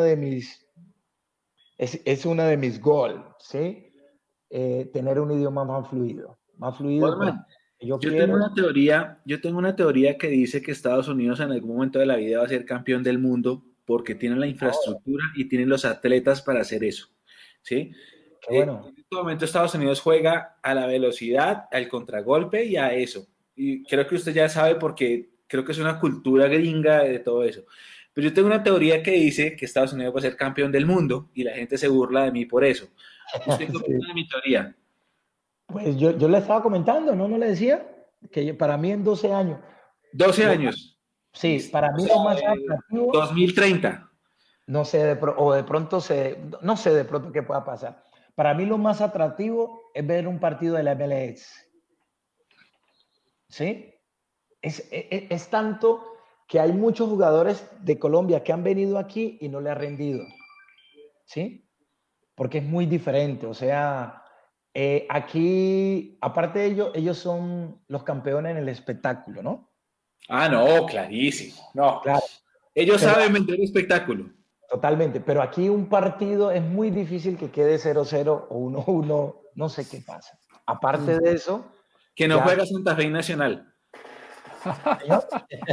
es una de mis goals, ¿sí? Tener un idioma más fluido, porque Osman, yo quiero, yo tengo una teoría que dice que Estados Unidos en algún momento de la vida va a ser campeón del mundo porque tiene la infraestructura y tiene los atletas para hacer eso, ¿sí? qué bueno, En este momento Estados Unidos juega a la velocidad, al contragolpe y a eso. Y creo que usted ya sabe porque creo que es una cultura gringa de todo eso. Pero yo tengo una teoría que dice que Estados Unidos va a ser campeón del mundo y la gente se burla de mí por eso. ¿Usted qué sí. opina de mi teoría? Pues yo le estaba comentando, ¿no? ¿No le decía? Que para mí en 12 años, 12 lo- años. sí, Listo. para O mí sea, lo más atractivo, 2030. no sé, o de pronto no sé de pronto qué pueda pasar. Para mí lo más atractivo es ver un partido de la MLS, ¿sí? Es tanto que hay muchos jugadores de Colombia que han venido aquí y no le ha rendido, ¿sí? Porque es muy diferente, o sea, aquí, aparte de ellos son los campeones en el espectáculo, ¿no? Ah, no, clarísimo. No. Claro, Ellos pero saben vender espectáculo. totalmente, pero aquí un partido es muy difícil que quede 0-0 o 1-1, no sé qué pasa. Aparte de eso, Que no ya, juega Santa Fe y Nacional. señor,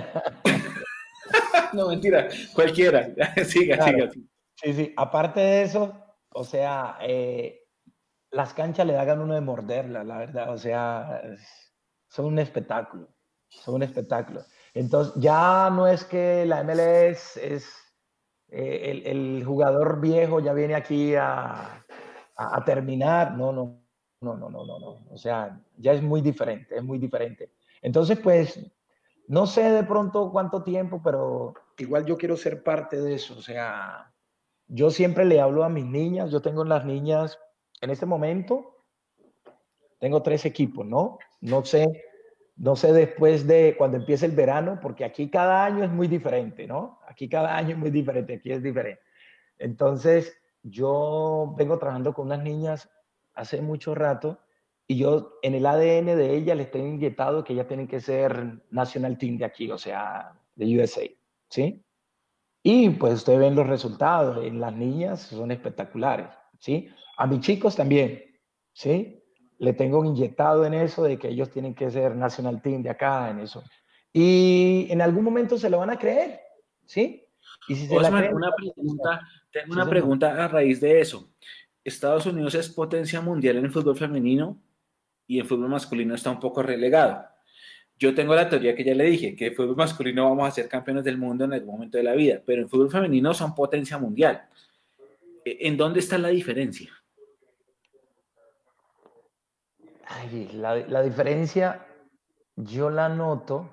No, mentira. Cualquiera. Siga, claro, siga. sí, sí, aparte de eso, o sea, las canchas le dan a uno de morderla, la verdad, o sea, son un espectáculo, son un espectáculo. Entonces, ya no es que la MLS es el jugador viejo ya viene aquí a terminar. No, no, no, no, no, no, no. O sea, ya es muy diferente, es muy diferente. Entonces, pues, no sé de pronto cuánto tiempo, pero igual yo quiero ser parte de eso. O sea, yo siempre le hablo a mis niñas, yo tengo las niñas, en este momento, tengo 3 equipos, ¿no? No sé después de cuando empiece el verano, porque aquí cada año es muy diferente, ¿no? Aquí cada año es muy diferente, aquí es diferente. Entonces, yo vengo trabajando con unas niñas hace mucho rato y yo en el ADN de ellas les tengo inyectado que ellas tienen que ser national team de aquí, o sea, de USA, ¿sí? Y pues ustedes ven los resultados, en las niñas son espectaculares, ¿sí? A mis chicos también, ¿sí? Le tengo inyectado en eso de que ellos tienen que ser national team de acá, en eso. Y en algún momento se lo van a creer, ¿sí? Y si se la Osman, creen, tengo sí, una señor. pregunta a raíz de eso. Estados Unidos es potencia mundial en el fútbol femenino y en fútbol masculino está un poco relegado. Yo tengo la teoría que ya le dije, que en fútbol masculino vamos a ser campeones del mundo en algún momento de la vida, pero en fútbol femenino son potencia mundial. ¿En dónde está la diferencia? Ay, la diferencia yo la noto.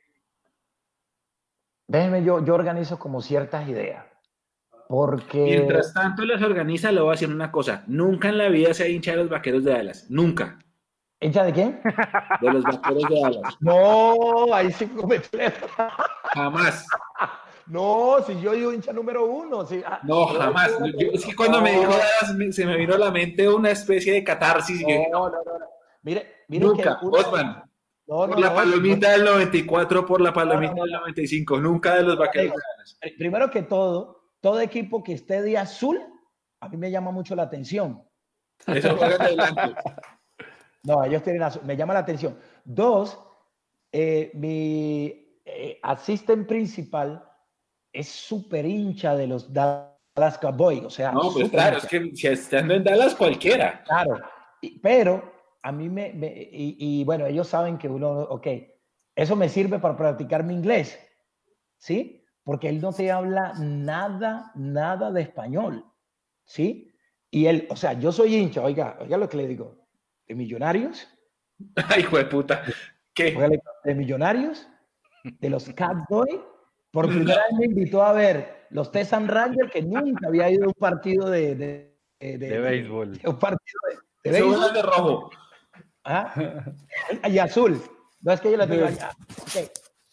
Déjenme, yo organizo como ciertas ideas, porque Mientras tanto, les organiza, le voy a decir una cosa. Nunca en la vida se ha hincha de los vaqueros de Dallas. Nunca. ¿hincha de quién? De los vaqueros de Dallas. No, ahí sí cometí. Jamás. No, si yo digo hincha número uno, si, No, te voy a decir jamás. una Es que cosa. cuando me dijo Dallas, se me vino a la mente una especie de catarsis. Y yo dije, no, No, no, no, no. Mire que nunca. una. Osman, No, por no, la no. palomita del 94, por la No, no, palomita no, del no. 95. Nunca de los vaqueros de Dallas. Primero que todo equipo que esté de azul, a mí me llama mucho la atención. Eso juegan de blancos. No, ellos tienen azul, me llama la atención. Dos, mi asistente principal es súper hincha de los Dallas Cowboys, o sea, No, pues súper claro, es hincha. que si estando en Dallas cualquiera. Claro, pero a mí y bueno, ellos saben que uno, ok, eso me sirve para practicar mi inglés, ¿sí? Porque él no te habla nada, nada de español, ¿sí? Y él, o sea, yo soy hincha, oiga lo que le digo, de Millonarios, Ay, hijo de puta. ¿Qué? de Millonarios, de los Cowboys. Por primera vez me invitó a ver los Texas Rangers, que nunca había ido a un partido De béisbol. de un partido de Eso béisbol. juegan de rojo. ¿Ah? Y azul. No es que yo la tengo allá. Okay.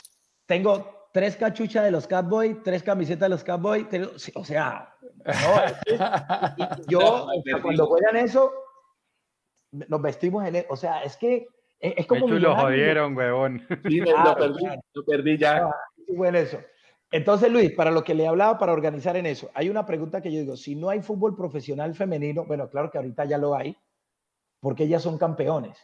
Tengo 3 cachuchas de los Cowboys, 3 camisetas de los Cowboys. O sea, no, yo, No, o sea, cuando juegan eso, nos vestimos o sea, es que es como Mechu lo Millonarios. jodieron, huevón. sí, Claro, claro. lo perdí ya. Sí, bueno, eso. Entonces, Luis, para lo que le hablaba, para organizar en eso, hay una pregunta que yo digo, si no hay fútbol profesional femenino, bueno, claro que ahorita ya lo hay, porque ellas son campeones,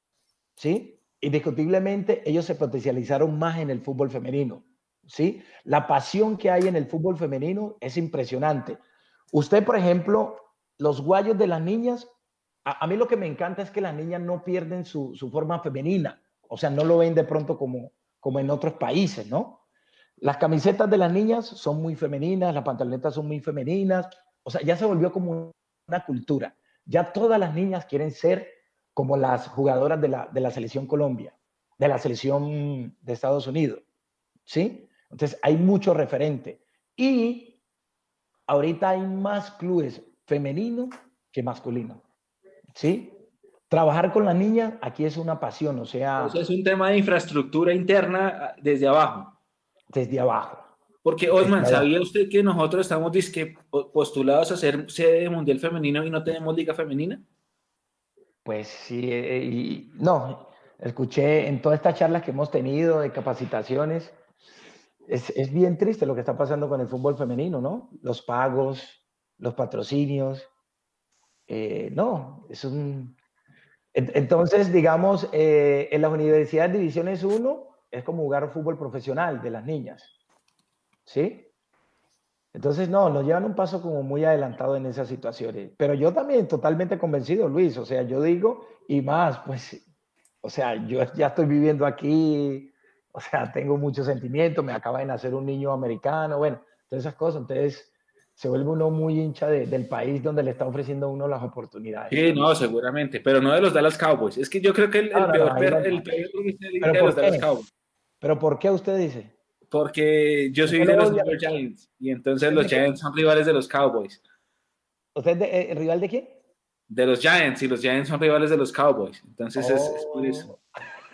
¿sí? Indiscutiblemente, ellos se potencializaron más en el fútbol femenino, ¿sí? La pasión que hay en el fútbol femenino es impresionante. Usted, por ejemplo, los guayos de las niñas, a mí lo que me encanta es que las niñas no pierden su forma femenina, o sea, no lo ven de pronto como en otros países, ¿no? Las camisetas de las niñas son muy femeninas, las pantalonetas son muy femeninas, o sea, ya se volvió como una cultura. Ya todas las niñas quieren ser como las jugadoras de la selección Colombia, de la selección de Estados Unidos, ¿sí? Entonces hay mucho referente. Y ahorita hay más clubes femeninos que masculinos, ¿sí? Trabajar con las niñas aquí es una pasión, o O sea, sea, es un tema de infraestructura interna desde abajo. desde abajo, Porque, desde Osman, abajo. ¿sabía usted que nosotros estamos postulados a ser sede mundial femenino y no tenemos liga femenina? Pues sí, y no, escuché en todas estas charlas que hemos tenido de capacitaciones, es bien triste lo que está pasando con el fútbol femenino, ¿no? Los pagos, los patrocinios, no, es un. Entonces, digamos, en las universidades Divisiones uno es como jugar fútbol profesional de las niñas, ¿sí? Entonces, no, nos llevan un paso como muy adelantado en esas situaciones. Pero yo también totalmente convencido, Luis. O sea, yo digo, y más, pues, o sea, yo ya estoy viviendo aquí, o sea, tengo muchos sentimientos, me acaba de nacer un niño americano, bueno, todas esas cosas. Entonces, se vuelve uno muy hincha del país donde le está ofreciendo a uno las oportunidades. Sí, no, seguramente, pero no de los Dallas Cowboys. Es que yo creo que No, no, no, ahí no. el peor es ¿Pero de los por Dallas qué? Cowboys. ¿Pero por qué usted dice? Porque yo ¿Por soy qué de lo los odia? New York Giants y entonces ¿Usted es los de qué? Giants son rivales de los Cowboys. ¿Usted es rival de quién? De los Giants y los Giants son rivales de los Cowboys. Entonces es por eso. Oh.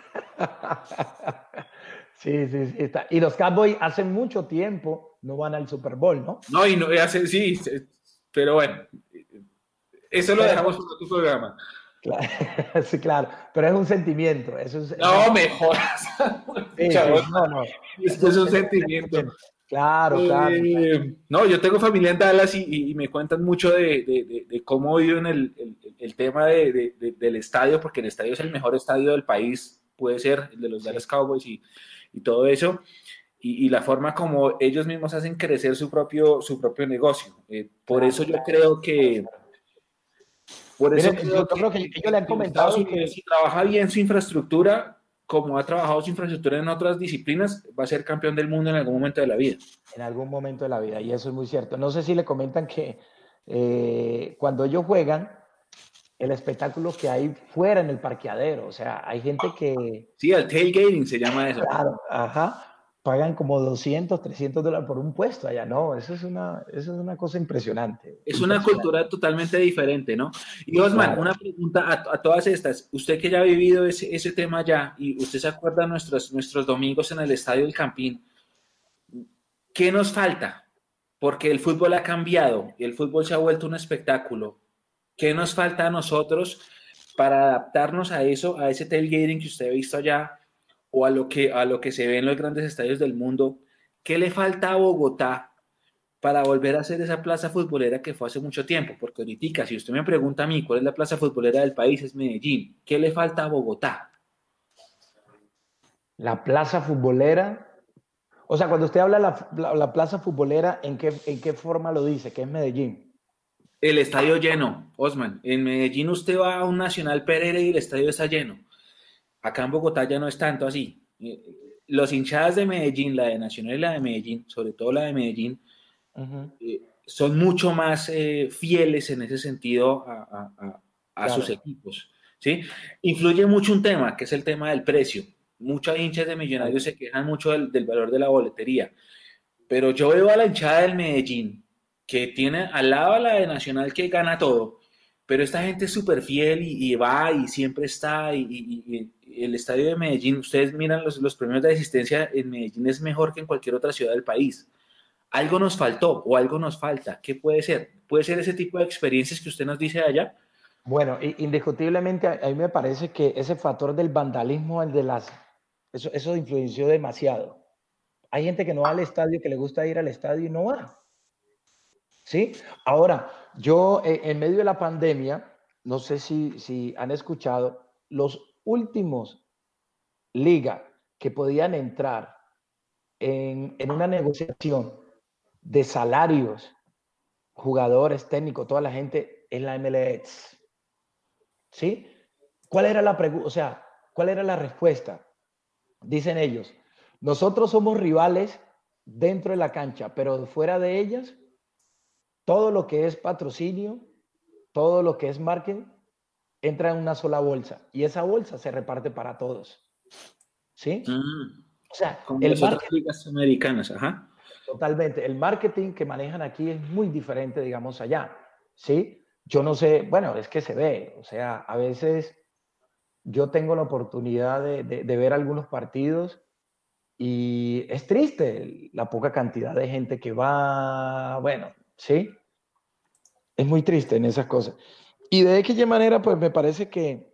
Sí, sí, sí. Y los Cowboys hace mucho tiempo no van al Super Bowl, ¿no? No, y no, sí, pero bueno, eso lo Pero dejamos para tu programa. claro, sí, claro. Pero es un sentimiento. No, me jodas. Sí, sí, Chavos, no, no. esto es un sentimiento. Claro, claro. No, yo tengo familia en Dallas y me cuentan mucho de cómo viven el tema del estadio, porque el estadio es el mejor estadio del país, puede ser el de los Sí, Dallas Cowboys y todo eso, y la forma como ellos mismos hacen crecer su propio negocio. Por claro, eso yo claro. creo que, por eso Miren, yo creo creo que ellos le han que en Estados comentado Unidos, que si trabaja bien su infraestructura, como ha trabajado su infraestructura en otras disciplinas, va a ser campeón del mundo en algún momento de la vida. en algún momento de la vida, y eso es muy cierto. No sé si le comentan que cuando ellos juegan, el espectáculo que hay fuera en el parqueadero, o sea, hay gente que, Sí, el tailgating se llama eso. claro, ajá, pagan como 200, $300 por un puesto allá, no, eso es una cosa impresionante, Es una impresionante. cultura totalmente diferente, ¿no? Y Osman, Claro. una pregunta a todas estas. Usted que ya ha vivido ese tema ya y usted se acuerda de nuestros domingos en el Estadio del Campín, ¿qué nos falta? Porque el fútbol ha cambiado y el fútbol se ha vuelto un espectáculo. ¿Qué nos falta a nosotros para adaptarnos a eso, a ese tailgating que usted ha visto allá o a lo que se ve en los grandes estadios del mundo? ¿Qué le falta a Bogotá para volver a ser esa plaza futbolera que fue hace mucho tiempo? Porque ahorita, si usted me pregunta a mí cuál es la plaza futbolera del país, es Medellín. ¿Qué le falta a Bogotá? La plaza futbolera, o sea, cuando usted habla de la plaza futbolera, ¿en qué forma lo dice? ¿Que es Medellín? El estadio lleno, Osman. En Medellín usted va a un Nacional Pereira y el estadio está lleno. Acá en Bogotá ya no es tanto así. Los hinchadas de Medellín, la de Nacional y la de Medellín, sobre todo la de Medellín, Ujú, son mucho más fieles en ese sentido a sus claro, equipos, ¿sí? Influye mucho un tema, que es el tema del precio. Muchos hinchas de Millonarios totalmente. se quejan mucho del valor de la boletería, pero yo veo a la hinchada del Medellín, que tiene al lado a la de Nacional que gana todo, pero esta gente es súper fiel y va y siempre está, y el estadio de Medellín, ustedes miran los premios de asistencia en Medellín es mejor que en cualquier otra ciudad del país. Algo nos faltó o algo nos falta. ¿Qué puede ser? ¿Puede ser ese tipo de experiencias que usted nos dice de allá? Bueno, indiscutiblemente a mí me parece que ese factor del vandalismo, eso influenció demasiado. Hay gente que no va al estadio, que le gusta ir al estadio y no va, ¿sí? Ahora, yo en medio de la pandemia, no sé si han escuchado, los últimos ligas que podían entrar en una negociación de salarios, jugadores, técnicos, toda la gente en la MLS, ¿sí? ¿Cuál era la pregunta? O sea, ¿cuál era la respuesta? Dicen ellos, nosotros somos rivales dentro de la cancha, pero fuera de ellas, todo lo que es patrocinio, todo lo que es marketing, entra en una sola bolsa y esa bolsa se reparte para todos, ¿sí? Mm, O sea, como el las otras marketing, ligas americanas, ajá. totalmente, el marketing que manejan aquí es muy diferente, digamos, allá, ¿sí? Yo no sé, bueno, es que se ve, o sea, a veces yo tengo la oportunidad de ver algunos partidos y es triste la poca cantidad de gente que va, bueno, ¿sí? Es muy triste en esas cosas. Y de aquella manera, pues me parece que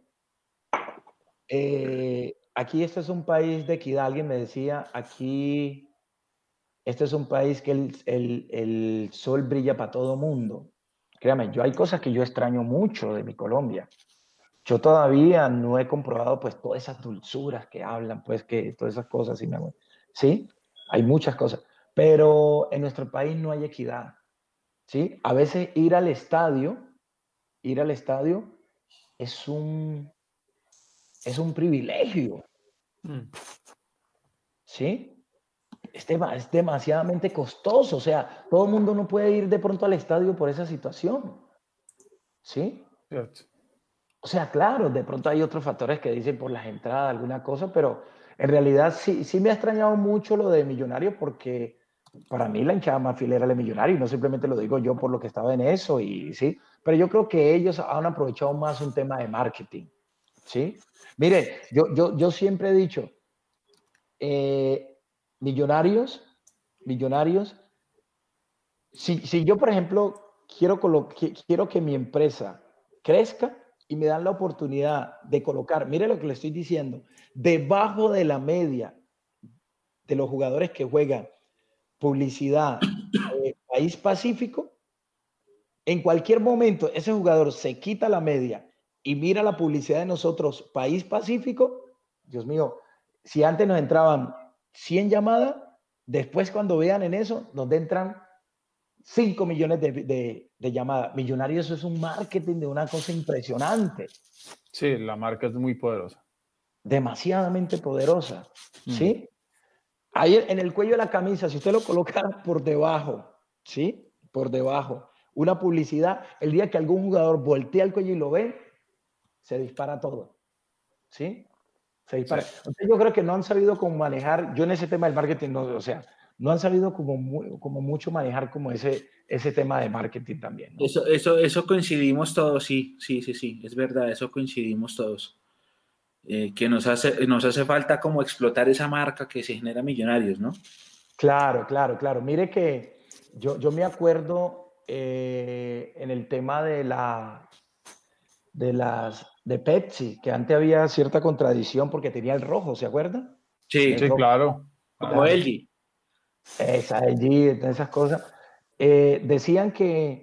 aquí este es un país de equidad. Alguien me decía, aquí este es un país que el sol brilla para todo mundo. Créame, yo hay cosas que yo extraño mucho de mi Colombia. Yo todavía no he comprobado pues todas esas dulzuras que hablan, pues que todas esas cosas, ¿sí? ¿Sí? Hay muchas cosas, pero en nuestro país no hay equidad, ¿sí? A veces ir al estadio es un privilegio, Mm. ¿sí? es demasiadamente costoso. O sea, todo el mundo no puede ir de pronto al estadio por esa situación. ¿Sí? Cierto. O sea, claro, de pronto hay otros factores que dicen por las entradas, alguna cosa, pero en realidad sí me ha extrañado mucho lo de Millonarios porque para mí la hinchada más fiel era el Millonario y no simplemente lo digo yo por lo que estaba en eso y sí, pero yo creo que ellos han aprovechado más un tema de marketing, ¿sí? Mire, yo siempre he dicho, eh, Millonarios, si yo, por ejemplo, quiero que mi empresa crezca y me dan la oportunidad de colocar, mire lo que le estoy diciendo, debajo de la media de los jugadores que juegan publicidad País Pacífico, en cualquier momento ese jugador se quita la media y mira la publicidad de nosotros País Pacífico, Dios mío, si antes nos entraban 100 llamadas, después cuando vean en eso nos entran 5 millones de llamadas. Millonarios, eso es un marketing de una cosa impresionante. Sí, la marca es muy poderosa. Demasiadamente poderosa. ¿Sí? Ahí en el cuello de la camisa, si usted lo coloca por debajo, ¿sí? Por debajo, una publicidad, el día que algún jugador voltea el cuello y lo ve, se dispara todo. ¿Sí? Se dispara. Sí. Entonces, yo creo que no han sabido cómo manejar, yo en ese tema del marketing, no, o sea, no han sabido como mucho manejar como ese tema de marketing también, ¿no? Eso coincidimos todos, sí, es verdad, eso coincidimos todos. Que nos hace falta como explotar esa marca que se genera Millonarios, ¿no? Claro, claro, claro. Mire que yo me acuerdo en el tema de Pepsi, que antes había cierta contradicción porque tenía el rojo, ¿se acuerda? El Sí, Sí, rojo, claro. como claro. LG. Esa allí, esas cosas. Decían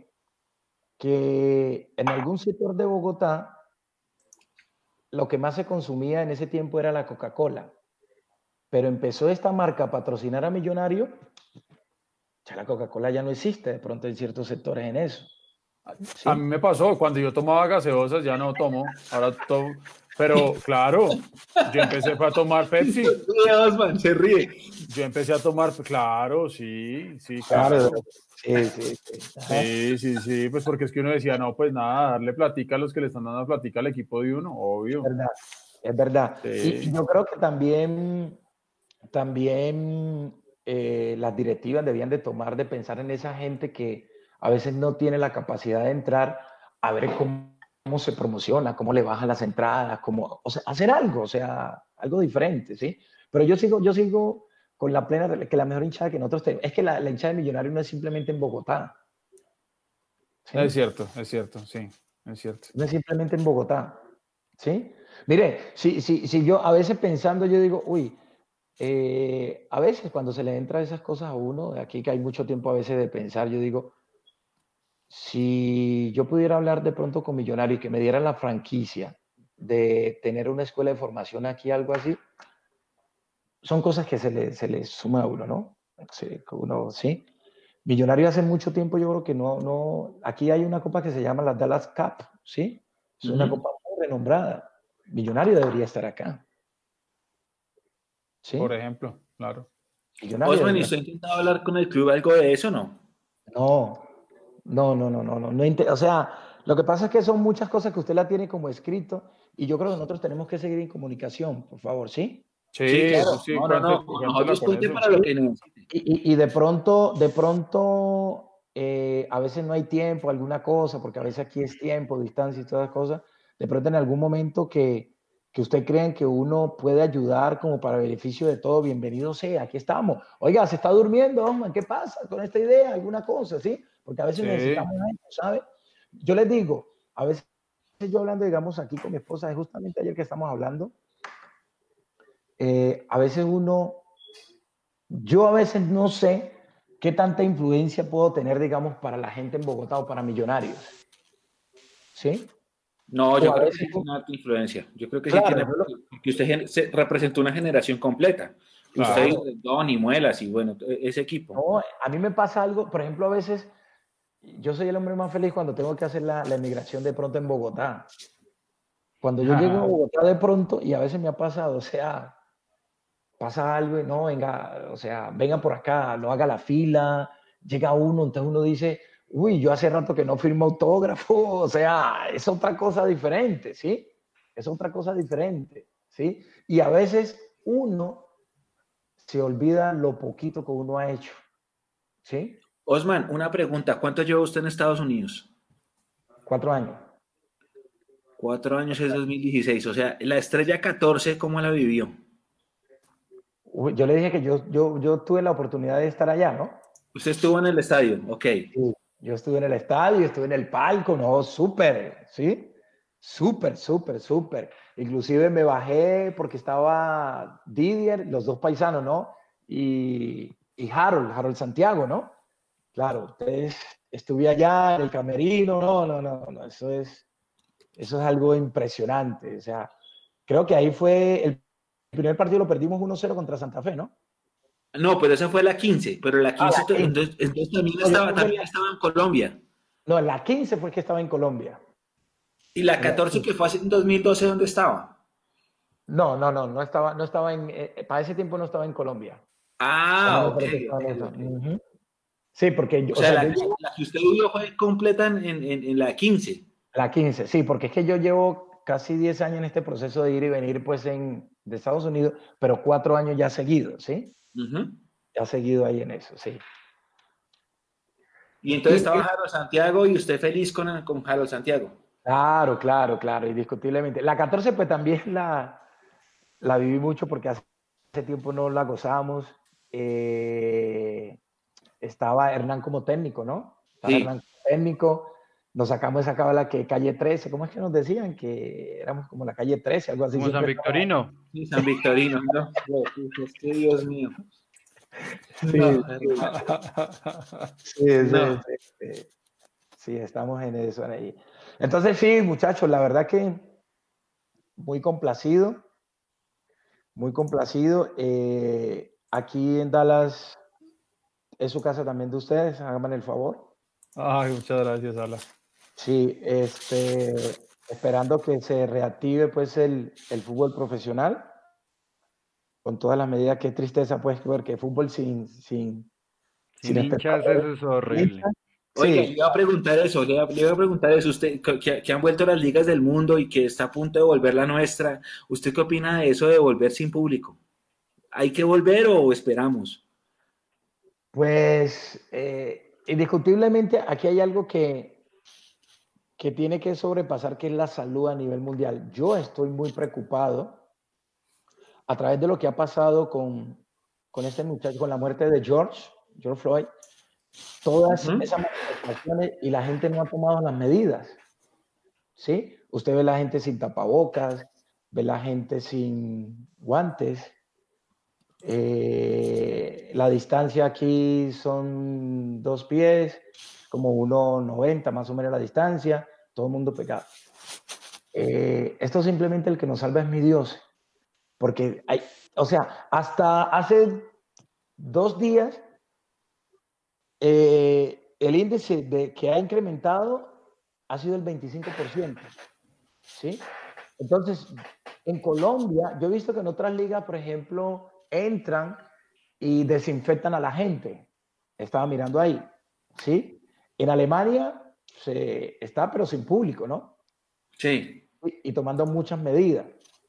que en algún sector de Bogotá lo que más se consumía en ese tiempo era la Coca-Cola, pero empezó esta marca a patrocinar a Millonario, ya la Coca-Cola ya no existe de pronto en ciertos sectores en eso. A ¿Sí? mí me pasó, cuando yo tomaba gaseosas, ya no tomo, ahora tomo, pero claro, yo empecé fue a tomar Pepsi, Osman, se ríe. yo empecé a tomar, claro, sí, sí, Claro, claro, sí, sí, sí. Ajá. sí, sí, sí, pues porque es que uno decía, no, pues nada, darle platica a los que le están dando platica al equipo de uno, Es obvio, verdad, es verdad. Y sí, yo creo que también las directivas debían de tomar, de pensar en esa gente que a veces no tiene la capacidad de entrar a ver cómo se promociona, cómo le bajan las entradas, o sea, hacer algo, o sea, algo diferente, ¿sí? Pero yo sigo con la plena, que la mejor hinchada que nosotros tenemos, es que la hinchada de Millonarios no es simplemente en Bogotá, ¿sí? es cierto, sí, es cierto. No es simplemente en Bogotá, ¿sí? Mire, si yo a veces pensando, yo digo, uy, a veces cuando se le entra esas cosas a uno, aquí que hay mucho tiempo a veces de pensar, yo digo, si yo pudiera hablar de pronto con Millonario y que me dieran la franquicia de tener una escuela de formación aquí, algo así, son cosas que se le suma a uno, ¿no? Sí, que uno, sí. Millonario hace mucho tiempo yo creo que no, aquí hay una copa que se llama la Dallas Cup, ¿sí? Es una Ujú. copa muy renombrada. Millonario debería estar acá, Por ¿sí? ejemplo, claro. Millonario Osman, ¿y debería usted ha estar. intentado hablar con el club algo de eso, no? No, no, o sea, lo que pasa es que son muchas cosas que usted la tiene como escrito y yo creo que nosotros tenemos que seguir en comunicación, por favor, ¿sí? Sí, Sí, claro. eso sí, No. cuéntela Nosotros con cuente eso. para lo que necesite. Y de pronto, a veces no hay tiempo, alguna cosa, porque a veces aquí es tiempo, distancia y todas las cosas. De pronto en algún momento que usted creen que uno puede ayudar como para beneficio de todo, bienvenido sea, aquí estamos. Oiga, se está durmiendo, hombre, ¿qué pasa con esta idea? ¿Alguna cosa, sí? Porque a veces Sí, necesitamos eso, ¿sabe? Yo les digo, a veces yo hablando, digamos, aquí con mi esposa, justamente ayer que estamos hablando, a veces yo a veces no sé qué tanta influencia puedo tener, digamos, para la gente en Bogotá o para Millonarios, ¿sí? No, O yo a creo que veces, sí tiene harta influencia. Yo creo que sí claro, tiene, porque usted representó una generación completa. Usted y claro. claro, Don y Muelas y bueno, ese equipo. no, a mí me pasa algo, por ejemplo, a veces yo soy el hombre más feliz cuando tengo que hacer la emigración de pronto en Bogotá. Cuando yo llego a Bogotá de pronto, y a veces me ha pasado, o sea, pasa algo y no, venga, o sea, venga por acá, no haga la fila, llega uno, entonces uno dice, uy, yo hace rato que no firmo autógrafo, o sea, es otra cosa diferente, ¿sí? Es otra cosa diferente, ¿sí? Y a veces uno se olvida lo poquito que uno ha hecho, ¿sí? Osman, una pregunta. ¿Cuánto lleva usted en Estados Unidos? 4 años. 4 años es 2016. O sea, la estrella 14, ¿cómo la vivió? Uy, yo le dije que yo tuve la oportunidad de estar allá, ¿no? Usted estuvo en el estadio, ok. Sí, yo estuve en el estadio, estuve en el palco, no, súper, ¿sí? Súper, súper, súper. Inclusive me bajé porque estaba Didier, los dos paisanos, ¿no? Y Harold Santiago, ¿no? Claro, entonces estuve allá en el camerino, no, eso es algo impresionante. O sea, creo que ahí fue, el primer partido lo perdimos 1-0 contra Santa Fe, ¿no? No, pero esa fue la 15. Pero la Ah, 15, la 15. entonces también No, yo estaba, creo que también estaba en Colombia. no, la 15 fue que estaba en Colombia. Y la En la 14 que fue así en 2012, ¿dónde estaba? no estaba para ese tiempo no estaba en Colombia. Ya Ah, me ok, acuerdo que estaba ok, en eso. ok. Ujú. Sí, porque, O o sea, sea, la, yo la- llevo la que usted vivió fue completa en la 15. la 15, sí, porque es que yo llevo casi 10 años en este proceso de ir y venir, pues, de Estados Unidos, pero 4 años ya seguidos, ¿sí? Ujú. Ya seguido ahí en eso, sí. Y Y, entonces estaba Harold Santiago y usted feliz con Harold Santiago. claro, claro, claro, indiscutiblemente. La 14, pues, también la viví mucho porque hace tiempo no la gozamos. Eh, Estaba Hernán como técnico, ¿no? Estaba Hernán Sí, como técnico, nos sacamos esa cábala que calle 13, ¿cómo es que nos decían? Que éramos como la calle 13, algo así, Como San siempre estaba. Victorino. sí, San Victorino, ¿no? Es que Dios mío. Sí, No, hermano. sí, No. sí, estamos en eso ahí. Entonces, sí, muchachos, la verdad que muy complacido, muy complacido. Aquí en Dallas es su casa también de ustedes, háganme el favor. Ay, muchas gracias, Ala. Sí, esperando que se reactive pues el fútbol profesional con todas las medidas. Qué tristeza pues ver que fútbol sin Sin hinchas, espectadores, eso es sin horrible. hinchas. Oiga, le Sí, iba a preguntar eso, le iba a preguntar eso, usted que han vuelto las ligas del mundo y que está a punto de volver la nuestra, ¿usted qué opina de eso de volver sin público? ¿Hay que volver o esperamos? pues indiscutiblemente aquí hay algo que tiene que sobrepasar, que es la salud a nivel mundial. Yo estoy muy preocupado a través de lo que ha pasado con este muchacho, con la muerte de George Floyd, todas Ujú. esas manifestaciones y la gente no ha tomado las medidas, ¿sí? Usted ve la gente sin tapabocas, ve la gente sin guantes, la distancia aquí son 2 pies, como 1,90 más o menos la distancia, todo el mundo pegado. Esto simplemente el que nos salva es mi Dios, porque hay, o sea, hasta hace 2 días el índice que ha incrementado ha sido el 25%, ¿sí? Entonces, en Colombia, yo he visto que en otras ligas, por ejemplo, entran y desinfectan a la gente. Estaba mirando ahí, ¿sí? En Alemania está, pero sin público, ¿no? Sí. Y tomando muchas medidas.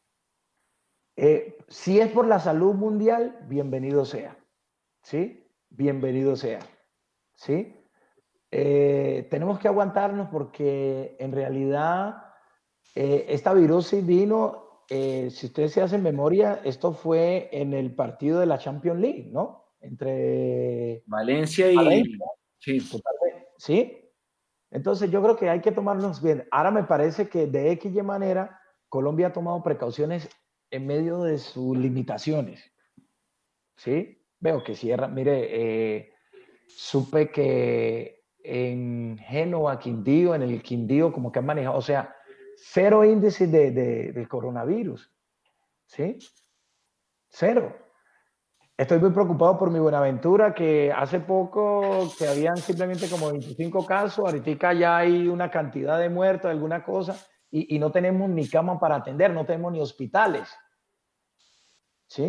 Si es por la salud mundial, bienvenido sea, ¿sí? Bienvenido sea, ¿sí? Tenemos que aguantarnos porque en realidad esta virosis vino, si ustedes se hacen memoria, esto fue en el partido de la Champions League, ¿no? Entre Valencia Valencia, y... Sí. totalmente, ¿sí? Entonces yo creo que hay que tomarnos bien. Ahora me parece que de X y manera Colombia ha tomado precauciones en medio de sus limitaciones, ¿sí? Veo que cierra, mire, supe que en Génova, Quindío, en el Quindío, como que han manejado, o sea, cero índice del coronavirus, ¿sí? Cero. Estoy muy preocupado por mi Buenaventura, que hace poco que habían simplemente como 25 casos, ahorita ya hay una cantidad de muertos, alguna cosa, y no tenemos ni cama para atender, no tenemos ni hospitales, ¿sí?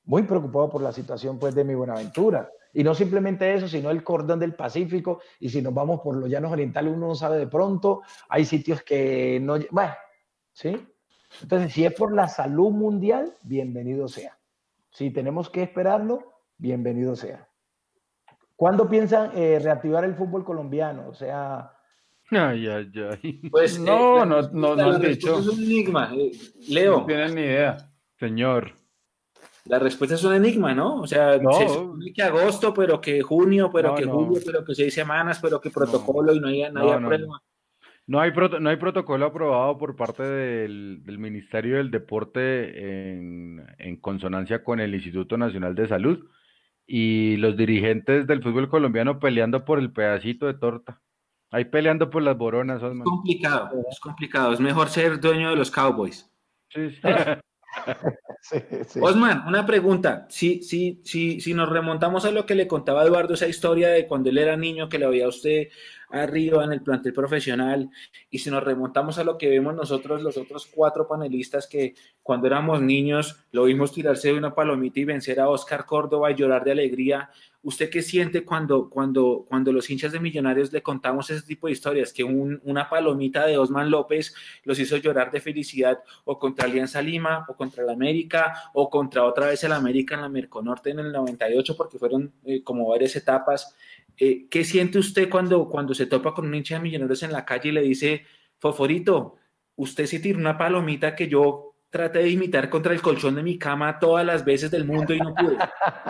muy preocupado por la situación pues de mi Buenaventura. Y no simplemente eso, sino el cordón del Pacífico. Y si nos vamos por los llanos orientales, uno no sabe de pronto, hay sitios que no, bueno, ¿sí? Entonces, si es por la salud mundial, bienvenido sea. Si tenemos que esperarlo, bienvenido sea. ¿Cuándo piensan reactivar el fútbol colombiano? O sea, Ay, ay, ay. Pues No, la no, no, respuesta, no la han respuesta dicho. es un enigma. No Leo, tienen ni idea. Señor. la respuesta es un enigma, ¿no? O sea, se No, supone que agosto, pero que junio, pero no, que julio, no, pero que 6 semanas, pero que no, protocolo y no hay no, no. aprueba. No hay protocolo aprobado por parte del Ministerio del Deporte en consonancia con el Instituto Nacional de Salud y los dirigentes del fútbol colombiano peleando por el pedacito de torta. Ahí peleando por las boronas, Es Osman. complicado, es complicado. Es mejor ser dueño de los Cowboys. Sí, sí. sí, sí. Osman, una pregunta. Si nos remontamos a lo que le contaba Eduardo, esa historia de cuando él era niño, que lo veía a usted arriba en el plantel profesional, y si nos remontamos a lo que vemos nosotros, los otros 4 panelistas, que cuando éramos niños lo vimos tirarse de una palomita y vencer a Oscar Córdoba y llorar de alegría. ¿Usted qué siente cuando los hinchas de Millonarios le contamos ese tipo de historias? Que una palomita de Osman López los hizo llorar de felicidad, o contra Alianza Lima, o contra el América, o contra otra vez el América en la Merconorte en el 98, porque fueron como varias etapas. ¿Qué siente usted cuando se topa con un hincha de Millonarios en la calle y le dice, Foforito, usted se tiró una palomita que yo traté de imitar contra el colchón de mi cama todas las veces del mundo y no pude?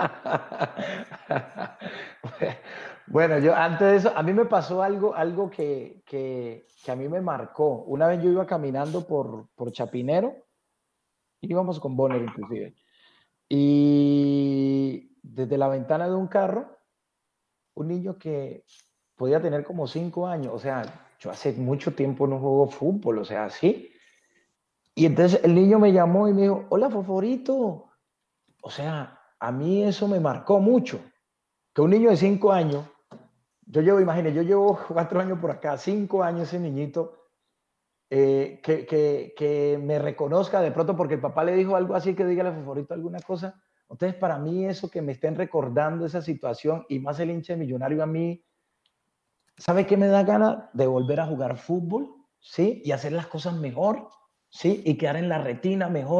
Bueno, yo antes de eso, a mí me pasó algo que a mí me marcó. Una vez yo iba caminando por Chapinero, íbamos con Bonner inclusive, y desde la ventana de un carro, un niño que podía tener como 5 años, o sea, yo hace mucho tiempo no juego fútbol, o sea, sí. Y entonces el niño me llamó y me dijo, hola, Foforito. O sea, a mí eso me marcó mucho. Que un niño de 5 años, imagínate, yo llevo 4 años por acá, 5 años ese niñito, que me reconozca de pronto porque el papá le dijo algo así, que dígale Foforito alguna cosa. Entonces, para mí eso que me estén recordando esa situación, y más el hincha de Millonario, a mí, ¿sabe qué me da ganas? De volver a jugar fútbol, ¿sí? Y hacer las cosas mejor, ¿sí? Y quedar en la retina mejor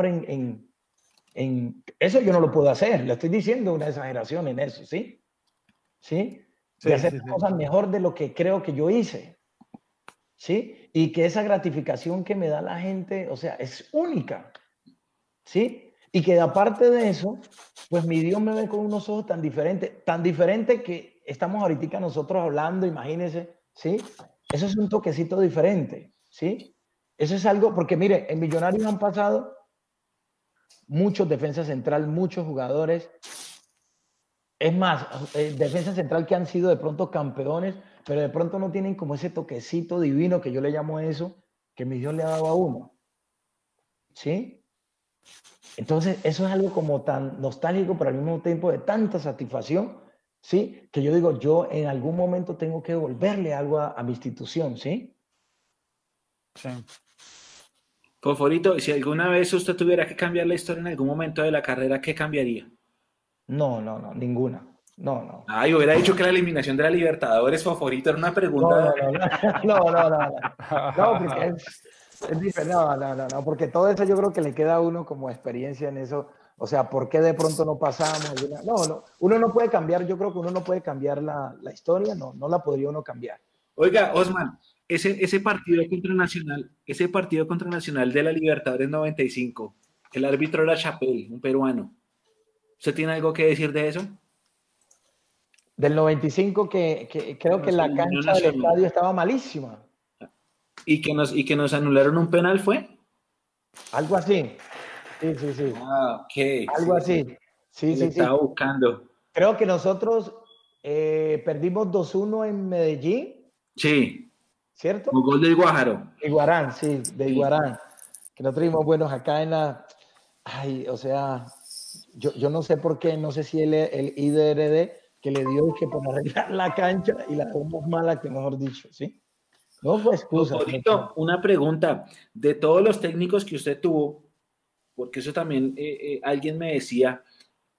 eso yo no lo puedo hacer, le estoy diciendo una exageración en eso, ¿sí? ¿Sí? De Sí, hacer sí, las sí. cosas mejor de lo que creo que yo hice, ¿sí? Y que esa gratificación que me da la gente, o sea, es única, ¿sí? Y que aparte de eso, pues mi Dios me ve con unos ojos tan diferentes que estamos ahorita nosotros hablando, imagínense, ¿sí? Eso es un toquecito diferente, ¿sí? Eso es algo, porque mire, en Millonarios han pasado muchos defensas central, muchos jugadores. Es más, defensa central que han sido de pronto campeones, pero de pronto no tienen como ese toquecito divino que yo le llamo eso, que mi Dios le ha dado a uno. ¿Sí? Entonces, eso es algo como tan nostálgico, pero al mismo tiempo de tanta satisfacción, ¿sí? Que yo digo, yo en algún momento tengo que devolverle algo a mi institución, ¿sí? Sí. Foforito, si alguna vez usted tuviera que cambiar la historia en algún momento de la carrera, ¿qué cambiaría? No, no, no, ninguna. No, no. Ay, hubiera dicho que la eliminación de la Libertadores, Foforito, era una No, pregunta. no, no, no, no, no, no, no. No, porque es diferente. No, no, no, no, porque todo eso yo creo que le queda a uno como experiencia en eso. O sea, ¿por qué de pronto no pasamos? No, no, uno no puede cambiar, yo creo que uno no puede cambiar la historia, no, no la podría uno cambiar. Oiga, Osman, ese partido contra Nacional de la Libertadores 95, el árbitro era Chapel, un peruano. ¿Usted tiene algo que decir de eso? Del 95 que creo que Nos la eliminó cancha del Nacional. estadio estaba malísima. Y que nos anularon un penal, ¿fue? Algo así. Sí, sí, sí. Ah, ok, Algo sí, sí. así. Sí, Le sí, sí. estaba buscando. Creo que nosotros perdimos 2-1 en Medellín, Sí, un ¿cierto? gol del Guájaro. Iguarán, sí, de Sí. Iguarán. Que nosotros fuimos buenos acá en la. Ay, o sea, yo no sé por qué, no sé si el IDRD que le dio que por arreglar la cancha y la dejó más mala que mejor dicho, ¿sí? No fue excusa. Favorito, una pregunta. De todos los técnicos que usted tuvo, porque eso también alguien me decía,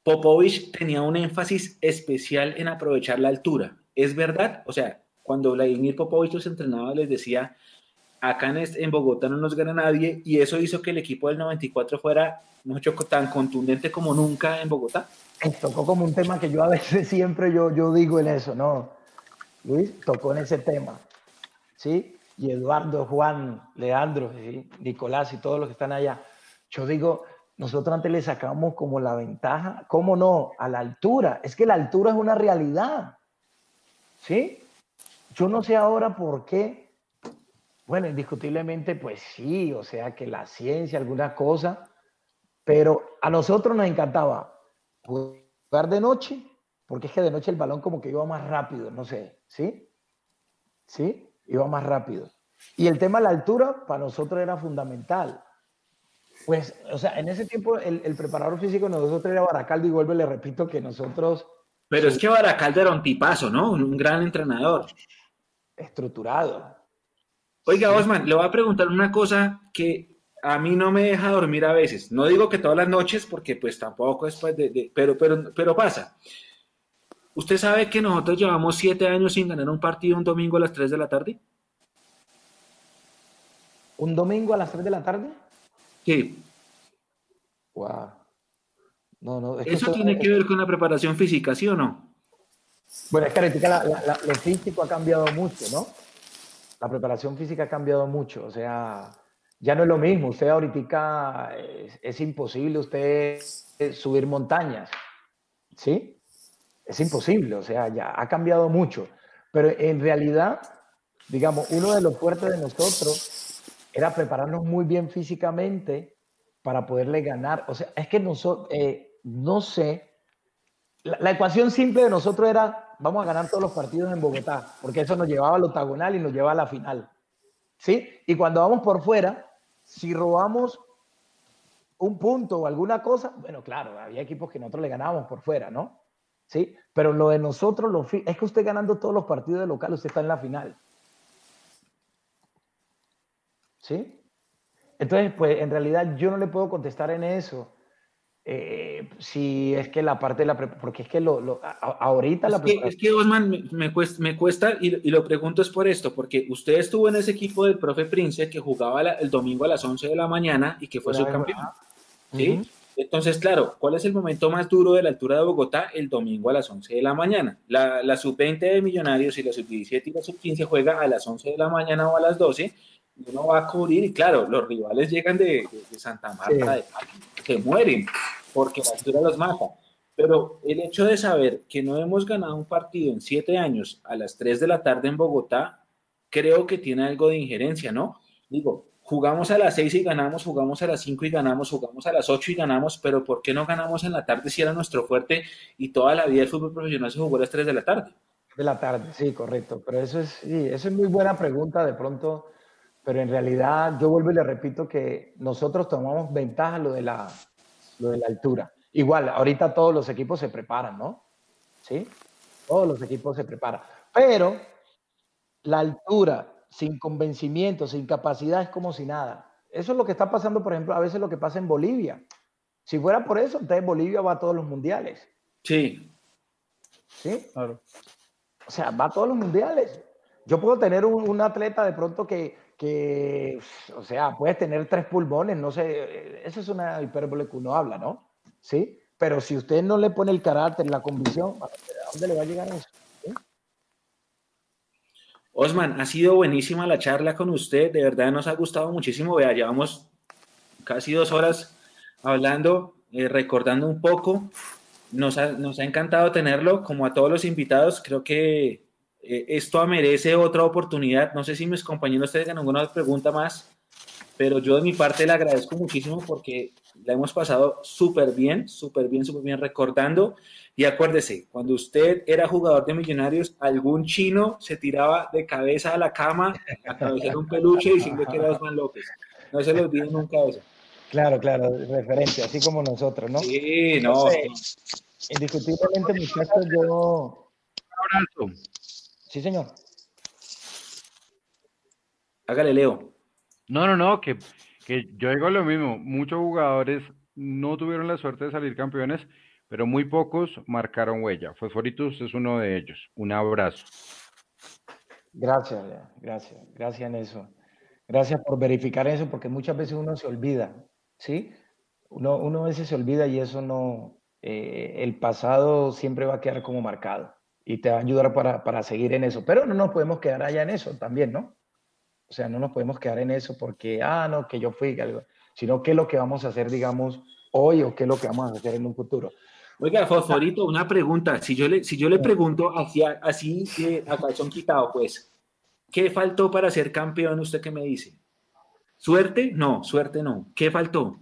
Popovich tenía un énfasis especial en aprovechar la altura. ¿Es verdad? O sea, cuando Vladimir Popovich los entrenaba, les decía, acá en Bogotá no nos gana nadie, y eso hizo que el equipo del 94 fuera mucho tan contundente como nunca en Bogotá. Tocó como un tema que yo a veces siempre yo digo en eso, ¿no? Luis tocó en ese tema, ¿sí? Y Eduardo, Juan, Leandro, ¿sí? Nicolás y todos los que están allá. Yo digo, nosotros antes le sacamos como la ventaja, ¿cómo no? A la altura. Es que la altura es una realidad, ¿sí? Yo no sé ahora por qué. Bueno, indiscutiblemente, pues sí, o sea, que la ciencia, alguna cosa, pero a nosotros nos encantaba jugar de noche, porque es que de noche el balón como que iba más rápido, no sé, ¿sí? ¿Sí? Iba más rápido. Y el tema de la altura para nosotros era fundamental. Pues, o sea, en ese tiempo el preparador físico de nosotros era Baracaldo y vuelvo y le repito que nosotros Pero es que Baracaldo era un tipazo, ¿no? Un gran entrenador. estructurado. Oiga, ¿Sí? Osman, le voy a preguntar una cosa que a mí no me deja dormir a veces. No digo que todas las noches, porque pues tampoco es pues, pero pasa. ¿Usted sabe que nosotros llevamos 7 años sin ganar un partido un domingo a las 3 de la tarde? Un domingo a las 3 de la tarde. Sí. Wow. No, no, es que Eso eso, tiene que ver con la preparación física, ¿sí o no? bueno, es que ahorita lo físico ha cambiado mucho, ¿no? La preparación física ha cambiado mucho, o sea, ya no es lo mismo. Usted ahorita es imposible usted subir montañas, ¿sí? Es imposible, o sea, ya ha cambiado mucho. Pero en realidad, digamos, uno de los fuertes de nosotros era prepararnos muy bien físicamente para poderle ganar. O sea, es que nosotros, no sé, la ecuación simple de nosotros era, vamos a ganar todos los partidos en Bogotá, porque eso nos llevaba al octagonal y nos llevaba a la final. ¿Sí? Y cuando vamos por fuera, si robamos un punto o alguna cosa, bueno, claro, había equipos que nosotros le ganábamos por fuera, ¿no? ¿Sí? Pero lo de nosotros, es que usted ganando todos los partidos de local, usted está en la final. ¿Sí? Entonces, pues en realidad yo no le puedo contestar en eso. Si es que la parte de la porque es que ahorita la Es preparación. que Osman, me cuesta y lo pregunto es por esto, porque usted estuvo en ese equipo del profe Prince que jugaba el domingo a las 11 de la mañana y que fue subcampeón, ¿sí? Uh-huh. Entonces, claro, ¿cuál es el momento más duro de la altura de Bogotá? El domingo a las 11 de la mañana. La sub-20 de Millonarios y la sub-17 y la sub-15 juega a las 11 de la mañana o a las 12 y uno va a cubrir y claro, los rivales llegan de Santa Sí, Marta, se mueren porque la altura los mata. Pero el hecho de saber que no hemos ganado un partido en 7 años a las 3 de la tarde en Bogotá, creo que tiene algo de injerencia, ¿no? Digo, jugamos a las 6 y ganamos, jugamos a las 5 y ganamos, jugamos a las 8 y ganamos, pero ¿por qué no ganamos en la tarde si era nuestro fuerte y toda la vida el fútbol profesional se jugó a las 3 de la tarde? de la tarde, sí, correcto. Pero eso es, sí, eso es muy buena pregunta de pronto, pero en realidad yo vuelvo y le repito que nosotros tomamos ventaja lo de la altura. Igual, ahorita todos los equipos se preparan, ¿no? ¿Sí? Todos los equipos se preparan. Pero la altura, sin convencimiento, sin capacidad, es como si nada. Eso es lo que está pasando, por ejemplo, a veces lo que pasa en Bolivia. Si fuera por eso, entonces Bolivia va a todos los mundiales. Sí. ¿Sí? Claro. O sea, va a todos los mundiales. Yo puedo tener un atleta de pronto o sea, puedes tener 3 pulmones, no sé, eso es una hipérbole que uno habla, ¿no? ¿Sí? Pero si usted no le pone el carácter, la convicción, ¿a dónde le va a llegar eso? ¿Sí? Osman, ha sido buenísima la charla con usted, de verdad nos ha gustado muchísimo, vea, llevamos casi 2 horas hablando, recordando un poco. Nos ha encantado tenerlo, como a todos los invitados. Creo que esto merece otra oportunidad. No sé si mis compañeros tienen alguna pregunta más, pero yo de mi parte le agradezco muchísimo porque la hemos pasado súper bien, súper bien recordando. Y acuérdese, cuando usted era jugador de Millonarios, algún chino se tiraba de cabeza a la cama a cabecear un peluche diciendo que era Osman López. No se lo olviden nunca eso. Claro, claro, referente, así como nosotros, ¿no? Sí, no, Entonces, indiscutiblemente, muchachos, Abrazo. sí, señor. hágale, Leo. No, no, no, que yo digo lo mismo. Muchos jugadores no tuvieron la suerte de salir campeones pero muy pocos marcaron huella. Fosforitos es uno de ellos. Un abrazo. Gracias, gracias en eso. Gracias por verificar eso, porque muchas veces uno se olvida, ¿sí? Uno a veces se olvida y eso no, el pasado siempre va a quedar como marcado y te va a ayudar para seguir en eso. Pero no nos podemos quedar allá en eso también, ¿no? O sea, no nos podemos quedar en eso porque, no, que yo fui, algo, sino qué es lo que vamos a hacer, digamos, hoy o qué es lo que vamos a hacer en un futuro. Oiga, Fosforito, una pregunta. Si yo le pregunto así a calzón quitado, pues, ¿qué faltó para ser campeón? ¿Usted qué me dice? ¿Suerte? No, suerte no. ¿Qué faltó?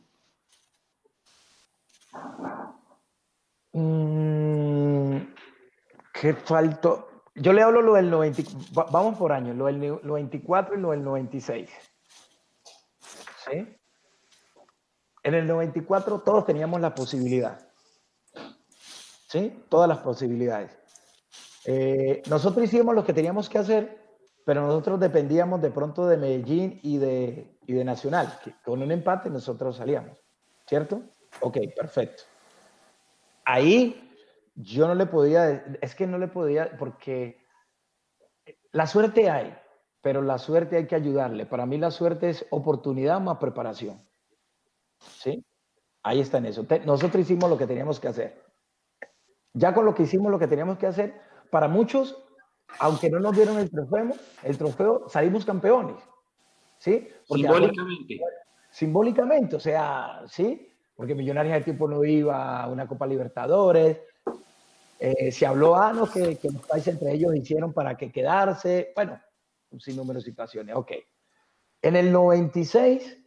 ¿Qué faltó? Yo le hablo lo del 90, vamos por años, lo del 94 y lo del 96. ¿Sí? En el 94 todos teníamos la posibilidad. ¿Sí? Todas las posibilidades. Nosotros hicimos lo que teníamos que hacer, pero nosotros dependíamos de pronto de Medellín y de Nacional, que con un empate nosotros salíamos, ¿cierto? Ok, perfecto. Ahí yo no le podía, es que no le podía, porque la suerte hay, pero la suerte hay que ayudarle. Para mí la suerte es oportunidad más preparación, ¿sí? Ahí está en eso. Nosotros hicimos lo que teníamos que hacer. Ya con lo que hicimos lo que teníamos que hacer, para muchos, aunque no nos dieron el trofeo salimos campeones, ¿sí? Porque Simbólicamente. simbólicamente, o sea, ¿sí? Porque Millonarios de tiempo no iba a una Copa Libertadores, se habló, no, que los países entre ellos hicieron para que quedarse, bueno, un sinnúmero de situaciones, ok. En el 96,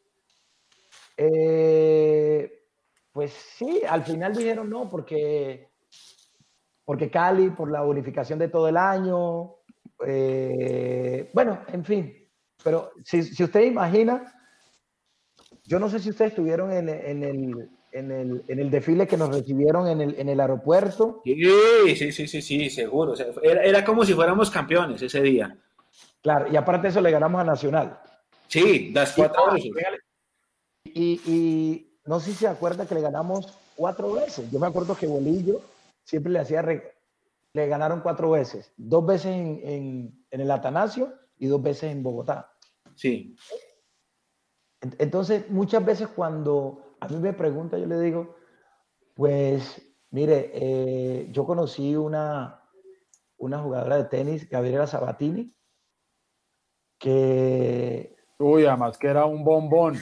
pues sí, al final dijeron no, porque Cali, por la unificación de todo el año, bueno, en fin, pero si usted imagina, yo no sé si ustedes estuvieron en el desfile que nos recibieron en el aeropuerto. Sí, seguro. O sea, era como si fuéramos campeones ese día. Claro, y aparte de eso le ganamos a Nacional. Sí, las 4 veces. Y no sé si se acuerda que le ganamos 4 veces. Yo me acuerdo que Bolillo siempre le ganaron 4 veces. 2 veces en el Atanasio y 2 veces en Bogotá. Sí. Entonces, muchas veces cuando a mí me pregunta, yo le digo, pues, mire, yo conocí una jugadora de tenis, Gabriela Sabatini, que... Uy, además que era un bombón.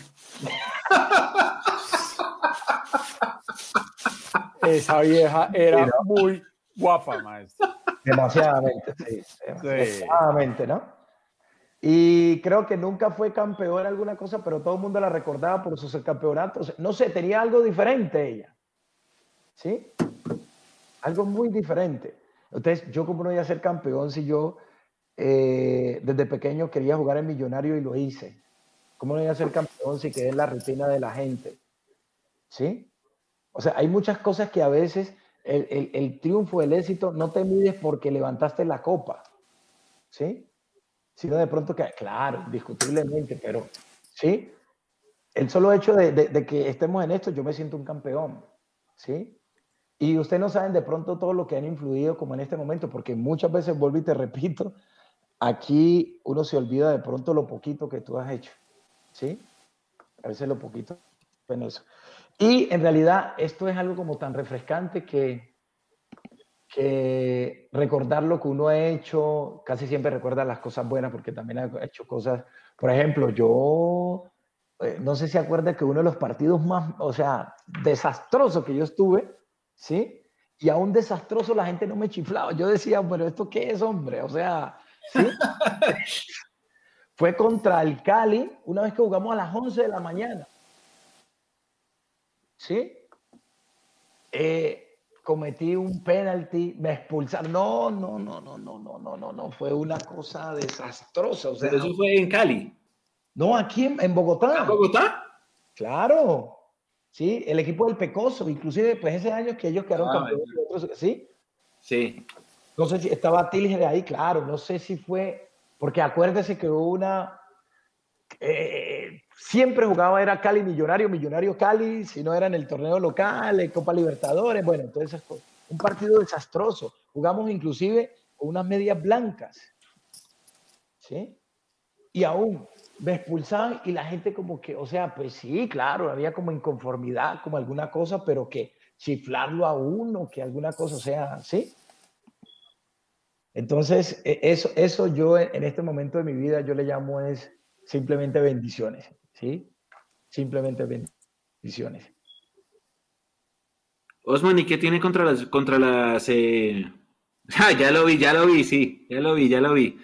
Esa vieja era muy guapa, maestro. Demasiadamente, sí. Demasiadamente, ¿no? Y creo que nunca fue campeona alguna cosa, pero todo el mundo la recordaba por sus campeonatos. No sé, tenía algo diferente ella. ¿Sí? Algo muy diferente. Entonces, yo como no iba a ser campeón si yo desde pequeño quería jugar en Millonario y lo hice? ¿Cómo no iba a ser campeón si quedé en la rutina de la gente? ¿Sí? O sea, hay muchas cosas que a veces el triunfo, el éxito, no te mides porque levantaste la copa. ¿Sí? Sino de pronto que, claro, indiscutiblemente, pero ¿sí? El solo hecho de que estemos en esto, yo me siento un campeón, ¿sí? Y ustedes no saben de pronto todo lo que han influido como en este momento, porque muchas veces, vuelvo y te repito, aquí uno se olvida de pronto lo poquito que tú has hecho, ¿sí? A veces lo poquito en eso. Y en realidad esto es algo como tan refrescante que recordar lo que uno ha hecho, casi siempre recuerda las cosas buenas, porque también ha hecho cosas, por ejemplo, yo no sé si acuerda que uno de los partidos más, o sea, desastroso que yo estuve, ¿sí? Y aún desastroso la gente no me chiflaba. Yo decía, pero ¿esto qué es, hombre? O sea, ¿sí? Fue contra el Cali, una vez que jugamos a las 11 de la mañana, ¿sí? Cometí un penalti, me expulsaron. No, fue una cosa desastrosa. O sea, Pero eso fue en Cali. no, aquí en Bogotá. ¿En Bogotá? Claro. Sí, el equipo del Pecoso, inclusive, pues ese año que ellos quedaron campeones, ¿sí? Sí. No sé si estaba Tilger ahí, claro, no sé si fue, porque acuérdese que hubo siempre jugaba, era Cali Millonario, Millonario Cali, si no era en el torneo local, Copa Libertadores, bueno, entonces un partido desastroso. Jugamos inclusive con unas medias blancas, ¿sí? Y aún me expulsaban y la gente como que, o sea, pues sí, claro, había como inconformidad, como alguna cosa, pero que chiflarlo a uno, que alguna cosa, o sea, ¿sí? Entonces, eso yo en este momento de mi vida, yo le llamo es simplemente bendiciones, ¿sí? Simplemente bendiciones. Osman, ¿y qué tiene contra las? Ya lo vi, sí, ya lo vi.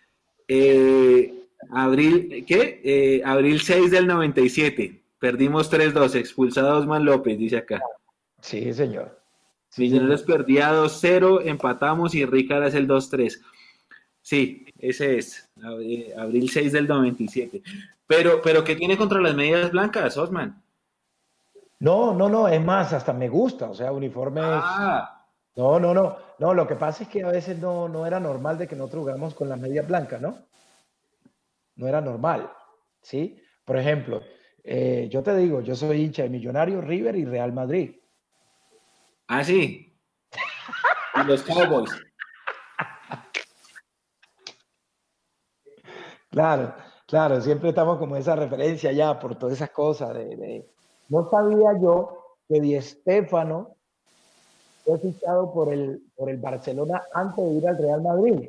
Abril 6 del 97. Perdimos 3-2, expulsado Osman López, dice acá. Sí, señor. Sí, Millonarios señor. perdía 2-0, empatamos y Ricardo es el 2-3. Sí, ese es. Abril 6 del 97. Pero ¿qué tiene contra las medias blancas, Osman? No, es más, hasta me gusta, o sea, uniformes. Ah, No, lo que pasa es que a veces no era normal de que nosotros jugáramos con las medias blancas, ¿no? No era normal, ¿sí? Por ejemplo, yo te digo, yo soy hincha de Millonarios, River y Real Madrid. sí. Y los Cowboys. Claro, siempre estamos como esa referencia ya por todas esas cosas. No sabía yo que Di Stéfano fue fichado por el Barcelona antes de ir al Real Madrid.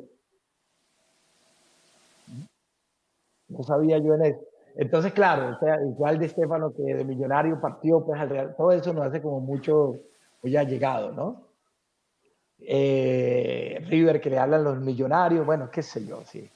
No sabía yo en eso. Entonces, claro, o sea, igual de Stefano que de Millonario partió pues al Real, todo eso nos hace como mucho, pues ya llegado, ¿no? River que le hablan los millonarios, bueno, qué sé yo, sí.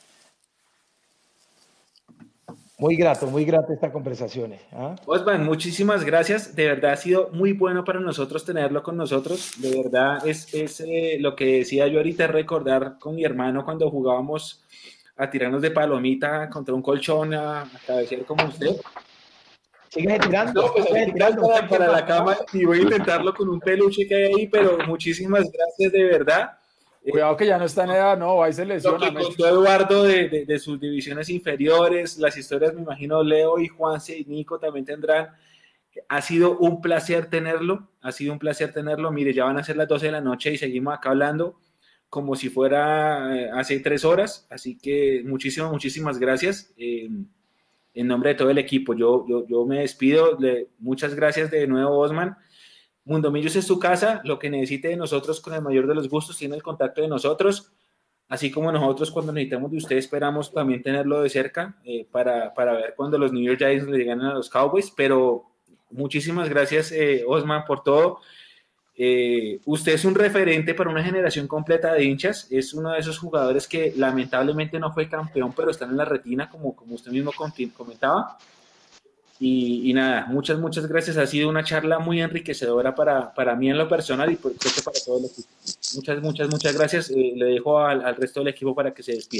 Muy grato estas conversaciones. ¿Ah? Osman, muchísimas gracias. De verdad ha sido muy bueno para nosotros tenerlo con nosotros. De verdad es lo que decía yo ahorita, recordar con mi hermano cuando jugábamos a tirarnos de palomita contra un colchón a cabecear como usted. No, pues sigue ahorita tirando, ¿usted qué para la más? ¿Ah? cama y voy a intentarlo con un peluche que hay ahí, pero muchísimas gracias de verdad. Cuidado que ya no está en edad, no, ahí se Lo lesiona, que Mecho. contó Eduardo de sus divisiones inferiores, las historias, me imagino, Leo y Juanse y Nico también tendrán. Ha sido un placer tenerlo, ha sido un placer tenerlo. Mire, ya van a ser las 12 de la noche y seguimos acá hablando como si fuera hace 3 horas, así que muchísimas gracias. En nombre de todo el equipo, yo me despido. Muchas gracias de nuevo, Osman. Mundomillos es su casa, lo que necesite de nosotros con el mayor de los gustos, tiene el contacto de nosotros, así como nosotros cuando necesitamos de usted esperamos también tenerlo de cerca para ver cuando los New York Giants le llegan a los Cowboys, pero muchísimas gracias Osman por todo. Usted es un referente para una generación completa de hinchas, es uno de esos jugadores que lamentablemente no fue campeón, pero están en la retina, como usted mismo comentaba. Y nada, muchas gracias. Ha sido una charla muy enriquecedora para mí en lo personal y creo que para todo el equipo. Muchas gracias. Le dejo al resto del equipo para que se despida.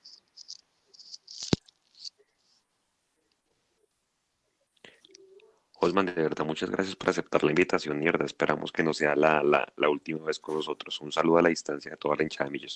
Osman, de verdad, muchas gracias por aceptar la invitación, mierda. Esperamos que no sea la última vez con nosotros. Un saludo a la distancia a toda la hinchada de Millos.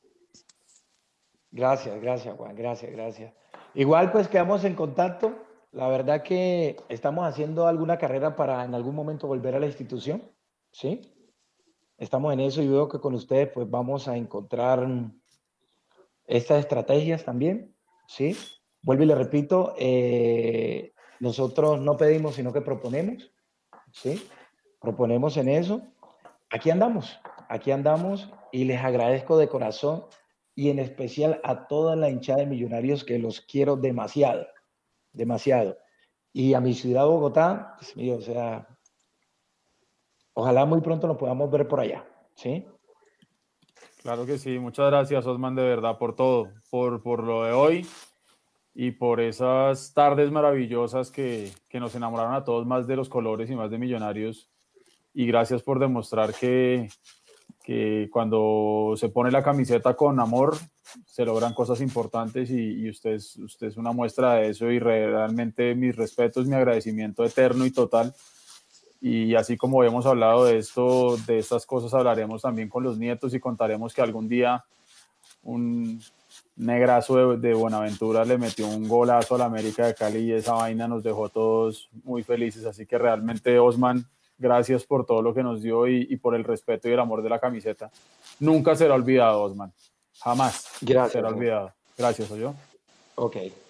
Gracias, Juan, gracias. Igual pues quedamos en contacto. La verdad que estamos haciendo alguna carrera para en algún momento volver a la institución, ¿sí? Estamos en eso y veo que con ustedes pues vamos a encontrar estas estrategias también, ¿sí? Vuelvo y le repito, nosotros no pedimos, sino que proponemos, ¿sí? Proponemos en eso. Aquí andamos y les agradezco de corazón y en especial a toda la hinchada de Millonarios que los quiero demasiado, demasiado. Y a mi ciudad, Bogotá, pues, mío, o sea, ojalá muy pronto nos podamos ver por allá, ¿sí? Claro que sí, muchas gracias, Osman, de verdad, por todo, por lo de hoy y por esas tardes maravillosas que nos enamoraron a todos más de los colores y más de Millonarios. Y gracias por demostrar que cuando se pone la camiseta con amor, se logran cosas importantes y usted es una muestra de eso y realmente mis respetos, mi agradecimiento eterno y total. Y así como hemos hablado de esto, de estas cosas, hablaremos también con los nietos y contaremos que algún día un negrazo de Buenaventura le metió un golazo a la América de Cali y esa vaina nos dejó todos muy felices. Así que realmente, Osman, gracias por todo lo que nos dio y por el respeto y el amor de la camiseta. Nunca será olvidado, Osman. Jamás Gracias, será Jorge. olvidado. Gracias, yo. Ok.